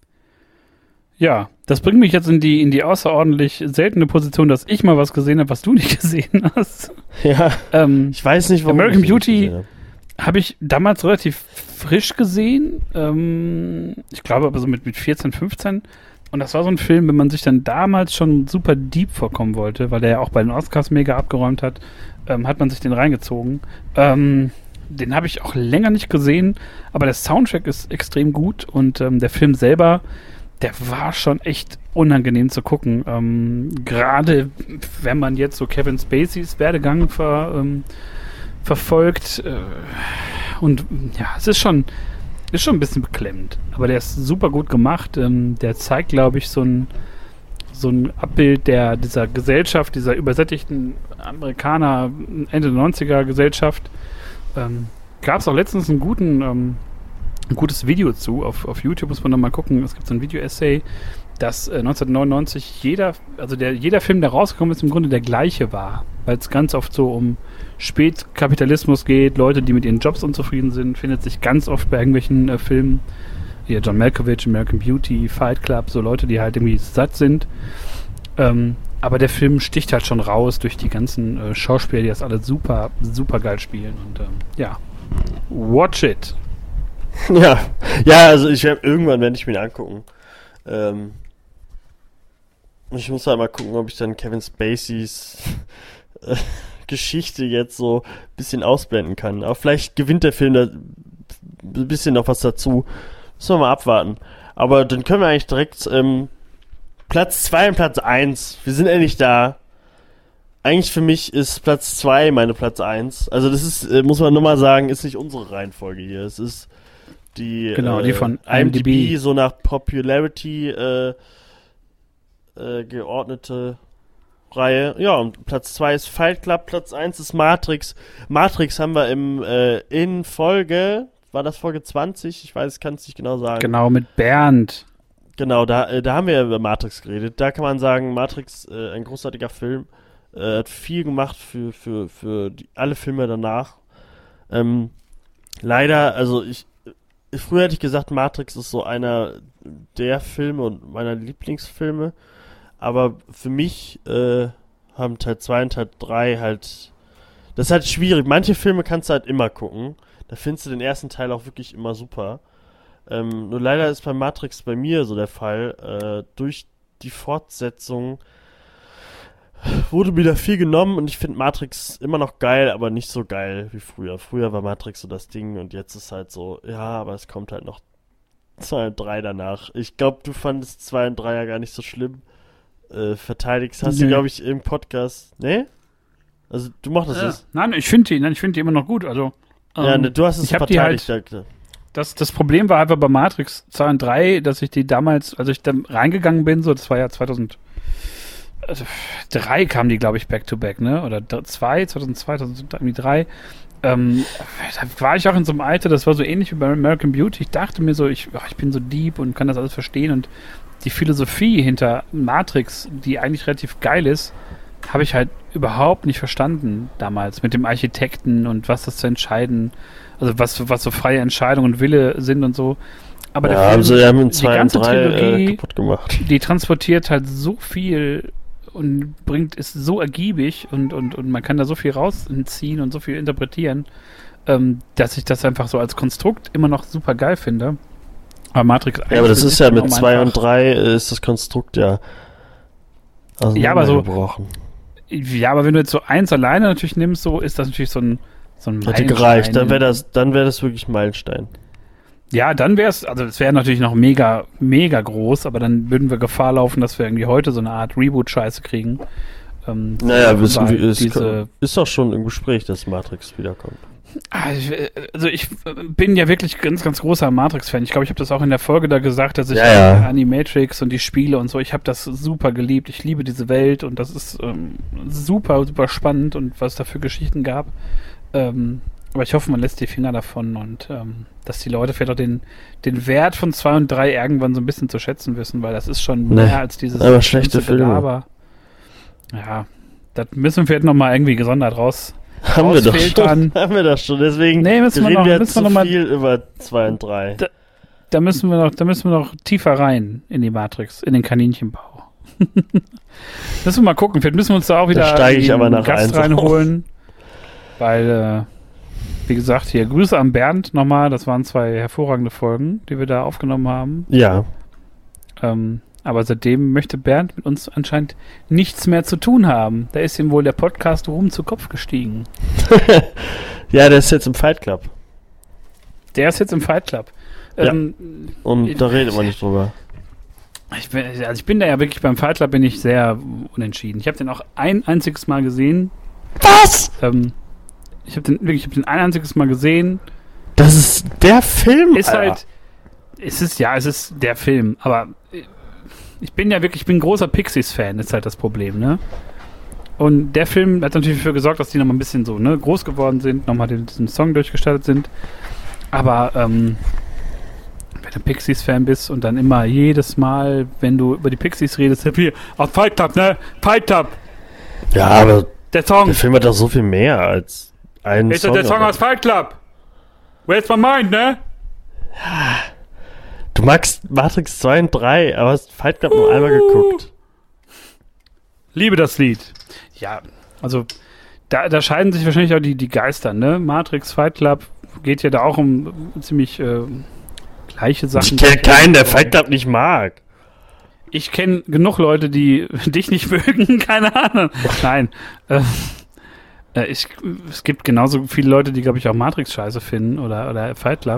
Ja, das bringt mich jetzt in die, in die außerordentlich seltene Position, dass ich mal was gesehen habe, was du nicht gesehen hast. Ja, ähm, ich weiß nicht, warum American ich das nicht Beauty gesehen habe. habe ich damals relativ frisch gesehen. Ähm, ich glaube aber so mit, mit vierzehn, fünfzehn. Und das war so ein Film, wenn man sich dann damals schon super deep vorkommen wollte, weil der ja auch bei den Oscars mega abgeräumt hat, ähm, hat man sich den reingezogen. Ähm, den habe ich auch länger nicht gesehen, aber der Soundtrack ist extrem gut und ähm, der Film selber, der war schon echt unangenehm zu gucken. Ähm, gerade wenn man jetzt so Kevin Spaceys Werdegang ver, ähm, verfolgt. Äh, und ja, es ist schon, ist schon ein bisschen beklemmend. Aber der ist super gut gemacht. Ähm, der zeigt, glaube ich, so ein, so ein Abbild der, dieser Gesellschaft, dieser übersättigten Amerikaner Ende neunziger Gesellschaft. Ähm, Gab es auch letztens einen guten, ähm, ein gutes Video zu. Auf, auf YouTube muss man noch mal gucken. Es gibt so ein Video-Essay, dass äh, neunzehnhundertneunundneunzig jeder, also der, jeder Film, der rausgekommen ist, im Grunde der gleiche war. Weil es ganz oft so um Spätkapitalismus geht, Leute, die mit ihren Jobs unzufrieden sind, findet sich ganz oft bei irgendwelchen äh, Filmen, hier John Malkovich, American Beauty, Fight Club, so Leute, die halt irgendwie satt sind. Ähm, aber der Film sticht halt schon raus durch die ganzen äh, Schauspieler, die das alle super, super geil spielen. Und ähm, ja, watch it. Ja, ja, also ich werde irgendwann werde ich mir den angucken. Ähm, ich muss halt mal gucken, ob ich dann Kevin Spaceys äh, Geschichte jetzt so ein bisschen ausblenden kann. Aber vielleicht gewinnt der Film da ein bisschen noch was dazu. Müssen wir mal abwarten. Aber dann können wir eigentlich direkt ähm, Platz zwei und Platz eins. Wir sind endlich da. Eigentlich für mich ist Platz zwei meine Platz eins. Also das ist, äh, muss man nur mal sagen, ist nicht unsere Reihenfolge hier. Es ist die, genau, äh, die von I M D B, I M D B, so nach Popularity äh, äh, geordnete Reihe. Ja, und Platz zwei ist Fight Club, Platz eins ist Matrix. Matrix haben wir im äh, in Folge, war das Folge zwanzig? Ich weiß, ich kann es nicht genau sagen. Genau, mit Bernd. Genau, da, äh, da haben wir über Matrix geredet. Da kann man sagen, Matrix, äh, ein großartiger Film, äh, hat viel gemacht für, für, für die, alle Filme danach. Ähm, leider, also ich früher hätte ich gesagt, Matrix ist so einer der Filme und meiner Lieblingsfilme, aber für mich äh, haben Teil zwei und Teil drei halt, das ist halt schwierig. Manche Filme kannst du halt immer gucken, da findest du den ersten Teil auch wirklich immer super. Ähm, nur leider ist bei Matrix bei mir so der Fall, äh, durch die Fortsetzung wurde mir da viel genommen und ich finde Matrix immer noch geil, aber nicht so geil wie früher. Früher war Matrix so das Ding und jetzt ist halt so, ja, aber es kommt halt noch zwei und drei danach. Ich glaube, du fandest zwei und drei ja gar nicht so schlimm. Äh, verteidigst hast nee. du, glaube ich, im Podcast. Nee? Also du mochtest Ja. es. Nein, ich finde die, nein, ich finde die immer noch gut. Also, ähm, Ja, ne, du hast es ich so hab die verteidigt. halt, ja. das, das Problem war einfach bei Matrix zwei und drei, dass ich die damals, als ich da reingegangen bin, so, das war ja zweitausend Also, drei kamen die, glaube ich, back-to-back, ne? Oder zwei, zweitausendzwei, zweitausenddrei. Ähm, da war ich auch in so einem Alter, das war so ähnlich wie bei American Beauty. Ich dachte mir so, ich, oh, ich bin so deep und kann das alles verstehen. Und die Philosophie hinter Matrix, die eigentlich relativ geil ist, habe ich halt überhaupt nicht verstanden damals. Mit dem Architekten und was das zu entscheiden, also was, was so freie Entscheidung und Wille sind und so. Aber Ja, der Film, haben sie ja mit die zwei und ganze drei äh, Trilogie, kaputt gemacht. die transportiert halt so viel und bringt, ist so ergiebig und, und, und man kann da so viel rausziehen und so viel interpretieren, ähm, dass ich das einfach so als Konstrukt immer noch super geil finde. Aber Matrix Ja, aber das ist ja mit um zwei einfach- und drei äh, ist das Konstrukt ja Ja, aber so- gebrochen. Ja, aber wenn du jetzt so eins alleine natürlich nimmst, so ist das natürlich so ein so ein Hätte Meilenstein. gereicht, dann wäre das, dann wäre das wirklich ein Meilenstein. Ja, dann wäre es, also es wäre natürlich noch mega, mega groß, aber dann würden wir Gefahr laufen, dass wir irgendwie heute so eine Art Reboot-Scheiße kriegen. Ähm, Naja, weil wissen wir, es diese, ist doch schon im Gespräch, dass Matrix wiederkommt. Ah, ich, äh, also ich äh, bin ja wirklich ganz, ganz großer Matrix-Fan. Ich glaube, ich habe das auch in der Folge da gesagt, dass ich Ja, ja. äh, Animatrix und die Spiele und so, ich habe das super geliebt. Ich liebe diese Welt und das ist ähm, super, super spannend und was es da für Geschichten gab. Ähm, Aber ich hoffe, man lässt die Finger davon und ähm, dass die Leute vielleicht auch den, den Wert von zwei und drei irgendwann so ein bisschen zu schätzen wissen, weil das ist schon Nee, mehr als dieses aber schlechte Filme. Aber ja, das müssen wir vielleicht nochmal irgendwie gesondert raus. Haben wir doch rausfiltern. schon. Haben wir doch schon. Deswegen Nee, müssen wir reden noch- wir müssen zu wir noch mal- viel über zwei und drei. Da- Da müssen wir noch, da müssen wir noch tiefer rein in die Matrix, in den Kaninchenbau. Müssen wir mal gucken, vielleicht müssen wir uns da auch wieder steige ich aber einen nach Gast eins reinholen. Weil, äh, wie gesagt, hier Grüße an Bernd nochmal, das waren zwei hervorragende Folgen, die wir da aufgenommen haben. Ja. Ähm, aber seitdem möchte Bernd mit uns anscheinend nichts mehr zu tun haben. Da ist ihm wohl der Podcast Ruhm zu Kopf gestiegen. Ja, der ist jetzt im Fight Club. Der ist jetzt im Fight Club. Ja. Ähm, Und da redet man nicht drüber. Ich bin, also ich bin da ja wirklich beim Fight Club bin ich sehr unentschieden. Ich habe den auch ein einziges Mal gesehen. Was? Ähm, ich habe den wirklich, ich habe den ein einziges Mal gesehen. Das ist der Film, Ist Alter. halt, es ist ja, es ist der Film. Aber ich bin ja wirklich, ich bin ein großer Pixies-Fan. Ist halt das Problem, ne? Und der Film hat natürlich dafür gesorgt, dass die nochmal ein bisschen so ne groß geworden sind, nochmal den, diesen Song durchgestartet sind. Aber ähm, wenn du Pixies-Fan bist und dann immer jedes Mal, wenn du über die Pixies redest, hier, auf Fight Club, ne? Fight Club! Ja, aber Der Song! der Film hat doch so viel mehr als einen Ist Song. das der Song aber- aus Fight Club? Where's my mind, ne? Du magst Matrix zwei und drei, aber hast Fight Club nur einmal geguckt. Liebe das Lied. Ja, also da, da scheiden sich wahrscheinlich auch die, die Geister, ne? Matrix, Fight Club geht ja da auch um ziemlich äh, gleiche Sachen. Ich kenne keinen, der Fight Club nicht mag. Ich kenne genug Leute, die dich nicht mögen, keine Ahnung. Nein. Äh, äh, ich, es gibt genauso viele Leute, die, glaube ich, auch Matrix scheiße finden oder, oder Fight Club.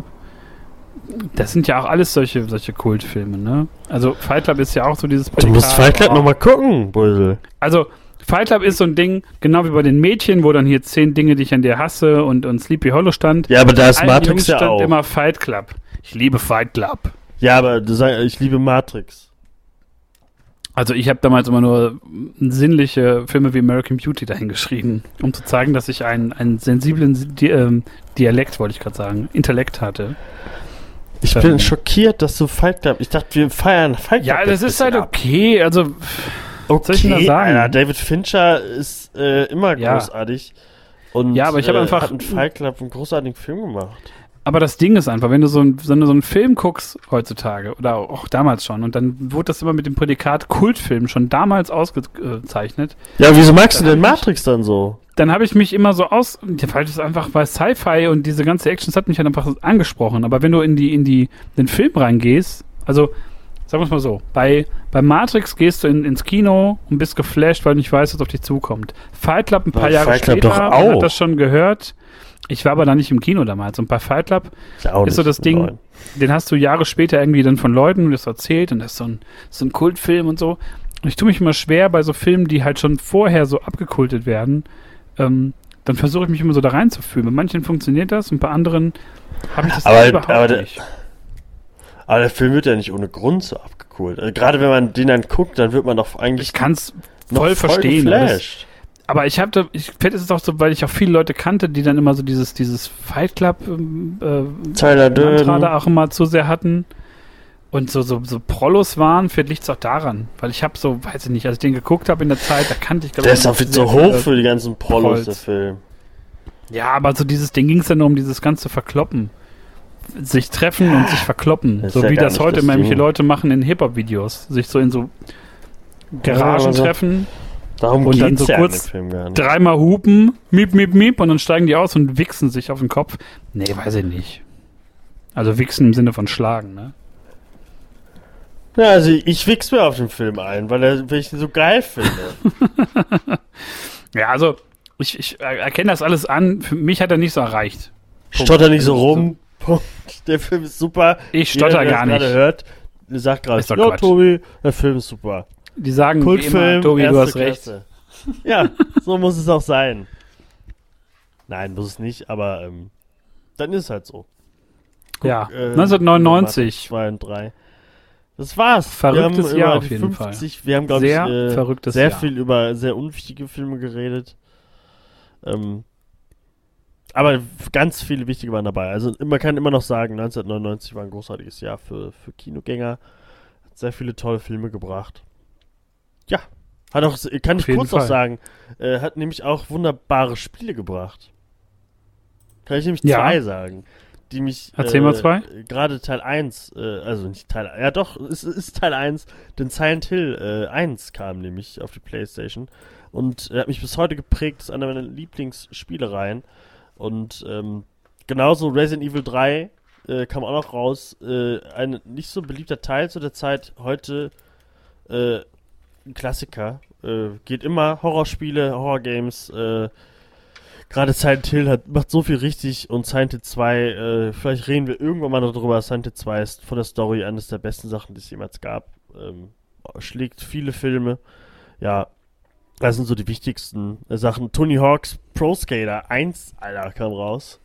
Das sind ja auch alles solche, solche Kultfilme, ne? Also Fight Club ist ja auch so dieses Du musst Prädikat, Fight Club oh. nochmal gucken, Brösel. Also Fight Club ist so ein Ding, genau wie bei den Mädchen, wo dann hier zehn Dinge, die ich an dir hasse und, und Sleepy Hollow stand. Ja, aber da ist Allen Matrix Jungs ja stand auch. immer Fight Club. Ich liebe Fight Club. Ja, aber du sagst, ich liebe Matrix. Also ich habe damals immer nur sinnliche Filme wie American Beauty dahingeschrieben, um zu zeigen, dass ich einen, einen sensiblen Di ähm, Dialekt, wollte ich gerade sagen, Intellekt hatte. Ich Ähm. bin schockiert, dass du Fight Club... Ich dachte, wir feiern Fight Club. Ja, das jetzt ist ein halt bisschen ab. okay. Also Okay, soll ich denn da sagen? Alter, David Fincher ist äh, immer Ja. großartig. Und, Ja, aber ich hab äh, einfach- hat mit Fight Club einen großartigen Film gemacht. Aber das Ding ist einfach, wenn du so, ein, so, eine, so einen Film guckst heutzutage, oder auch damals schon, und dann wurde das immer mit dem Prädikat Kultfilm schon damals ausgezeichnet, Ja, wieso magst Dann du denn hab ich- Matrix dann so? dann habe ich mich immer so aus, ja, weil das einfach bei Sci-Fi und diese ganze Action, das hat mich halt einfach angesprochen. Aber wenn du in die, in die, den Film reingehst, also, sagen wir es mal so, bei, bei Matrix gehst du in, ins Kino und bist geflasht, weil du nicht weißt, was auf dich zukommt. Fight Club ein paar Bei Jahre Fight Club später, doch man auch. hat das schon gehört. Ich war aber da nicht im Kino damals. Und bei Fight Club Ist, auch ist so nicht das Ding, neu. den hast du Jahre später irgendwie dann von Leuten das erzählt und das ist so ein, so ein Kultfilm und so. Und ich tue mich immer schwer bei so Filmen, die halt schon vorher so abgekultet werden. Ähm, dann versuche ich mich immer so da reinzufühlen. Bei manchen funktioniert das und bei anderen habe ich das Aber- überhaupt aber der- nicht. Aber der Film wird ja nicht ohne Grund so abgeholt. Also gerade wenn man den dann guckt, dann wird man doch eigentlich Ich kann es noch voll verstehen. aber das- geflasht. Aber ich habe, ich vielleicht ist es auch so, weil ich auch viele Leute kannte, die dann immer so dieses, dieses Fight Club ähm, äh, Tyler Mantra Durden. da auch immer zu sehr hatten und so, so, so Prollos waren, vielleicht liegt es auch daran. Weil ich habe so, weiß ich nicht, als ich den geguckt habe in der Zeit, da kannte ich glaube Der ich ist auch noch viel sehr zu hoch viele- für die ganzen Prollos, Prolls. der Film. Ja, aber so dieses Ding ging es ja nur um dieses ganze Verkloppen. Sich treffen und sich verkloppen. Das ist So ja wie gar das nicht heute das manche Ding. Leute machen in Hip-Hop-Videos. Sich so in so Garagen also- treffen, Darum Und dann geht's so ja kurz in dem Film gar nicht. dreimal hupen, miep, miep, miep und dann steigen die aus und wichsen sich auf den Kopf. Nee, weiß ich nicht. Also wichsen im Sinne von schlagen, ne? Ja, also ich wichs mir auf den Film ein, weil, er, weil ich ihn so geil finde. Ja, also ich, ich erkenne das alles an. Für mich hat er nicht so erreicht. Punkt. Stotter nicht so Also, rum. Punkt. Der Film ist super. Ich stotter Jeder, der gar das nicht. gerade hört, sagt gerade, Ist doch ja, Quatsch. Tobi, der Film ist super. Die sagen wie Kultfilm, immer, Tobi, du erste hast recht. Klasse. Ja, so muss es auch sein. Nein, muss es nicht, aber ähm, dann ist es halt so. Guck, Ja, äh, neunzehnhundertneunundneunzig. zwei und drei. Das war's. Verrücktes wir haben Jahr über auf die jeden fünfzig, Wir haben, glaube ich, Sehr äh, verrücktes sehr Jahr. viel über sehr unwichtige Filme geredet. Ähm, aber ganz viele wichtige waren dabei. Also man kann immer noch sagen, neunzehnhundertneunundneunzig war ein großartiges Jahr für, für Kinogänger. Hat sehr viele tolle Filme gebracht. Ja, hat auch, kann ich kurz noch sagen, äh, hat nämlich auch wunderbare Spiele gebracht. Kann ich nämlich ja. zwei sagen. Die mich, Erzähl äh, mal zwei. Gerade Teil eins, äh, also nicht Teil, ja doch, es ist Teil eins, denn Silent Hill äh, eins kam nämlich auf die PlayStation und er hat mich bis heute geprägt, ist einer meiner Lieblingsspielereien und ähm, genauso Resident Evil drei äh, kam auch noch raus, äh, ein nicht so beliebter Teil zu der Zeit, heute äh, ein Klassiker, äh, geht immer, Horrorspiele, Horrorgames, äh, gerade Silent Hill hat, macht so viel richtig und Silent Hill zwei, äh, vielleicht reden wir irgendwann mal noch drüber. Silent Hill zwei ist von der Story eines der besten Sachen, die es jemals gab. Ähm, schlägt viele Filme. Ja, das sind so die wichtigsten äh, Sachen. Tony Hawk's Pro Skater eins, Alter, kam raus.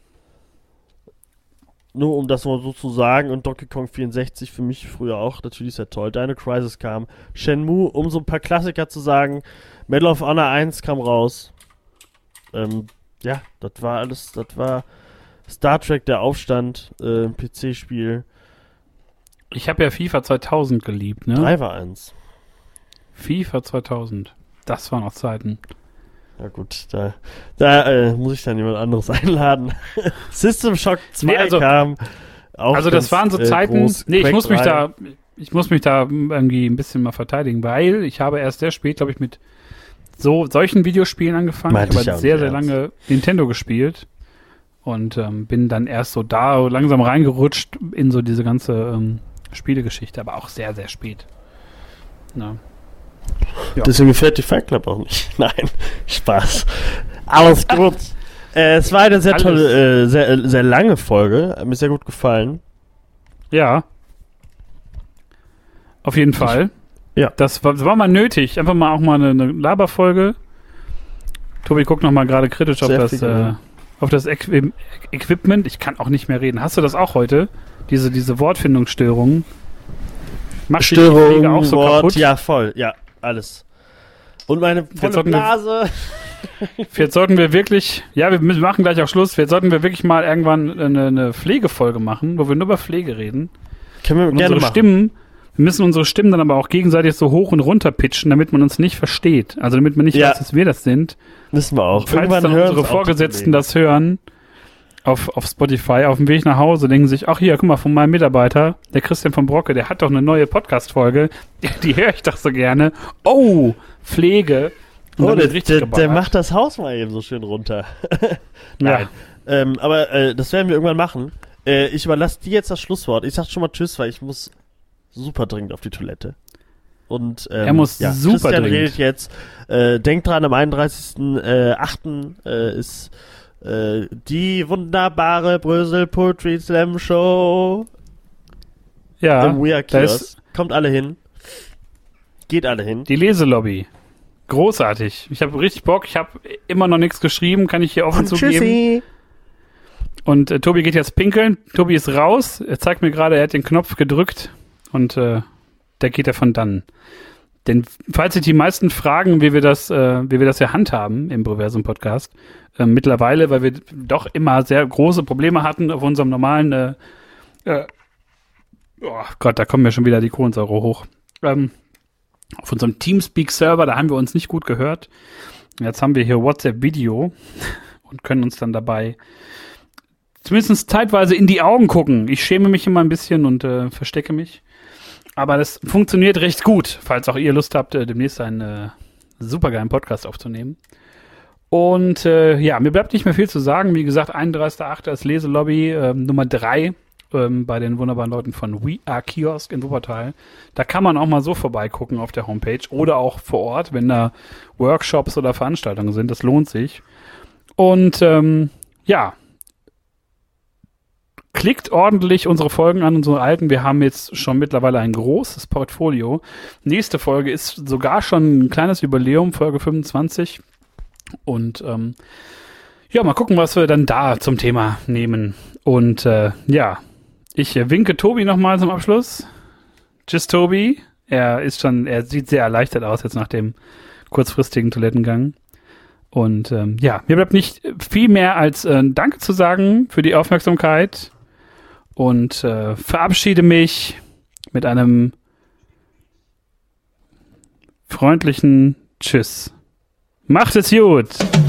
Nur um das mal so zu sagen. Und Donkey Kong vierundsechzig für mich früher auch natürlich sehr toll. Dino Crisis kam. Shenmue, um so ein paar Klassiker zu sagen. Medal of Honor eins kam raus. Ähm, Ja, das war alles, das war Star Trek, der Aufstand, äh, P C-Spiel. Ich habe ja FIFA zweitausend geliebt, ne? drei war eins. FIFA zweitausend. Das waren noch Zeiten. Ja gut, da, da äh, muss ich dann jemand anderes einladen. System Shock zwei nee, also, kam. Auch also das ganz, waren so äh, Zeiten, groß. nee, ich Quake muss mich drei. da, ich muss mich da irgendwie ein bisschen mal verteidigen, weil ich habe erst sehr spät, glaube ich, mit so solchen Videospielen angefangen. Meinte ich ich habe auch sehr, nicht sehr ernst. lange Nintendo gespielt und ähm, bin dann erst so da langsam reingerutscht in so diese ganze ähm, Spielegeschichte, aber auch sehr, sehr spät. Na. Ja. Deswegen gefällt die Fight Club auch nicht. Nein, Spaß. Alles gut. äh, es war eine sehr Alles. tolle, äh, sehr, äh, sehr lange Folge. Hat mir sehr gut gefallen. Ja. Auf jeden Fall. Ja. Das war, das war mal nötig. Einfach mal auch mal eine, eine Laberfolge. Tobi guckt noch mal gerade kritisch auf Sehr das, viel, äh, ja. auf das Equi- Equipment. Ich kann auch nicht mehr reden. Hast du das auch heute? Diese, diese Wortfindungsstörungen? Macht dich die Pflege auch so Wort, kaputt? ja, voll. Ja, alles. Und meine volle sollten wir- Blase. Jetzt sollten wir wirklich, ja, wir müssen- machen gleich auch Schluss. Jetzt sollten wir wirklich mal irgendwann eine, eine Pflegefolge machen, wo wir nur über Pflege reden. Können wir Und gerne unsere machen. Stimmen, wir müssen unsere Stimmen dann aber auch gegenseitig so hoch und runter pitchen, damit man uns nicht versteht. Also damit man nicht Ja. weiß, dass wir das sind. Wissen wir auch. Falls dann hören unsere es auch Vorgesetzten die das hören, auf, auf Spotify, auf dem Weg nach Hause, denken sich, ach hier, guck mal, von meinem Mitarbeiter, der Christian von Brocke, der hat doch eine neue Podcast-Folge, die, die höre ich doch so gerne. Oh, Pflege. Und Oh, dann der, wird richtig der, der geballert. macht das Haus mal eben so schön runter. Ja. Ähm, aber äh, das werden wir irgendwann machen. Äh, ich überlasse dir jetzt das Schlusswort. Ich sag schon mal Tschüss, weil ich muss super dringend auf die Toilette. Und ähm, Er muss ja, super Christian dringend. redet jetzt. Äh, denkt dran, am einunddreißigsten achten Äh, ist äh, die wunderbare Brösel Poetry Slam Show Ja, im We Are da Kiosk. ist Kommt alle hin. Geht alle hin. die Leselobby. Großartig. Ich habe richtig Bock. Ich habe immer noch nichts geschrieben, kann ich hier offen zugeben. Tschüssi. Und äh, Tobi geht jetzt pinkeln. Tobi ist raus. Er zeigt mir gerade, er hat den Knopf gedrückt. Und äh, der geht davon dann. Denn falls sich die meisten fragen, wie wir das, äh, wie wir das ja handhaben im Proversum-Podcast, äh, mittlerweile, weil wir doch immer sehr große Probleme hatten auf unserem normalen, äh, äh, oh Gott, da kommen mir schon wieder die Kohlensäure hoch. Ähm, auf unserem Teamspeak-Server, da haben wir uns nicht gut gehört. Jetzt haben wir hier WhatsApp-Video und können uns dann dabei zumindest zeitweise in die Augen gucken. Ich schäme mich immer ein bisschen und äh, verstecke mich. Aber das funktioniert recht gut, falls auch ihr Lust habt, äh, demnächst einen äh, supergeilen Podcast aufzunehmen. Und äh, ja, mir bleibt nicht mehr viel zu sagen. Wie gesagt, einunddreißigster achter ist Leselobby äh, Nummer drei ähm, bei den wunderbaren Leuten von We Are Kiosk in Wuppertal. Da kann man auch mal so vorbeigucken auf der Homepage oder auch vor Ort, wenn da Workshops oder Veranstaltungen sind. Das lohnt sich. Und ähm, ja, klickt ordentlich unsere Folgen an, unsere alten. Wir haben jetzt schon mittlerweile ein großes Portfolio. Nächste Folge ist sogar schon ein kleines Jubiläum, Folge fünfundzwanzig. Und ähm, ja, mal gucken, was wir dann da zum Thema nehmen. Und äh, ja, ich äh, winke Tobi nochmal zum Abschluss. Tschüss, Tobi. Er ist schon, er sieht sehr erleichtert aus jetzt nach dem kurzfristigen Toilettengang. Und ähm, ja, mir bleibt nicht viel mehr als äh, Danke zu sagen für die Aufmerksamkeit und äh, verabschiede mich mit einem freundlichen Tschüss. Macht es gut!